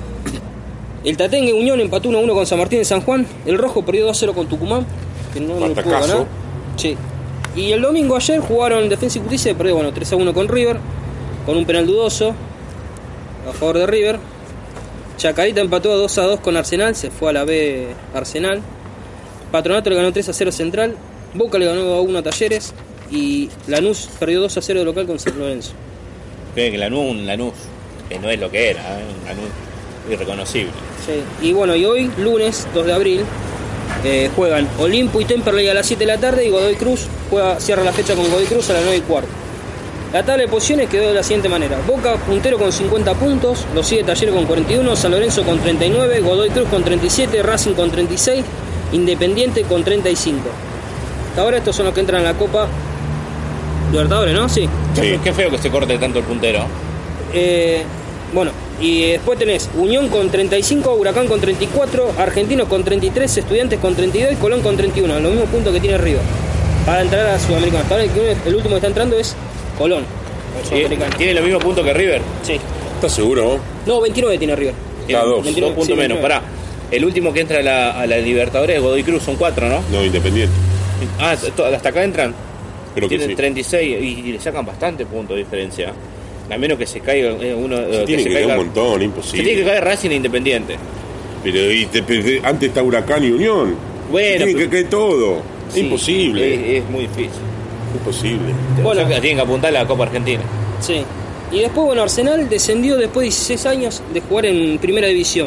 El Tatengue Unión empató uno a uno con San Martín de San Juan. El Rojo perdió dos a cero con Tucumán, que no lo pudo Batacazo. ganar. Sí. Y el domingo ayer jugaron Defensa y Justicia y perdió bueno, tres a uno con River, con un penal dudoso a favor de River. Chacarita empató a dos a dos con Arsenal, se fue a la B Arsenal. Patronato le ganó tres a cero Central. Boca le ganó dos a uno a Talleres. Y Lanús perdió dos a cero de local con San Lorenzo. Creo que Lanús, un Lanús, que no es lo que era, ¿eh? Un Lanús irreconocible. Sí. Y bueno, y hoy, lunes dos de abril, eh, juegan Olimpo y Temperley a las siete de la tarde y Godoy Cruz juega, cierra la fecha con Godoy Cruz a las nueve y cuarto. La tabla de posiciones quedó de la siguiente manera: Boca puntero con cincuenta puntos, lo sigue Talleres con cuarenta y uno, San Lorenzo con treinta y nueve, Godoy Cruz con treinta y siete, Racing con treinta y seis, Independiente con treinta y cinco. Hasta ahora estos son los que entran en la Copa Libertadores, ¿no? Sí. Sí. Qué feo que se corte tanto el puntero. Eh, bueno, y después tenés Unión con treinta y cinco, Huracán con treinta y cuatro, Argentinos con treinta y tres, Estudiantes con treinta y dos y Colón con treinta y uno, los mismos puntos que tiene River para entrar a Sudamericana. Hasta ahora el, el último que está entrando es Colón, el sudamericano. ¿Tiene los mismos puntos que River? Sí. ¿Estás seguro vos? No, veintinueve tiene River. Cada dos. Dos veintinueve, puntos sí, menos. veintinueve. Pará. El último que entra a la, a la Libertadores es Godoy Cruz, son cuatro, ¿no? No, Independiente. Ah, to- hasta acá entran. Creo que Tienen sí. treinta y seis y, y le sacan bastante puntos de diferencia. A menos que se caiga eh, uno. Se eh, tiene que, se caer caiga- un montón, Se imposible. tiene que caer Racing e Independiente. Pero y te- te- antes está Huracán y Unión. Bueno, Tiene pero- que caer todo. Sí, Imposible. Es, es muy difícil. Imposible. Bueno. O sea, que tienen que apuntar a la Copa Argentina. Sí. Y después, bueno, Arsenal descendió después de dieciséis años de jugar en Primera División.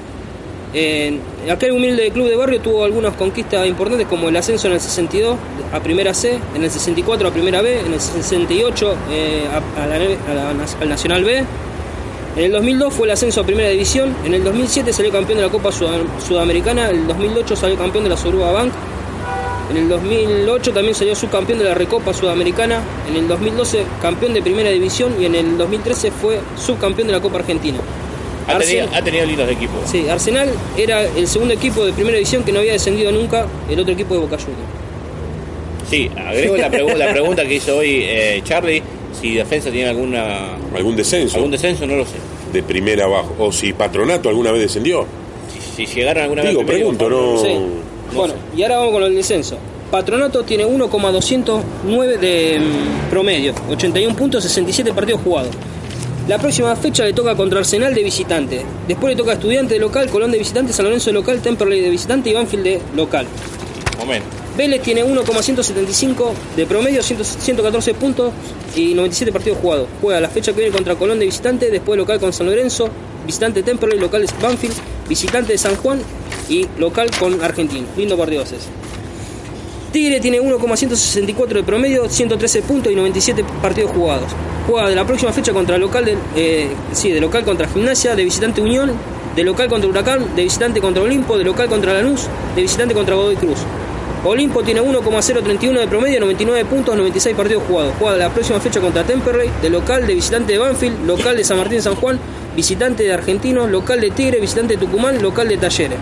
En aquel humilde club de barrio tuvo algunas conquistas importantes, como el ascenso en el sesenta y dos a Primera C, en el sesenta y cuatro a Primera B, en el sesenta y ocho eh, a, a la, a la, al Nacional B. En el dos mil dos fue el ascenso a Primera División. En el dos mil siete salió campeón de la Copa Sudam- Sudamericana. En el dos mil ocho salió campeón de la Suruba Bank. En el dos mil ocho también salió subcampeón de la Recopa Sudamericana. En el dos mil doce campeón de Primera División. Y en el dos mil trece fue subcampeón de la Copa Argentina. Ha tenido, Arsenal, ha tenido lindos equipos. sí, Arsenal era el segundo equipo de Primera División que no había descendido nunca. El otro equipo de Boca Juniors. Sí, agrego la, pregu- la pregunta que hizo hoy eh, Charlie: si Defensa tiene alguna ¿Algún descenso? algún descenso, no lo sé. De primera abajo. O si Patronato alguna vez descendió. Si, si llegaron alguna Digo, vez. primero, pregunto, por favor. no. Sí. Bueno, y ahora vamos con el descenso. Patronato tiene uno coma doscientos nueve de mm, promedio, ochenta y uno puntos, sesenta y siete partidos jugados. La próxima fecha le toca contra Arsenal de visitante. Después le toca Estudiante de local, Colón de visitante, San Lorenzo de local, Temperley de visitante y Banfield de local. Momento. Vélez tiene uno coma ciento setenta y cinco de promedio, cien, ciento catorce puntos y noventa y siete partidos jugados. Juega la fecha que viene contra Colón de visitante, después local con San Lorenzo, visitante Temperley, local de Banfield, visitante de San Juan y local con Argentino. Lindo partido ese. Tigre tiene uno coma ciento sesenta y cuatro de promedio, ciento trece puntos y noventa y siete partidos jugados. Juega de la próxima fecha contra local de, eh, sí, de local contra Gimnasia, de visitante Unión, de local contra Huracán, de visitante contra Olimpo, de local contra Lanús, de visitante contra Godoy Cruz. Olimpo tiene uno coma cero treinta y uno de promedio, noventa y nueve puntos, noventa y seis partidos jugados. Juega la próxima fecha contra Temperley, de local, de visitante de Banfield, local de San Martín de San Juan, visitante de Argentinos, local de Tigre, visitante de Tucumán, local de Talleres.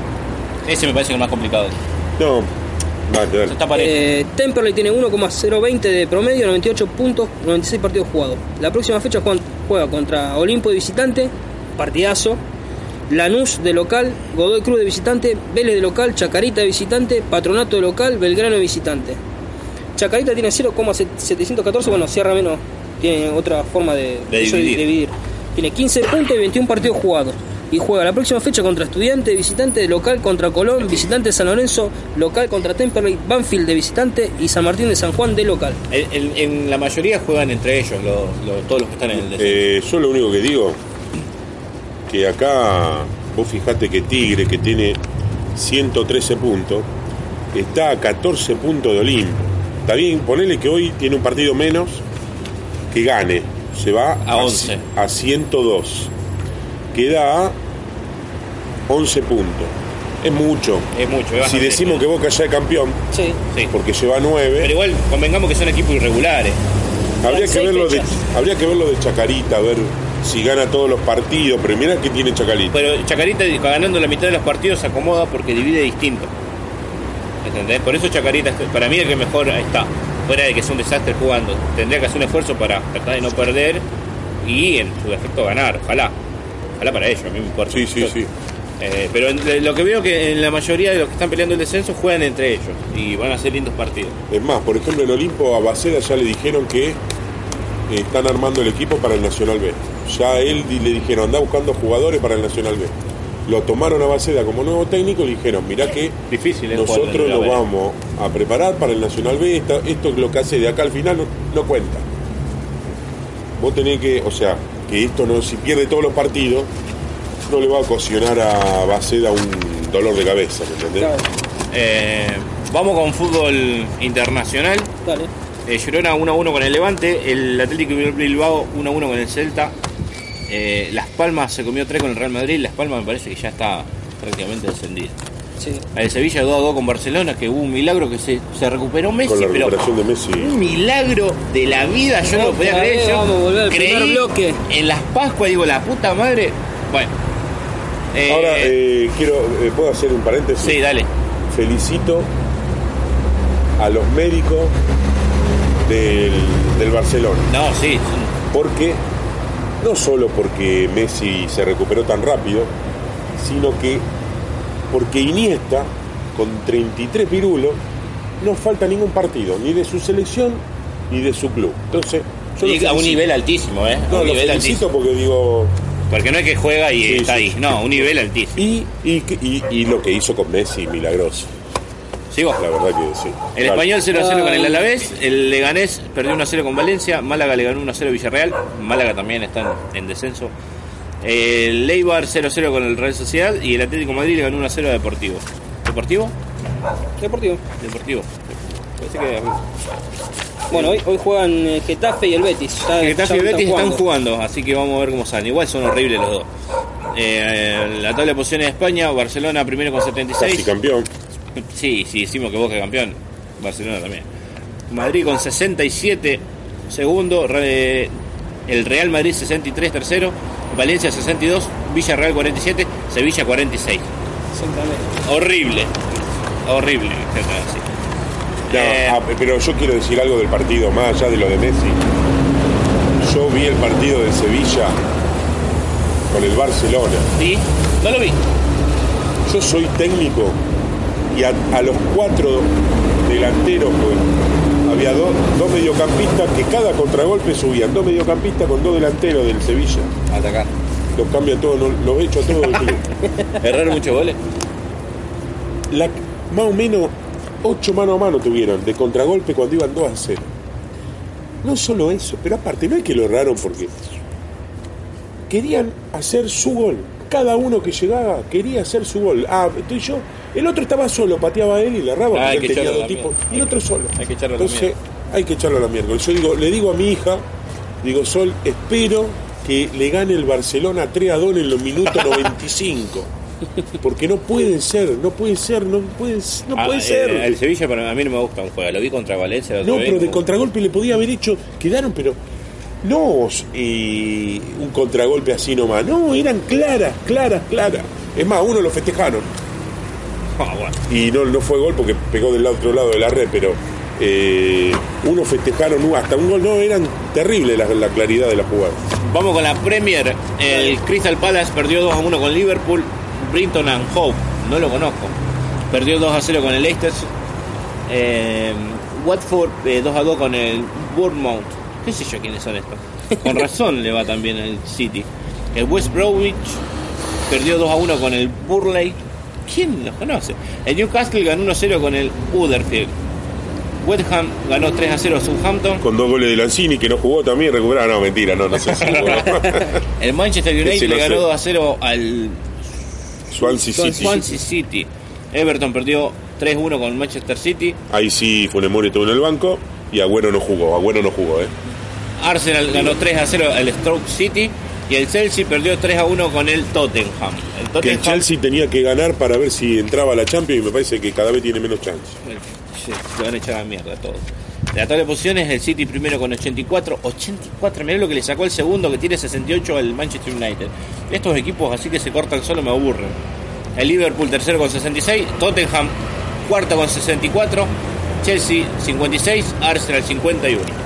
Ese me parece que es el más complicado. No, dale, dale. Está parejo. Eh, Temperley tiene uno coma cero veinte de promedio, noventa y ocho puntos, noventa y seis partidos jugados. La próxima fecha juega, juega contra Olimpo de visitante, partidazo. Lanús de local, Godoy Cruz de visitante, Vélez de local, Chacarita de visitante, Patronato de local, Belgrano de visitante. Chacarita tiene cero coma setecientos catorce, bueno, cierra menos, tiene otra forma de, de, dividir. de dividir. Tiene quince puntos y veintiún partidos jugados. Y juega la próxima fecha contra Estudiantes de visitante, de local contra Colón, visitante de San Lorenzo, local contra Temperley, Banfield de visitante y San Martín de San Juan de local. En, en, en la mayoría juegan entre ellos, lo, lo, todos los que están en el descenso. Eh, yo lo único que digo, que acá vos fijate que Tigre, que tiene ciento trece puntos, está a catorce puntos de Olimpo. Está bien, ponele que hoy tiene un partido menos, que gane, se va a once, a ciento dos, queda a once puntos. Es mucho. Es mucho. Es si decimos que Boca ya es campeón, sí, sí, porque lleva nueve. Pero igual convengamos que son equipos irregulares. Habría que, verlo de, habría que verlo de Chacarita, a ver si gana todos los partidos. Pero mirá que tiene Chacarita. Pero Chacarita ganando la mitad de los partidos se acomoda porque divide distinto. ¿Entendés? Por eso Chacarita, para mí, el que mejor está. Fuera de que es un desastre jugando. Tendría que hacer un esfuerzo para tratar de no perder y en su defecto ganar. Ojalá. Ojalá para ellos, a mí me importa. Sí, sí, sí. Eh, pero en, lo que veo que en la mayoría de los que están peleando el descenso juegan entre ellos y van a ser lindos partidos. Es más, por ejemplo, en Olimpo a Baceda ya le dijeron que eh, están armando el equipo para el Nacional B. Ya él le dijeron, anda buscando jugadores para el Nacional B. Lo tomaron a Baceda como nuevo técnico y le dijeron, mirá que difícil, ¿eh? nosotros lo vamos a preparar para el Nacional B. Esto, esto es lo que hace de acá al final, no, no cuenta. Vos tenés que, o sea, que esto no, si pierde todos los partidos, no le va a ocasionar a Baceda un dolor de cabeza, ¿me entendés? Claro. Eh, vamos con fútbol internacional. Dale. Eh, Girona uno a uno con el Levante, el Atlético Bilbao uno a uno con el Celta. Eh, Las Palmas se comió tres con el Real Madrid. Las Palmas me parece que ya está prácticamente descendido. Sí. El Sevilla dos a dos con Barcelona, que hubo un milagro que se, se recuperó Messi. Con la pero recuperación de Messi. Un milagro de la vida, yo no lo podía Otra creer. vez Yo vamos a volver al creí primer bloque. en las Pascuas, digo, la puta madre. Bueno. Eh, Ahora, eh, quiero, eh, ¿puedo hacer un paréntesis? Sí, dale. Felicito a los médicos del, del Barcelona. No, sí. Porque, no solo porque Messi se recuperó tan rápido, sino que porque Iniesta, con treinta y tres pirulos, no falta ningún partido, ni de su selección ni de su club. Entonces, yo Y a un nivel altísimo, ¿eh? No, un lo nivel felicito altísimo. porque digo... Porque no es que juega y Sí, está sí, ahí. sí. No, un nivel altísimo. Y, y, y, y lo que hizo con Messi, milagroso. ¿Sigo? La verdad que sí. El Claro. Español cero a cero con el Alavés, el Leganés perdió uno a cero con Valencia, Málaga le ganó uno a cero a Villarreal, Málaga también está en, en descenso. El Eibar cero a cero con el Real Sociedad y el Atlético de Madrid le ganó uno a cero a Deportivo. ¿Deportivo? Deportivo. Deportivo. Parece que... Bueno, hoy, hoy juegan el Getafe y el Betis. Ya, El Getafe y ya el Betis están están jugando, así que vamos a ver cómo salen. Igual son horribles los dos. Eh, la tabla de posiciones de España, Barcelona primero con setenta y seis. Casi campeón. Sí, sí, decimos que Boca es campeón. Barcelona también. Madrid con sesenta y siete, segundo. Re- el Real Madrid sesenta y tres, tercero. Valencia sesenta y dos, Villarreal cuarenta y siete, Sevilla cuarenta y seis. Exactamente. Horrible. Horrible. Sí. No, Eh, ah, pero yo quiero decir algo del partido, más allá de lo de Messi. Yo vi el partido de Sevilla con el Barcelona. ¿Sí? No lo vi. Yo soy técnico y a, a los cuatro delanteros, pues, había dos, dos mediocampistas que cada contragolpe subían. Dos mediocampistas con dos delanteros del Sevilla. Atacar. Los cambian todos, no- los he hecho a todos del club. Errar muchos goles. La, más o menos ocho mano a mano tuvieron de contragolpe cuando iban dos a cero. No solo eso, pero aparte no es que lo erraron porque querían hacer su gol. cada uno que llegaba quería hacer su gol. Ah, estoy yo. El otro estaba solo, pateaba a él y le erraba, Ah, hay porque que él tenía echarlo dos a la tipos. mierda. Y el otro solo. Hay que echarlo a la Entonces, mierda. hay que echarlo a la miércoles. Yo digo, le digo a mi hija, digo, Sol, espero que le gane el Barcelona tres a dos en los minutos noventa y cinco. Porque no pueden ser, no pueden ser, no pueden, no Ah, puede eh, ser. El Sevilla para a mí no me gusta un juego. Lo vi contra Valencia. la otra No, vez, pero de como- contragolpe le podía haber hecho, quedaron, pero no eh, un contragolpe así nomás, no, eran claras, claras, claras. Es más, uno lo festejaron Ah, bueno. y no, no fue gol porque pegó del otro lado de la red, pero eh, uno festejaron uh, hasta un gol, no, eran terribles la, la claridad de la jugada. Vamos con la Premier. El Crystal Palace perdió dos a uno con Liverpool. Brinton and Hope, no lo conozco. Perdió dos a cero con el Leicester. Eh, Watford eh, dos a dos con el Bournemouth. ¿Qué sé yo quiénes son estos? Con razón le va también el City. El West Bromwich perdió dos a uno con el Burnley. ¿Quién los conoce? El Newcastle ganó uno a cero con el Huddersfield. West Ham ganó tres a cero a Southampton. Con dos goles de Lanzini que no jugó también, recuperaba, no, mentira, no, no sé si jugó. El Manchester Ese United no le ganó sé. dos a cero al Swansea City. Swansea City. Everton perdió tres a uno con Manchester City. Ahí sí Funes Mori estuvo en el banco y Agüero no jugó, Agüero no jugó, eh. Arsenal ganó tres a cero al Stoke City. Y el Chelsea perdió tres a uno con el Tottenham. El Que Tottenham el Chelsea tenía que ganar para ver si entraba a la Champions y me parece que cada vez tiene menos chance. Sí, se van a echar a la mierda todos. La tabla de posiciones, el City primero con ochenta y cuatro. ochenta y cuatro, mirá lo que le sacó el segundo, que tiene sesenta y ocho al Manchester United. Estos equipos así que se cortan solo me aburren. El Liverpool tercero con sesenta y seis. Tottenham cuarto con sesenta y cuatro. Chelsea cincuenta y seis. Arsenal cincuenta y uno.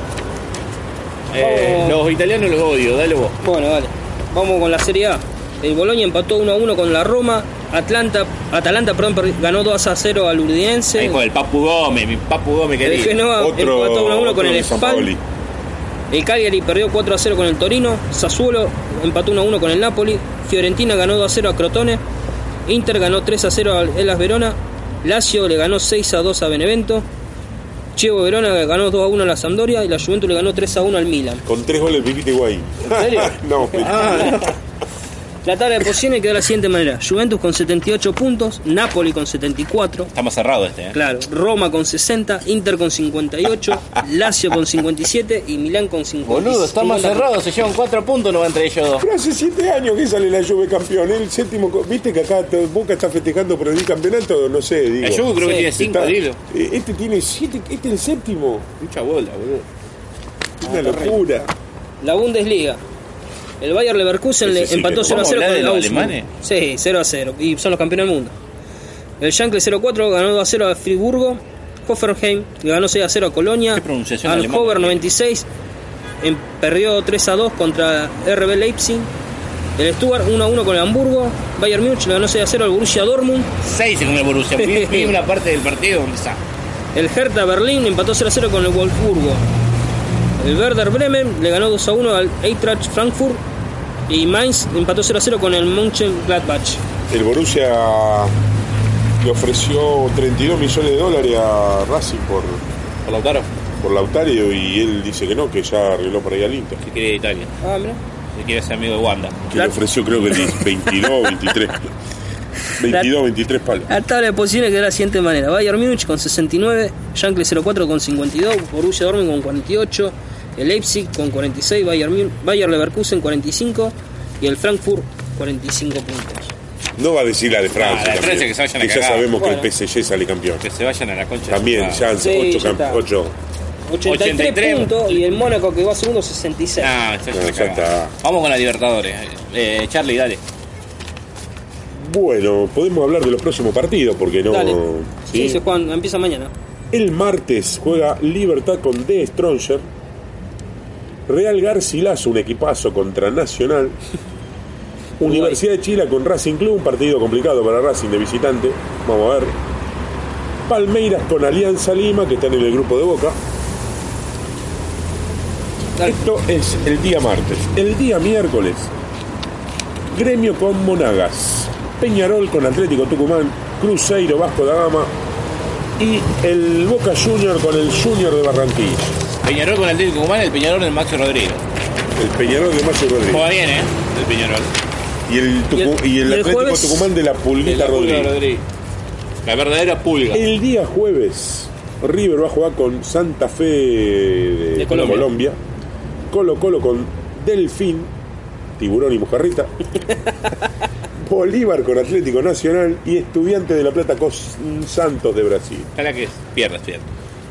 Eh, Vamos. los italianos los odio, dale vos. Bueno, vale. Vamos con la Serie A. El Bologna empató uno a uno con la Roma. Atlanta, Atalanta perdón, per- ganó dos a cero al Udinese. Ahí con el Papu Gómez, mi Papu Gómez El querido. Genoa Otro, empató uno a uno con otro el de San Spal. Paoli. El Cagliari perdió cuatro a cero con el Torino. Sassuolo empató uno a uno con el Napoli. Fiorentina ganó dos a cero a Crotone. Inter ganó tres a cero al Hellas Verona. Lazio le ganó seis a dos a Benevento. Chievo Verona ganó dos a uno a la Sampdoria. Y la Juventus le ganó tres a uno al Milan. Con tres goles Pipita Higuaín. ¿En serio? No, Ah, la tabla de posiciones quedó de la siguiente manera: Juventus con setenta y ocho puntos, Napoli con setenta y cuatro, Está más cerrado este, ¿eh? claro, Roma con sesenta, Inter con cincuenta y ocho, Lazio con cincuenta y siete y Milán con cincuenta. Boludo, está más cerrado, se llevan cuatro puntos, no va entre ellos dos. pero hace siete años que sale la Juve campeón. El séptimo, co- viste que acá te- Boca está festejando por el campeonato, no sé, digo. El Juve creo que Sí, tiene cinco, Está- dilo. eh, este tiene siete, este es el séptimo. Mucha bola, boludo. Una locura. La Bundesliga. El Bayer Leverkusen Ese le sí empató que- cero a ¿Vamos a cero hablar con de el los Augsburg. alemanes? Sí, cero a cero. Y son los campeones del mundo. El Schalke cero a cuatro ganó dos a cero a Friburgo. Hoffenheim le ganó seis a cero a Colonia. ¿Qué pronunciación Hannover alemana? noventa y seis em, perdió tres a dos contra R B Leipzig. El Stuttgart uno a uno con el Hamburgo. Bayern Múnich le ganó seis a cero al Borussia Dortmund. seis con el Borussia. Vi, vi una parte del partido donde está. El Hertha Berlín empató cero a cero con el Wolfsburgo. El Werder Bremen le ganó dos a uno al Eintracht Frankfurt. Y Mainz empató cero a cero con el Mönchengladbach. El Borussia le ofreció treinta y dos millones de dólares a Racing por, Por Lautaro, por Lautario y él dice que no, que ya arregló para ir al Inter. que quiere ir a Italia. Ah, mira. Que quiere ser amigo de Wanda. Que le ofreció creo que veintidós, veintitrés. veintidós, veintitrés palos. La tabla de posiciones quedó de la siguiente manera: Bayern Múnich con sesenta y nueve, Schalke cero cuatro con cincuenta y dos, Borussia Dortmund con cuarenta y ocho, el Leipzig con cuarenta y seis, Bayern, Mün- Bayer Leverkusen cuarenta y cinco y el Frankfurt cuarenta y cinco puntos. No va a decir la de Francia. Ah, la de también, Francia que se vayan a que ya cagar. sabemos Bueno. que el P S G sale campeón. Que se vayan a la concha. También, Ah. ya han Sí, ocho, ya camp- está. ocho. ochenta y tres, ochenta y tres puntos y el Mónaco que va segundo sesenta y seis. Ah, se No, vayan a ya cagar. está. Vamos con la Libertadores. Eh, Charlie, dale. Bueno, podemos hablar de los próximos partidos porque no. Dale. ¿sí? Sí, se juegan, empieza mañana. El martes juega Libertad con The Stronger. Real Garcilaso, un equipazo contra Nacional. Universidad de Chile con Racing Club, un partido complicado para Racing de visitante. Vamos a ver. Palmeiras con Alianza Lima, que están en el grupo de Boca. Dale. Esto es el día martes. El día miércoles, Gremio con Monagas, Peñarol con Atlético Tucumán, Cruzeiro Vasco da Gama y el Boca Junior con el Junior de Barranquilla. Peñarol con el Atlético Tucumán, el Peñarol del Maxi Rodríguez. El Peñarol de Macho Rodríguez. Juega bien, ¿eh? El Peñarol. Y el, Tucu- Y el- y el y el Atlético jueves- Tucumán de la Pulguita La Pulga Rodríguez. Rodríguez. La verdadera pulga. El día jueves, River va a jugar con Santa Fe de, De Colombia. Colombia. Colo Colo con Delfín, Tiburón y Mojarrita. Bolívar con Atlético Nacional y Estudiantes de La Plata con Santos de Brasil. Ojalá que pierda Estudiantes.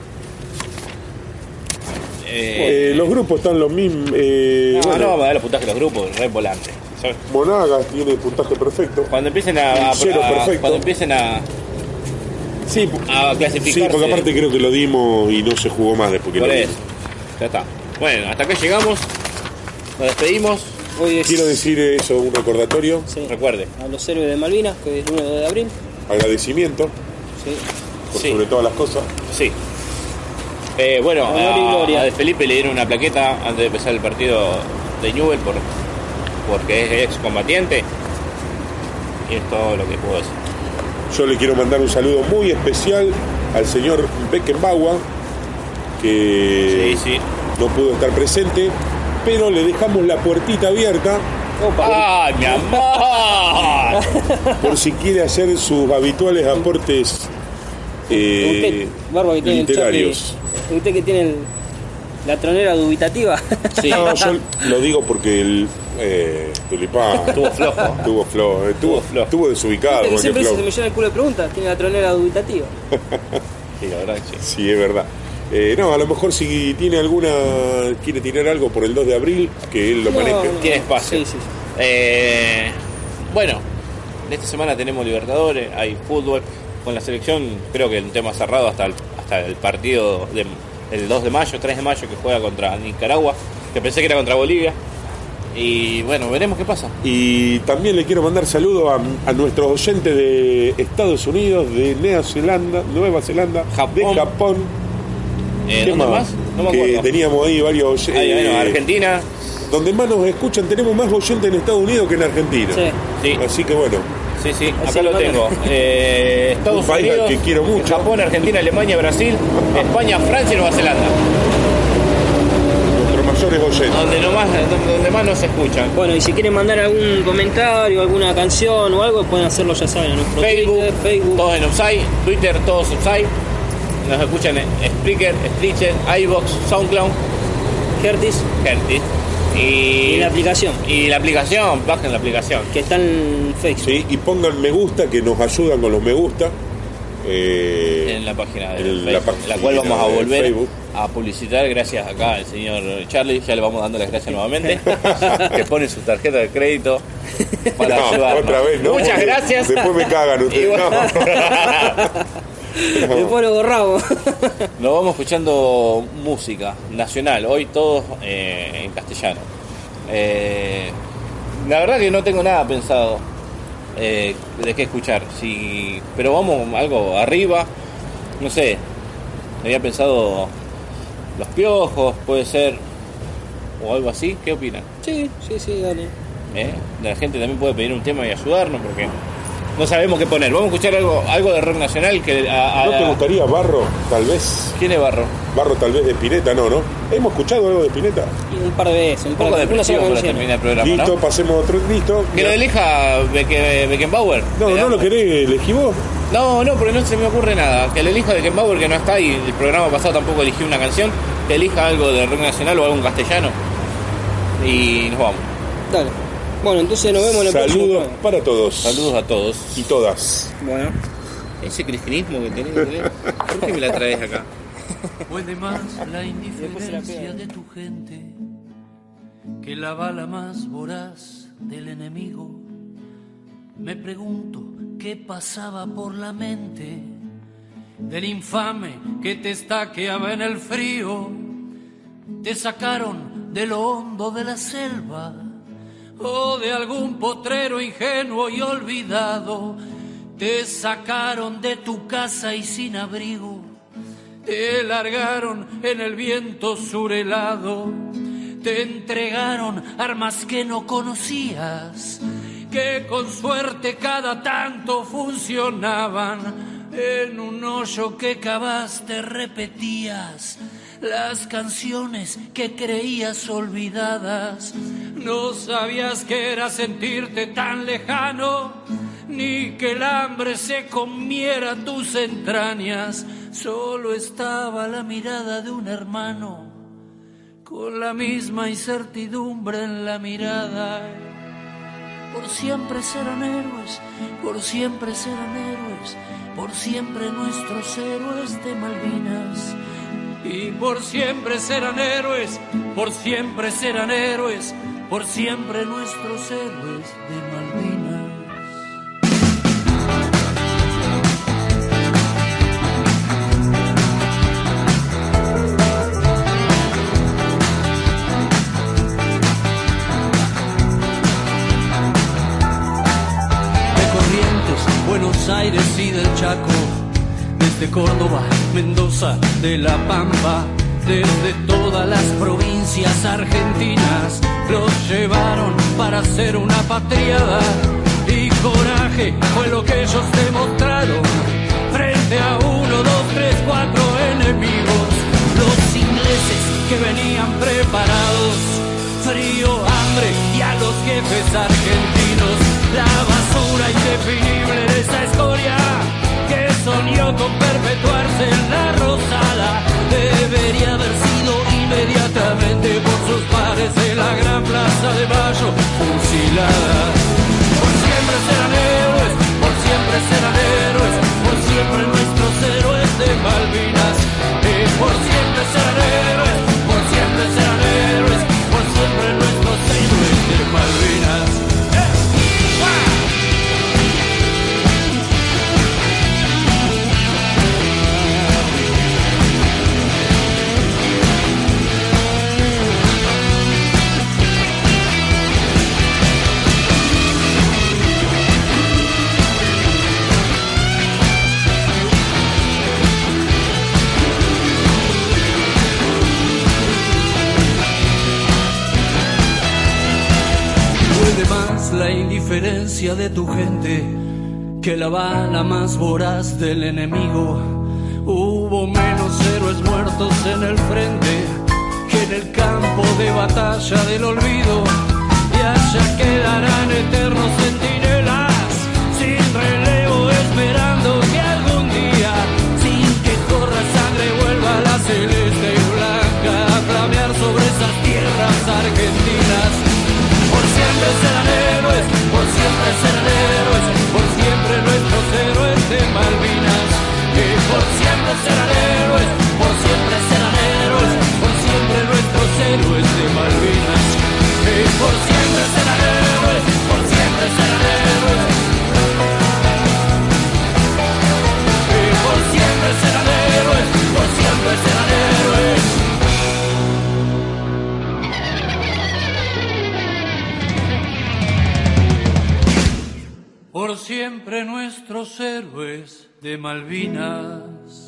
Eh, Eh, los grupos están los mismos. Eh, no, bueno, no vamos a dar los puntajes de los grupos, re volante. ¿Sabes? Monagas tiene puntaje perfecto. Cuando empiecen a, a- Cero a- perfecto. cuando empiecen a, Sí, a clasificarse. sí, porque aparte creo que lo dimos y no se jugó más después que Por lo eso. dimos. Ya está. Bueno, hasta acá llegamos. Nos despedimos. Hoy es, Quiero decir eso, un recordatorio, sí, Recuerde. a los héroes de Malvinas, que es el uno de abril. agradecimiento Sí. por Sí. sobre todas las cosas. Sí. Eh, bueno, Honor y a, gloria. a De Felipe le dieron una plaqueta antes de empezar el partido de Newell por, porque es excombatiente. Y es todo lo que puedo decir. Yo le quiero mandar un saludo muy especial al señor Beckenbauer, que Sí, sí. no pudo estar presente, pero le dejamos la puertita abierta Opa. ¡Ay, mi amor! por si quiere hacer sus habituales aportes eh, usted, Barba, que tiene el literarios. choque- usted que tiene el- la tronera dubitativa. Sí. No, yo lo digo porque el eh, Tulipán Estuvo flojo. estuvo flojo, estuvo, Estuvo flojo. estuvo desubicado. Usted que cualquier siempre dice, flojo. se me llena el culo de preguntas, tiene la tronera dubitativa. Sí, la verdad que sí. Sí, es verdad. Eh, no, a lo mejor si tiene alguna, quiere tirar algo por el dos de abril, que él lo No, maneje. no. Tiene espacio. Sí, sí, sí. Eh, bueno, esta semana tenemos Libertadores, hay fútbol. Con la selección creo que un tema cerrado hasta el, hasta el partido de, el dos de mayo, tres de mayo, que juega contra Nicaragua, que pensé que era contra Bolivia. Y bueno, veremos qué pasa. Y también le quiero mandar saludos a, a nuestros oyentes de Estados Unidos, de Nueva Zelanda, Nueva Zelanda, Japón. de Japón. Eh, ¿Qué ¿Dónde más? No me que acuerdo. teníamos ahí varios. Ahí, eh, bueno, Argentina. Donde más nos escuchan, tenemos más oyentes en Estados Unidos que en Argentina. Sí. Sí, Así que bueno, sí, sí, acá Así lo lo tengo. Eh, Estados Un país al Unidos, que quiero mucho. Japón, Argentina, Alemania, Brasil, España, Francia y Nueva Zelanda. nuestros mayores oyentes. Donde, no más, donde, donde más nos escuchan. Bueno, y si quieren mandar algún comentario, alguna canción o algo, pueden hacerlo, ya saben, en nuestro Facebook, Twitter, Facebook. todos en Offside, Twitter, todos Offside. Nos escuchan en Spreaker, Stitcher, iVoox, SoundCloud, Gertis Hertis. y Y, la aplicación, y la aplicación, bajen la aplicación. que está en Facebook. Sí, y pongan me gusta, que nos ayudan con los me gusta. Eh, En la página de en la Facebook, página la cual vamos a de volver Facebook. a publicitar gracias acá al señor Charlie. Ya le vamos dando las gracias nuevamente, que pone su tarjeta de crédito para No, ayudarnos. otra vez, ¿no? Muchas Porque gracias. Después me cagan Y ustedes. bueno, No. Después lo borramos. nos vamos escuchando música nacional, hoy todos eh, en castellano. Eh, la verdad que no tengo nada pensado eh, de qué escuchar, si, pero vamos algo arriba, no sé, había pensado Los Piojos, puede ser, o algo así. ¿Qué opinan? Sí, sí, sí, dale. ¿Eh? La gente también puede pedir un tema y ayudarnos porque no sabemos qué poner. Vamos a escuchar algo, algo de rock nacional que a, a- ¿No te gustaría Barro, tal vez? ¿Quién es Barro? Barro tal vez de Spinetta, no, ¿no? ¿Hemos escuchado algo de Spinetta? Y un par de veces, un Un par poco de de una sola presión para canción. terminar el programa, Listo, ¿no? pasemos a otro, listo. Que lo elija Beck- Beckenbauer. No, Le no lo damos- querés, elegí vos. No, no, porque no se me ocurre nada. Que lo elija Beckenbauer, que no está, y el programa pasado tampoco eligió una canción. Que elija algo de rock nacional o algo en castellano. Y nos vamos. Dale. Bueno, entonces nos vemos en el próximo Saludos programa. para todos. Saludos a todos. Y todas. Bueno. Ese cristianismo que tenés, tenés, ¿por qué me la traes acá? Puede más la Después se la indiferencia pega. de tu gente que la bala más voraz del enemigo. Me pregunto qué pasaba por la mente del infame que te estaqueaba en el frío. Te sacaron de lo hondo de la selva o de algún potrero ingenuo y olvidado. Te sacaron de tu casa y sin abrigo. Te largaron en el viento surhelado. Te entregaron armas que no conocías, que con suerte cada tanto funcionaban. En un hoyo que cavaste repetías las canciones que creías olvidadas. No sabías que era sentirte tan lejano, ni que el hambre se comiera tus entrañas. Solo estaba la mirada de un hermano, con la misma incertidumbre en la mirada. Por siempre serán héroes, por siempre serán héroes, por siempre nuestros héroes de Malvinas. Y por siempre serán héroes, por siempre serán héroes, por siempre nuestros héroes de Malvinas. Buenos Aires y del Chaco, desde Córdoba, Mendoza, de La Pampa, desde todas las provincias argentinas, los llevaron para hacer una patriada. Y coraje fue lo que ellos demostraron frente a uno, dos, tres, cuatro enemigos. Los ingleses que venían preparados, frío, hambre y a los jefes argentinos. La basura indefinible de esa escoria que soñó con perpetuarse en la Rosada debería haber sido inmediatamente por sus pares de la gran plaza de Mayo fusilada. Por siempre serán héroes, por siempre serán héroes, por siempre nuestros héroes de Malvinas. Y por siempre serán héroes, por siempre serán héroes, por siempre nuestros héroes de Malvinas. La indiferencia de tu gente que la bala más voraz del enemigo. Hubo menos héroes muertos en el frente que en el campo de batalla del olvido. Y allá quedarán eternos centinelas sin relevo, esperando que algún día, sin que corra sangre, vuelva la celeste y blanca a flamear sobre esas tierras argentinas. Por siempre serán héroes, por siempre serán héroes, por siempre nuestros héroes de Malvinas. Y por siempre serán héroes, por siempre serán héroes, por siempre nuestros héroes de Malvinas. Y por siempre serán héroes, por siempre serán héroes. Y por siempre serán héroes, por siempre serán héroes. Por siempre nuestros héroes de Malvinas.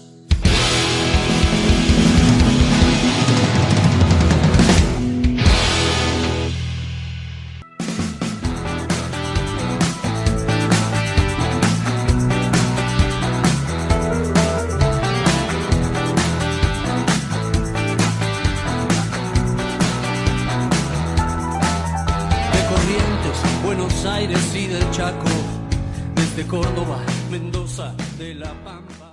De Corrientes, Buenos Aires y del Chaco, de Córdoba, Mendoza, de La Pampa.